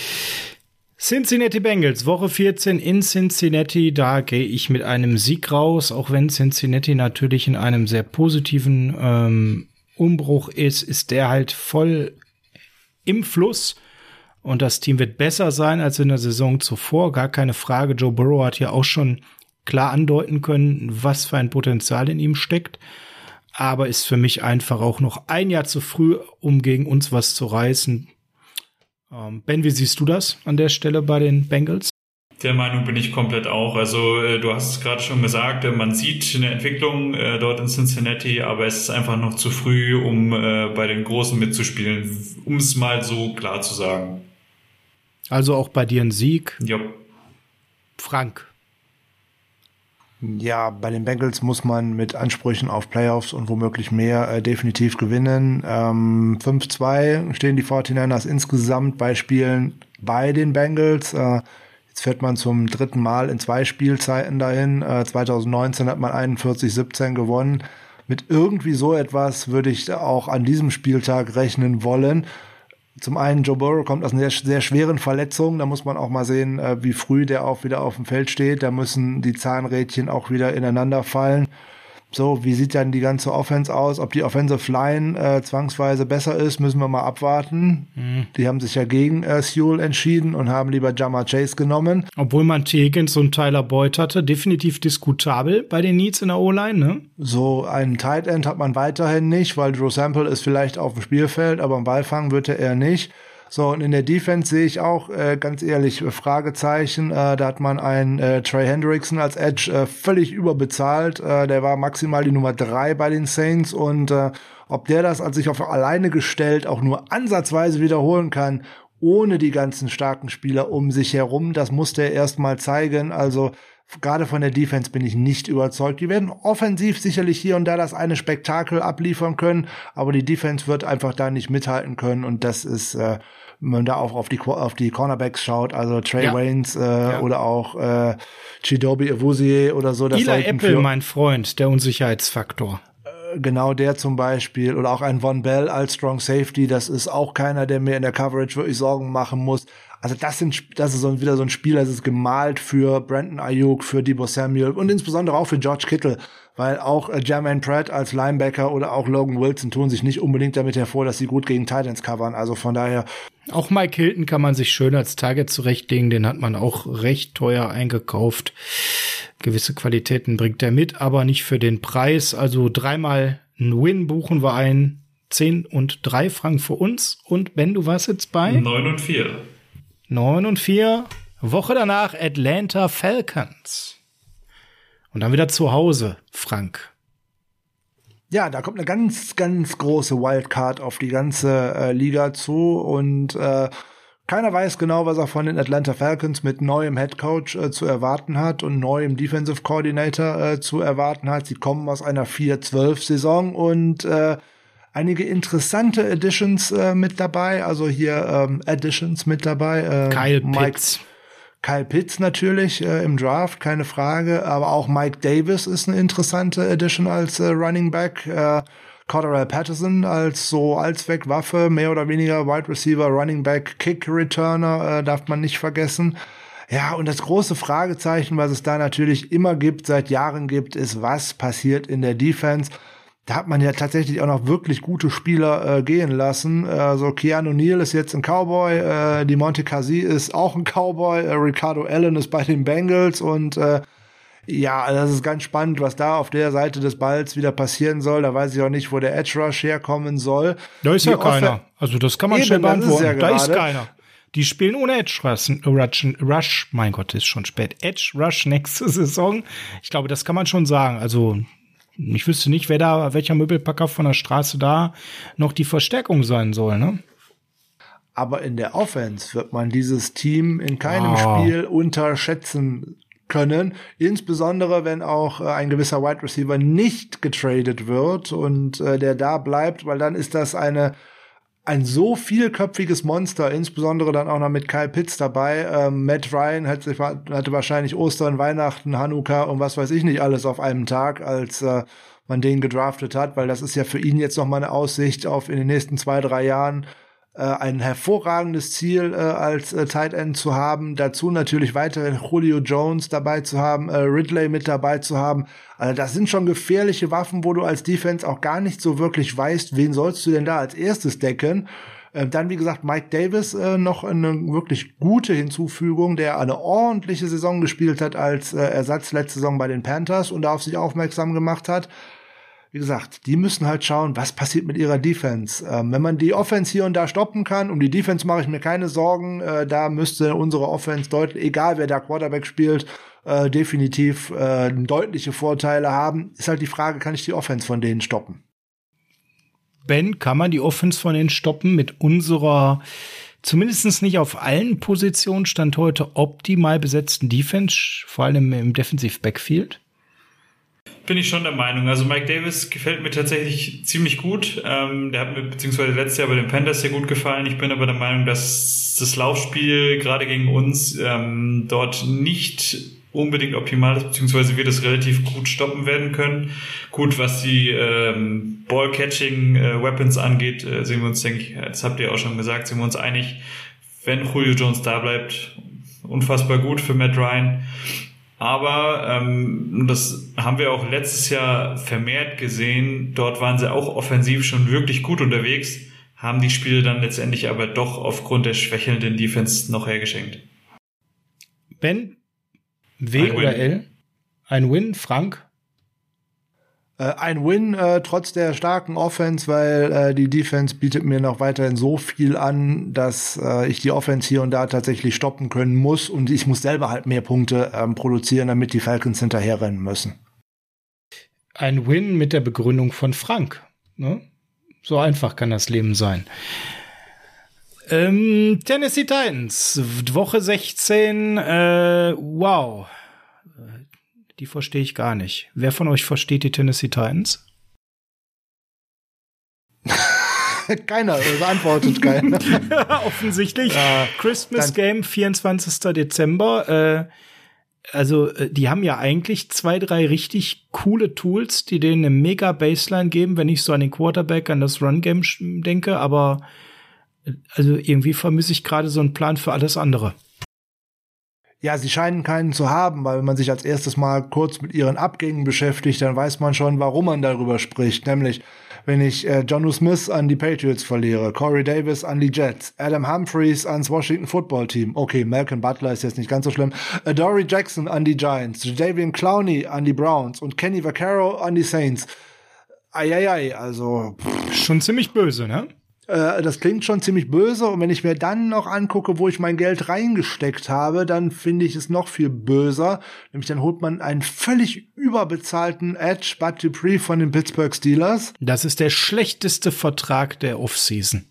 Cincinnati Bengals, Woche 14 in Cincinnati, da gehe ich mit einem Sieg raus, auch wenn Cincinnati natürlich in einem sehr positiven Umbruch ist der halt voll im Fluss und das Team wird besser sein als in der Saison zuvor, gar keine Frage. Joe Burrow hat ja auch schon klar andeuten können, was für ein Potenzial in ihm steckt, aber ist für mich einfach auch noch ein Jahr zu früh, um gegen uns was zu reißen. Ben, wie siehst du das an der Stelle bei den Bengals? Der Meinung bin ich komplett auch. Also du hast es gerade schon gesagt, man sieht eine Entwicklung dort in Cincinnati, aber es ist einfach noch zu früh, um bei den Großen mitzuspielen, um es mal so klar zu sagen. Also auch bei dir ein Sieg. Ja. Frank. Ja, bei den Bengals muss man mit Ansprüchen auf Playoffs und womöglich mehr definitiv gewinnen. 5-2 stehen die 49ers insgesamt bei Spielen bei den Bengals. Jetzt fährt man zum 3. Mal in 2 Spielzeiten dahin. 2019 hat man 41-17 gewonnen. Mit irgendwie so etwas würde ich auch an diesem Spieltag rechnen wollen. Zum einen, Joe Burrow kommt aus einer sehr schweren Verletzung. Da muss man auch mal sehen, wie früh der auch wieder auf dem Feld steht. Da müssen die Zahnrädchen auch wieder ineinander fallen. So, wie sieht dann die ganze Offense aus? Ob die Offensive Line zwangsweise besser ist, müssen wir mal abwarten. Die haben sich ja gegen Sewell entschieden und haben lieber Ja'Marr Chase genommen. Obwohl man T. Higgins und Tyler Boyd hatte, definitiv diskutabel bei den Needs in der O-Line, ne? So einen Tight End hat man weiterhin nicht, weil Drew Sample ist vielleicht auf dem Spielfeld, aber im Ballfang wird er nicht. So, und in der Defense sehe ich auch, ganz ehrlich, Fragezeichen. Da hat man einen Trey Hendrickson als Edge völlig überbezahlt. Der war maximal die Nummer 3 bei den Saints. Und ob der das als sich auf alleine gestellt auch nur ansatzweise wiederholen kann, ohne die ganzen starken Spieler um sich herum, das musste er erst mal zeigen. Also gerade von der Defense bin ich nicht überzeugt. Die werden offensiv sicherlich hier und da das eine Spektakel abliefern können, aber die Defense wird einfach da nicht mithalten können. Und das ist, wenn man da auch auf die Cornerbacks schaut, also Trey Waynes oder auch Chidobe Awuzie oder so. Das Eli Apple, mein Freund, der Unsicherheitsfaktor. Genau der zum Beispiel. Oder auch ein Von Bell als Strong Safety. Das ist auch keiner, der mir in der Coverage wirklich Sorgen machen muss. Also das ist wieder so ein Spiel, das ist gemalt für Brandon Ayuk, für Deebo Samuel und insbesondere auch für George Kittle, weil auch Jermaine Pratt als Linebacker oder auch Logan Wilson tun sich nicht unbedingt damit hervor, dass sie gut gegen Titans covern. Also von daher. Auch Mike Hilton kann man sich schön als Target zurechtlegen, den hat man auch recht teuer eingekauft. Gewisse Qualitäten bringt er mit, aber nicht für den Preis. Also 3-mal ein Win buchen wir ein. 10-3 Franken für uns. Und Ben, du warst jetzt bei? 9-4. 9-4. Woche danach Atlanta Falcons. Und dann wieder zu Hause, Frank. Ja, da kommt eine ganz, ganz große Wildcard auf die ganze Liga zu. Und keiner weiß genau, was er von den Atlanta Falcons mit neuem Headcoach zu erwarten hat und neuem Defensive Coordinator zu erwarten hat. Sie kommen aus einer 4-12-Saison und einige interessante Additions mit dabei, also hier Additions mit dabei. Kyle Pitts natürlich im Draft, keine Frage, aber auch Mike Davis ist eine interessante Addition als Running Back. Cordarrelle Patterson als so Allzweckwaffe, mehr oder weniger Wide Receiver, Running Back, Kick Returner, darf man nicht vergessen. Ja, und das große Fragezeichen, was es da natürlich immer gibt, seit Jahren gibt, ist, was passiert in der Defense? Da hat man ja tatsächlich auch noch wirklich gute Spieler gehen lassen. So Keanu Neal ist jetzt ein Cowboy, DeMonte Casey ist auch ein Cowboy, Ricardo Allen ist bei den Bengals und ja, das ist ganz spannend, was da auf der Seite des Balls wieder passieren soll. Da weiß ich auch nicht, wo der Edge Rush herkommen soll. Da ist ja keiner. Also das kann man schnell beantworten. Ja, da ist keiner. Die spielen ohne Edge Rush. Mein Gott, ist schon spät. Edge Rush nächste Saison. Ich glaube, das kann man schon sagen. Also ich wüsste nicht, welcher Möbelpacker von der Straße da noch die Verstärkung sein soll, ne? Aber in der Offense wird man dieses Team in keinem Spiel unterschätzen können, insbesondere wenn auch ein gewisser Wide Receiver nicht getradet wird und der da bleibt, weil dann ist das ein so vielköpfiges Monster, insbesondere dann auch noch mit Kyle Pitts dabei. Matt Ryan hatte wahrscheinlich Ostern, Weihnachten, Hanukkah und was weiß ich nicht alles auf einem Tag, als man den gedraftet hat, weil das ist ja für ihn jetzt noch mal eine Aussicht auf in den nächsten 2-3 Jahren ein hervorragendes Ziel als Tight End zu haben, dazu natürlich weiterhin Julio Jones dabei zu haben, Ridley mit dabei zu haben. Also das sind schon gefährliche Waffen, wo du als Defense auch gar nicht so wirklich weißt, wen sollst du denn da als erstes decken. Dann, wie gesagt, Mike Davis noch eine wirklich gute Hinzufügung, der eine ordentliche Saison gespielt hat als Ersatz letzte Saison bei den Panthers und da auf sich aufmerksam gemacht hat. wie gesagt, die müssen halt schauen, was passiert mit ihrer Defense. Wenn man die Offense hier und da stoppen kann, um die Defense mache ich mir keine Sorgen, da müsste unsere Offense deutlich, egal wer da Quarterback spielt, definitiv deutliche Vorteile haben. Ist halt die Frage, kann ich die Offense von denen stoppen? Ben, kann man die Offense von denen stoppen mit unserer zumindest nicht auf allen Positionen Stand heute optimal besetzten Defense, vor allem im Defensive Backfield? Bin ich schon der Meinung. Also Mike Davis gefällt mir tatsächlich ziemlich gut. Der hat mir beziehungsweise letztes Jahr bei den Panthers sehr gut gefallen. Ich bin aber der Meinung, dass das Laufspiel gerade gegen uns dort nicht unbedingt optimal ist, beziehungsweise wir das relativ gut stoppen werden können. Gut, was die Ball-Catching-Weapons angeht, sehen wir uns, denke ich, das habt ihr auch schon gesagt, sind wir uns einig, wenn Julio Jones da bleibt, unfassbar gut für Matt Ryan. Aber das haben wir auch letztes Jahr vermehrt gesehen. Dort waren sie auch offensiv schon wirklich gut unterwegs, haben die Spiele dann letztendlich aber doch aufgrund der schwächelnden Defense noch hergeschenkt. Ben, W oder L? Ein Win, Frank? Ein Win, trotz der starken Offense, weil die Defense bietet mir noch weiterhin so viel an, dass ich die Offense hier und da tatsächlich stoppen können muss und ich muss selber halt mehr Punkte produzieren, damit die Falcons hinterherrennen müssen. Ein Win mit der Begründung von Frank. Ne? So einfach kann das Leben sein. Tennessee Titans, Woche 16, wow. Die verstehe ich gar nicht. Wer von euch versteht die Tennessee Titans? Keiner, beantwortet keiner. Offensichtlich. Christmas Game, 24. Dezember. Also, die haben ja eigentlich 2, 3 richtig coole Tools, die denen eine mega Baseline geben, wenn ich so an den Quarterback, an das Run-Game denke. Aber also irgendwie vermisse ich gerade so einen Plan für alles andere. Ja, sie scheinen keinen zu haben, weil wenn man sich als erstes mal kurz mit ihren Abgängen beschäftigt, dann weiß man schon, warum man darüber spricht. Nämlich, wenn ich Jonnu Smith an die Patriots verliere, Corey Davis an die Jets, Adam Humphries ans Washington Football Team, okay, Malcolm Butler ist jetzt nicht ganz so schlimm, Adoree Jackson an die Giants, Jadeveon Clowney an die Browns und Kenny Vaccaro an die Saints. Eieiei, also schon ziemlich böse, ne? Das klingt schon ziemlich böse und wenn ich mir dann noch angucke, wo ich mein Geld reingesteckt habe, dann finde ich es noch viel böser. Nämlich dann holt man einen völlig überbezahlten Edge, Bud Dupree von den Pittsburgh Steelers. Das ist der schlechteste Vertrag der Offseason.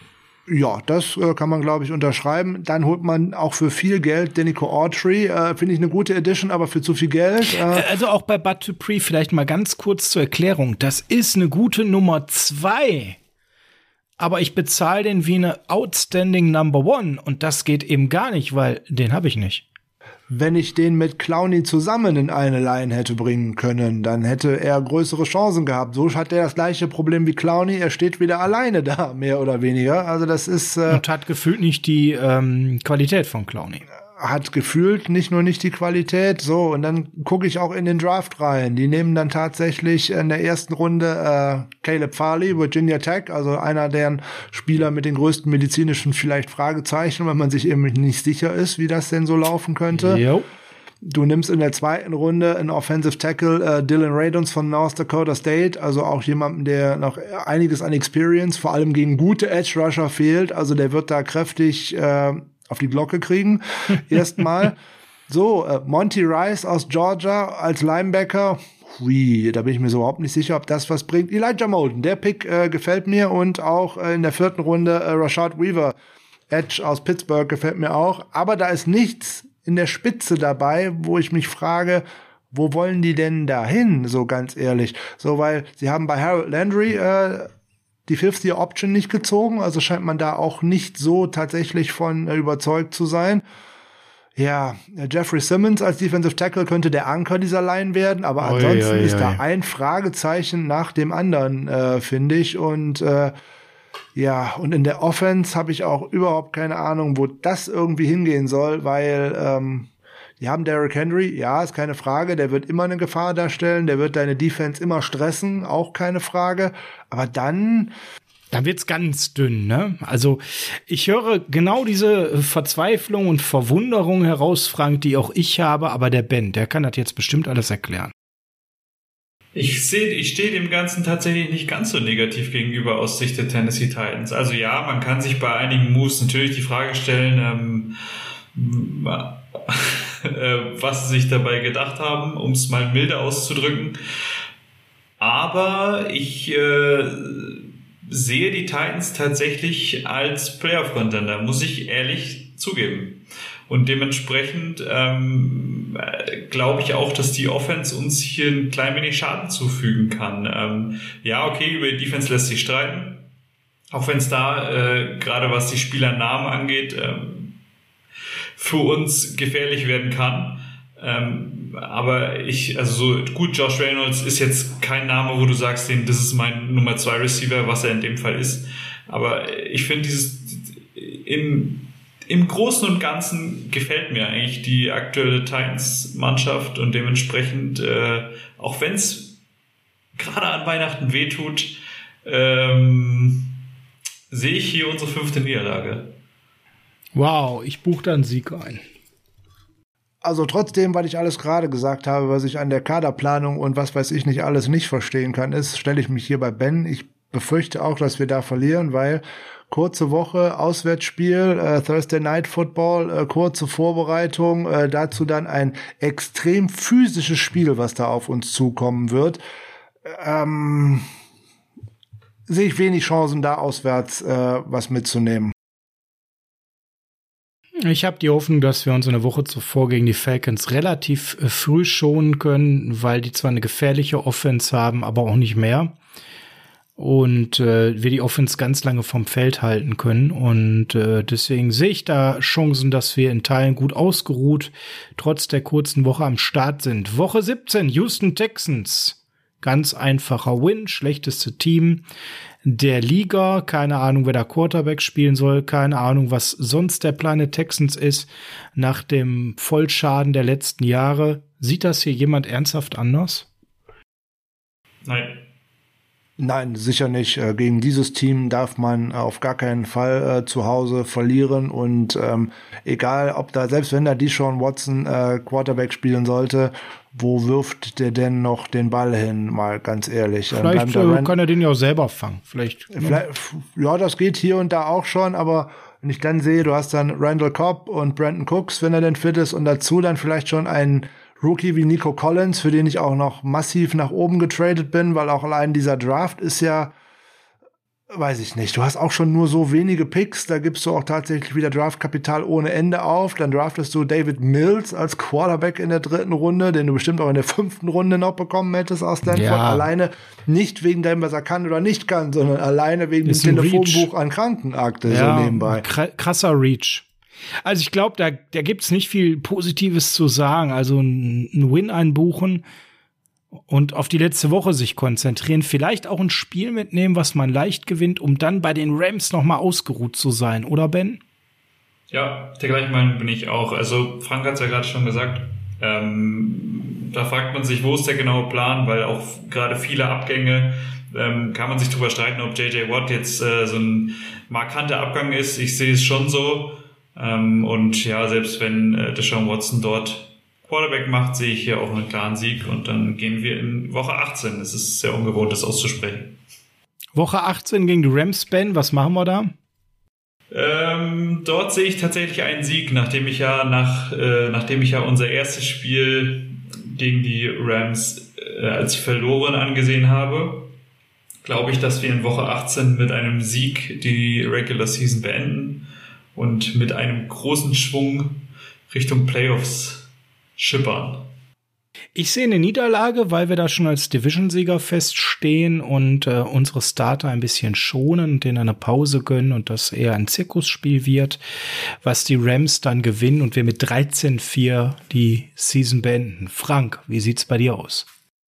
Ja, das kann man, glaube ich, unterschreiben. Dann holt man auch für viel Geld Denico Autry. Finde ich eine gute Edition, aber für zu viel Geld. Also auch bei Bud Dupree vielleicht mal ganz kurz zur Erklärung. Das ist eine gute Nummer 2. Aber ich bezahle den wie eine Outstanding Number 1 und das geht eben gar nicht, weil den habe ich nicht. Wenn ich den mit Clowney zusammen in eine Line hätte bringen können, dann hätte er größere Chancen gehabt. So hat er das gleiche Problem wie Clowney, er steht wieder alleine da, mehr oder weniger. Also das ist und hat gefühlt nicht die Qualität von Clowney. Hat gefühlt nicht die Qualität, so, und dann gucke ich auch in den Draft rein. Die nehmen dann tatsächlich in der ersten Runde Caleb Farley, Virginia Tech, also einer deren Spieler mit den größten medizinischen vielleicht Fragezeichen, weil man sich eben nicht sicher ist, wie das denn so laufen könnte. Jo. Du nimmst in der zweiten Runde einen Offensive Tackle, Dylan Radons von North Dakota State, also auch jemanden, der noch einiges an Experience, vor allem gegen gute Edge Rusher fehlt, also der wird da kräftig auf die Glocke kriegen, erstmal. So, Monty Rice aus Georgia als Linebacker, da bin ich mir so überhaupt nicht sicher, ob das was bringt. Elijah Molden, der Pick gefällt mir und auch in der vierten Runde Rashad Weaver, Edge aus Pittsburgh, gefällt mir auch. Aber da ist nichts in der Spitze dabei, wo ich mich frage, wo wollen die denn dahin, so ganz ehrlich? So, weil sie haben bei Harold Landry die Fifth-Year-Option nicht gezogen, also scheint man da auch nicht so tatsächlich von überzeugt zu sein. Ja, Jeffrey Simmons als Defensive Tackle könnte der Anker dieser Line werden, aber ansonsten ist da ein Fragezeichen nach dem anderen, finde ich. Und und in der Offense habe ich auch überhaupt keine Ahnung, wo das irgendwie hingehen soll, weil die haben Derrick Henry, ja, ist keine Frage, der wird immer eine Gefahr darstellen, der wird deine Defense immer stressen, auch keine Frage, aber dann wird's ganz dünn, ne? Also, ich höre genau diese Verzweiflung und Verwunderung heraus, Frank, die auch ich habe, aber der Ben, der kann das jetzt bestimmt alles erklären. Ich stehe dem Ganzen tatsächlich nicht ganz so negativ gegenüber aus Sicht der Tennessee Titans. Also ja, man kann sich bei einigen Moves natürlich die Frage stellen, was sie sich dabei gedacht haben, um es mal milde auszudrücken. Aber ich sehe die Titans tatsächlich als Playoff-Contender, muss ich ehrlich zugeben. Und dementsprechend glaube ich auch, dass die Offense uns hier ein klein wenig Schaden zufügen kann. Ja, okay, über die Defense lässt sich streiten. Auch wenn es da, gerade was die Spielernamen angeht, für uns gefährlich werden kann. Aber Josh Reynolds ist jetzt kein Name, wo du sagst, das ist mein Nummer 2 Receiver, was er in dem Fall ist. Aber ich finde im Großen und Ganzen gefällt mir eigentlich die aktuelle Titans-Mannschaft und dementsprechend, auch wenn es gerade an Weihnachten wehtut, sehe ich hier unsere 5. Niederlage. Wow, ich buche da einen Sieg ein. Also trotzdem, weil ich alles gerade gesagt habe, was ich an der Kaderplanung und was weiß ich nicht alles nicht verstehen kann, stelle ich mich hier bei Ben. Ich befürchte auch, dass wir da verlieren, weil kurze Woche, Auswärtsspiel, Thursday Night Football, kurze Vorbereitung, dazu dann ein extrem physisches Spiel, was da auf uns zukommen wird. Sehe ich wenig Chancen, da auswärts was mitzunehmen. Ich habe die Hoffnung, dass wir uns in der Woche zuvor gegen die Falcons relativ früh schonen können, weil die zwar eine gefährliche Offense haben, aber auch nicht mehr. Und wir die Offense ganz lange vom Feld halten können. Und deswegen sehe ich da Chancen, dass wir in Teilen gut ausgeruht trotz der kurzen Woche am Start sind. Woche 17, Houston Texans. Ganz einfacher Win, schlechteste Team der Liga. Keine Ahnung, wer da Quarterback spielen soll. Keine Ahnung, was sonst der Plan der Texans ist. Nach dem Vollschaden der letzten Jahre. Sieht das hier jemand ernsthaft anders? Nein, sicher nicht. Gegen dieses Team darf man auf gar keinen Fall zu Hause verlieren. Und egal, ob da, selbst wenn da Deshaun Watson Quarterback spielen sollte, wo wirft der denn noch den Ball hin, mal ganz ehrlich? Vielleicht kann er den ja auch selber fangen. Vielleicht, ja, das geht hier und da auch schon, aber wenn ich dann sehe, du hast dann Randall Cobb und Brandon Cooks, wenn er denn fit ist, und dazu dann vielleicht schon einen Rookie wie Nico Collins, für den ich auch noch massiv nach oben getradet bin, weil auch allein dieser Draft ist ja, weiß ich nicht, du hast auch schon nur so wenige Picks, da gibst du auch tatsächlich wieder Draftkapital ohne Ende auf, dann draftest du David Mills als Quarterback in der 3. Runde, den du bestimmt auch in der 5. Runde noch bekommen hättest aus Stanford, alleine nicht wegen dem, was er kann oder nicht kann, sondern alleine wegen dem Telefonbuch an Krankenakte, so nebenbei. Krasser Reach. Also ich glaube, da gibt's nicht viel Positives zu sagen. Also ein Win einbuchen und auf die letzte Woche sich konzentrieren. Vielleicht auch ein Spiel mitnehmen, was man leicht gewinnt, um dann bei den Rams noch mal ausgeruht zu sein. Oder, Ben? Ja, der gleichen Meinung bin ich auch. Also Frank hat's ja gerade schon gesagt. Da fragt man sich, wo ist der genaue Plan? Weil auch gerade viele Abgänge, kann man sich drüber streiten, ob J.J. Watt jetzt so ein markanter Abgang ist. Ich sehe es schon so. Und ja, selbst wenn Deshaun Watson dort Quarterback macht, sehe ich hier auch einen klaren Sieg und dann gehen wir in Woche 18. Es ist sehr ungewohnt, das auszusprechen. Woche 18 gegen die Rams, Ben, was machen wir da? Dort sehe ich tatsächlich einen Sieg, nachdem ich ja unser erstes Spiel gegen die Rams als verloren angesehen habe. Glaube ich, dass wir in Woche 18 mit einem Sieg die Regular Season beenden und mit einem großen Schwung Richtung Playoffs schippern. Ich sehe eine Niederlage, weil wir da schon als Division-Sieger feststehen und unsere Starter ein bisschen schonen und denen eine Pause gönnen und das eher ein Zirkusspiel wird, was die Rams dann gewinnen und wir mit 13-4 die Season beenden. Frank, wie sieht's bei dir aus?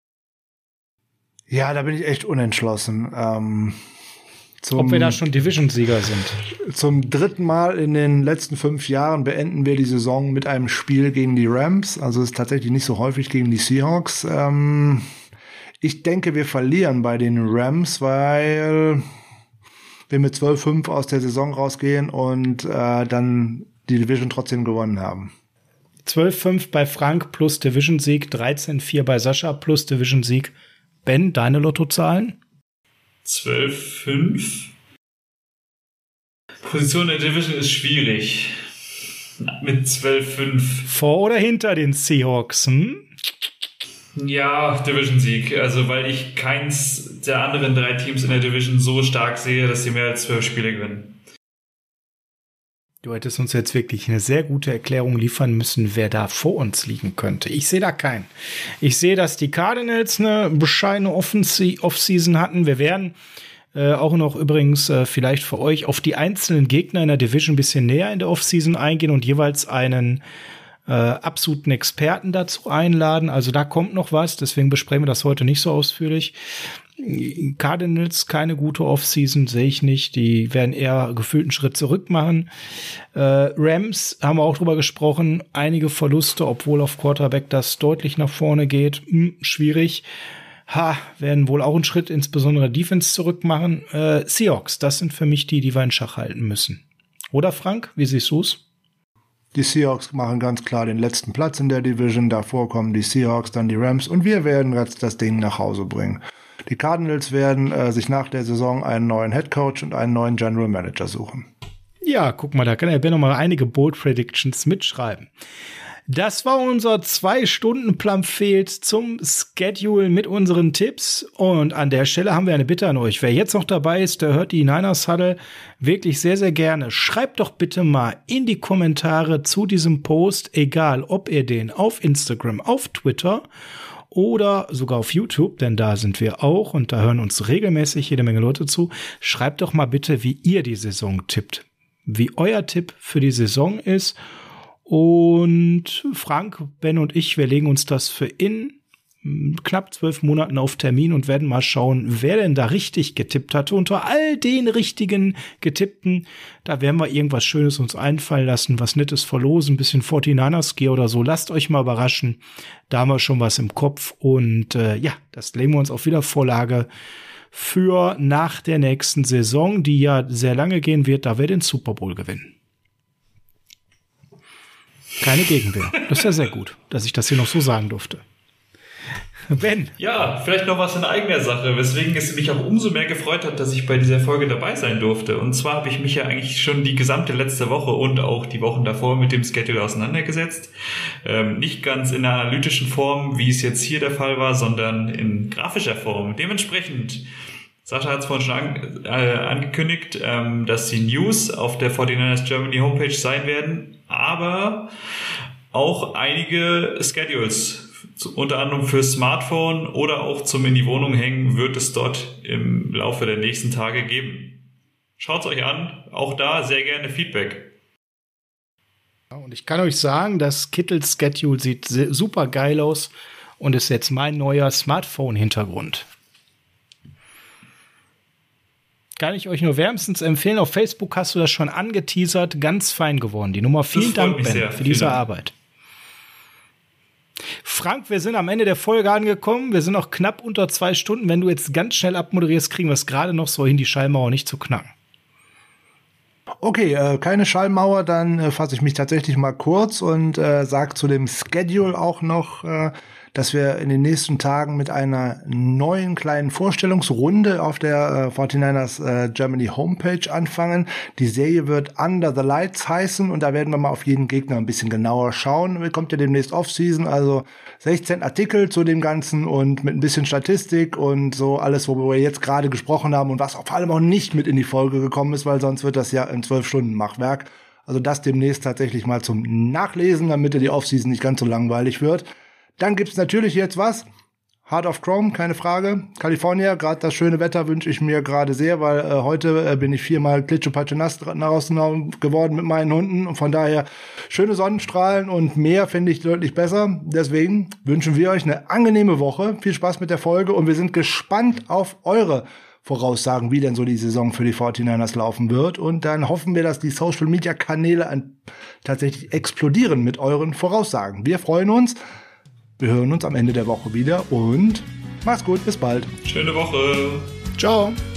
Ja, da bin ich echt unentschlossen. Ob wir da schon Division-Sieger sind. Zum 3. Mal in den letzten 5 Jahren beenden wir die Saison mit einem Spiel gegen die Rams. Also es ist tatsächlich nicht so häufig gegen die Seahawks. Ich denke, wir verlieren bei den Rams, weil wir mit 12-5 aus der Saison rausgehen und dann die Division trotzdem gewonnen haben. 12-5 bei Frank plus Division-Sieg, 13-4 bei Sascha plus Division-Sieg. Ben, deine Lottozahlen? 12-5. Position der Division ist schwierig. Mit 12-5. Vor oder hinter den Seahawks? Ja, Division-Sieg. Also, weil ich keins der anderen 3 Teams in der Division so stark sehe, dass sie mehr als 12 Spiele gewinnen. Du hättest uns jetzt wirklich eine sehr gute Erklärung liefern müssen, wer da vor uns liegen könnte. Ich sehe da keinen. Ich sehe, dass die Cardinals eine bescheidene Offseason hatten. Wir werden auch noch übrigens vielleicht für euch auf die einzelnen Gegner in der Division ein bisschen näher in der Offseason eingehen und jeweils einen absoluten Experten dazu einladen. Also da kommt noch was, deswegen besprechen wir das heute nicht so ausführlich. Cardinals, keine gute Offseason, sehe ich nicht. Die werden eher gefühlt einen Schritt zurück machen. Rams, haben wir auch drüber gesprochen, einige Verluste, obwohl auf Quarterback das deutlich nach vorne geht. Schwierig. Werden wohl auch einen Schritt insbesondere Defense zurück machen. Seahawks, das sind für mich die wir in Schach halten müssen. Oder Frank, wie siehst du's? Die Seahawks machen ganz klar den letzten Platz in der Division. Davor kommen die Seahawks, dann die Rams und wir werden jetzt das Ding nach Hause bringen. Die Cardinals werden sich nach der Saison einen neuen Headcoach und einen neuen General Manager suchen. Ja, guck mal, da kann der Ben noch mal einige Bold Predictions mitschreiben. Das war unser 2-Stunden-Pamphlet zum Schedule mit unseren Tipps. Und an der Stelle haben wir eine Bitte an euch. Wer jetzt noch dabei ist, der hört die Niners Huddle wirklich sehr, sehr gerne. Schreibt doch bitte mal in die Kommentare zu diesem Post, egal ob ihr den auf Instagram, auf Twitter oder sogar auf YouTube, denn da sind wir auch und da hören uns regelmäßig jede Menge Leute zu. Schreibt doch mal bitte, wie ihr die Saison tippt. Wie euer Tipp für die Saison ist. Und Frank, Ben und ich, wir legen uns das für in knapp 12 Monaten auf Termin und werden mal schauen, wer denn da richtig getippt hatte. Unter all den richtigen Getippten, da werden wir irgendwas Schönes uns einfallen lassen, was Nettes verlosen, ein bisschen 49ers-Gear oder so. Lasst euch mal überraschen. Da haben wir schon was im Kopf. Und ja, das legen wir uns auf Wiedervorlage für nach der nächsten Saison, die ja sehr lange gehen wird, da wir den Super Bowl gewinnen. Keine Gegenwehr. Das ist ja sehr gut, dass ich das hier noch so sagen durfte. Ben. Ja, vielleicht noch was in eigener Sache, weswegen es mich auch umso mehr gefreut hat, dass ich bei dieser Folge dabei sein durfte. Und zwar habe ich mich ja eigentlich schon die gesamte letzte Woche und auch die Wochen davor mit dem Schedule auseinandergesetzt. Nicht ganz in der analytischen Form, wie es jetzt hier der Fall war, sondern in grafischer Form. Dementsprechend, Sascha hat es vorhin schon angekündigt, dass die News auf der 49ers Germany Homepage sein werden, aber auch einige Schedules, unter anderem für Smartphone oder auch zum in die Wohnung hängen, wird es dort im Laufe der nächsten Tage geben. Schaut's euch an, auch da sehr gerne Feedback. Und ich kann euch sagen, das Kittles Schedule sieht super geil aus und ist jetzt mein neuer Smartphone-Hintergrund. Kann ich euch nur wärmstens empfehlen. Auf Facebook hast du das schon angeteasert, ganz fein geworden. Die Nummer, vielen Dank, Ben, für diese Arbeit. Frank, wir sind am Ende der Folge angekommen. Wir sind noch knapp unter 2 Stunden. Wenn du jetzt ganz schnell abmoderierst, kriegen wir es gerade noch so hin, die Schallmauer nicht zu knacken. Okay, keine Schallmauer, dann fasse ich mich tatsächlich mal kurz und sage zu dem Schedule auch noch, dass wir in den nächsten Tagen mit einer neuen kleinen Vorstellungsrunde auf der 49ers Germany Homepage anfangen. Die Serie wird Under the Lights heißen und da werden wir mal auf jeden Gegner ein bisschen genauer schauen. Kommt ja demnächst Offseason, also 16 Artikel zu dem Ganzen und mit ein bisschen Statistik und so alles, worüber wir jetzt gerade gesprochen haben und was vor allem auch nicht mit in die Folge gekommen ist, weil sonst wird das ja ein 12-Stunden-Machwerk. Also das demnächst tatsächlich mal zum Nachlesen, damit die Offseason nicht ganz so langweilig wird. Dann gibt's natürlich jetzt was? Heart of Chrome, keine Frage. California, gerade das schöne Wetter wünsche ich mir gerade sehr, weil heute bin ich 4-mal klitsche nass draußen geworden mit meinen Hunden. Und von daher schöne Sonnenstrahlen und Meer finde ich deutlich besser. Deswegen wünschen wir euch eine angenehme Woche. Viel Spaß mit der Folge und wir sind gespannt auf eure Voraussagen, wie denn so die Saison für die 49ers laufen wird. Und dann hoffen wir, dass die Social-Media-Kanäle tatsächlich explodieren mit euren Voraussagen. Wir freuen uns. Wir hören uns am Ende der Woche wieder und macht's gut, bis bald. Schöne Woche. Ciao.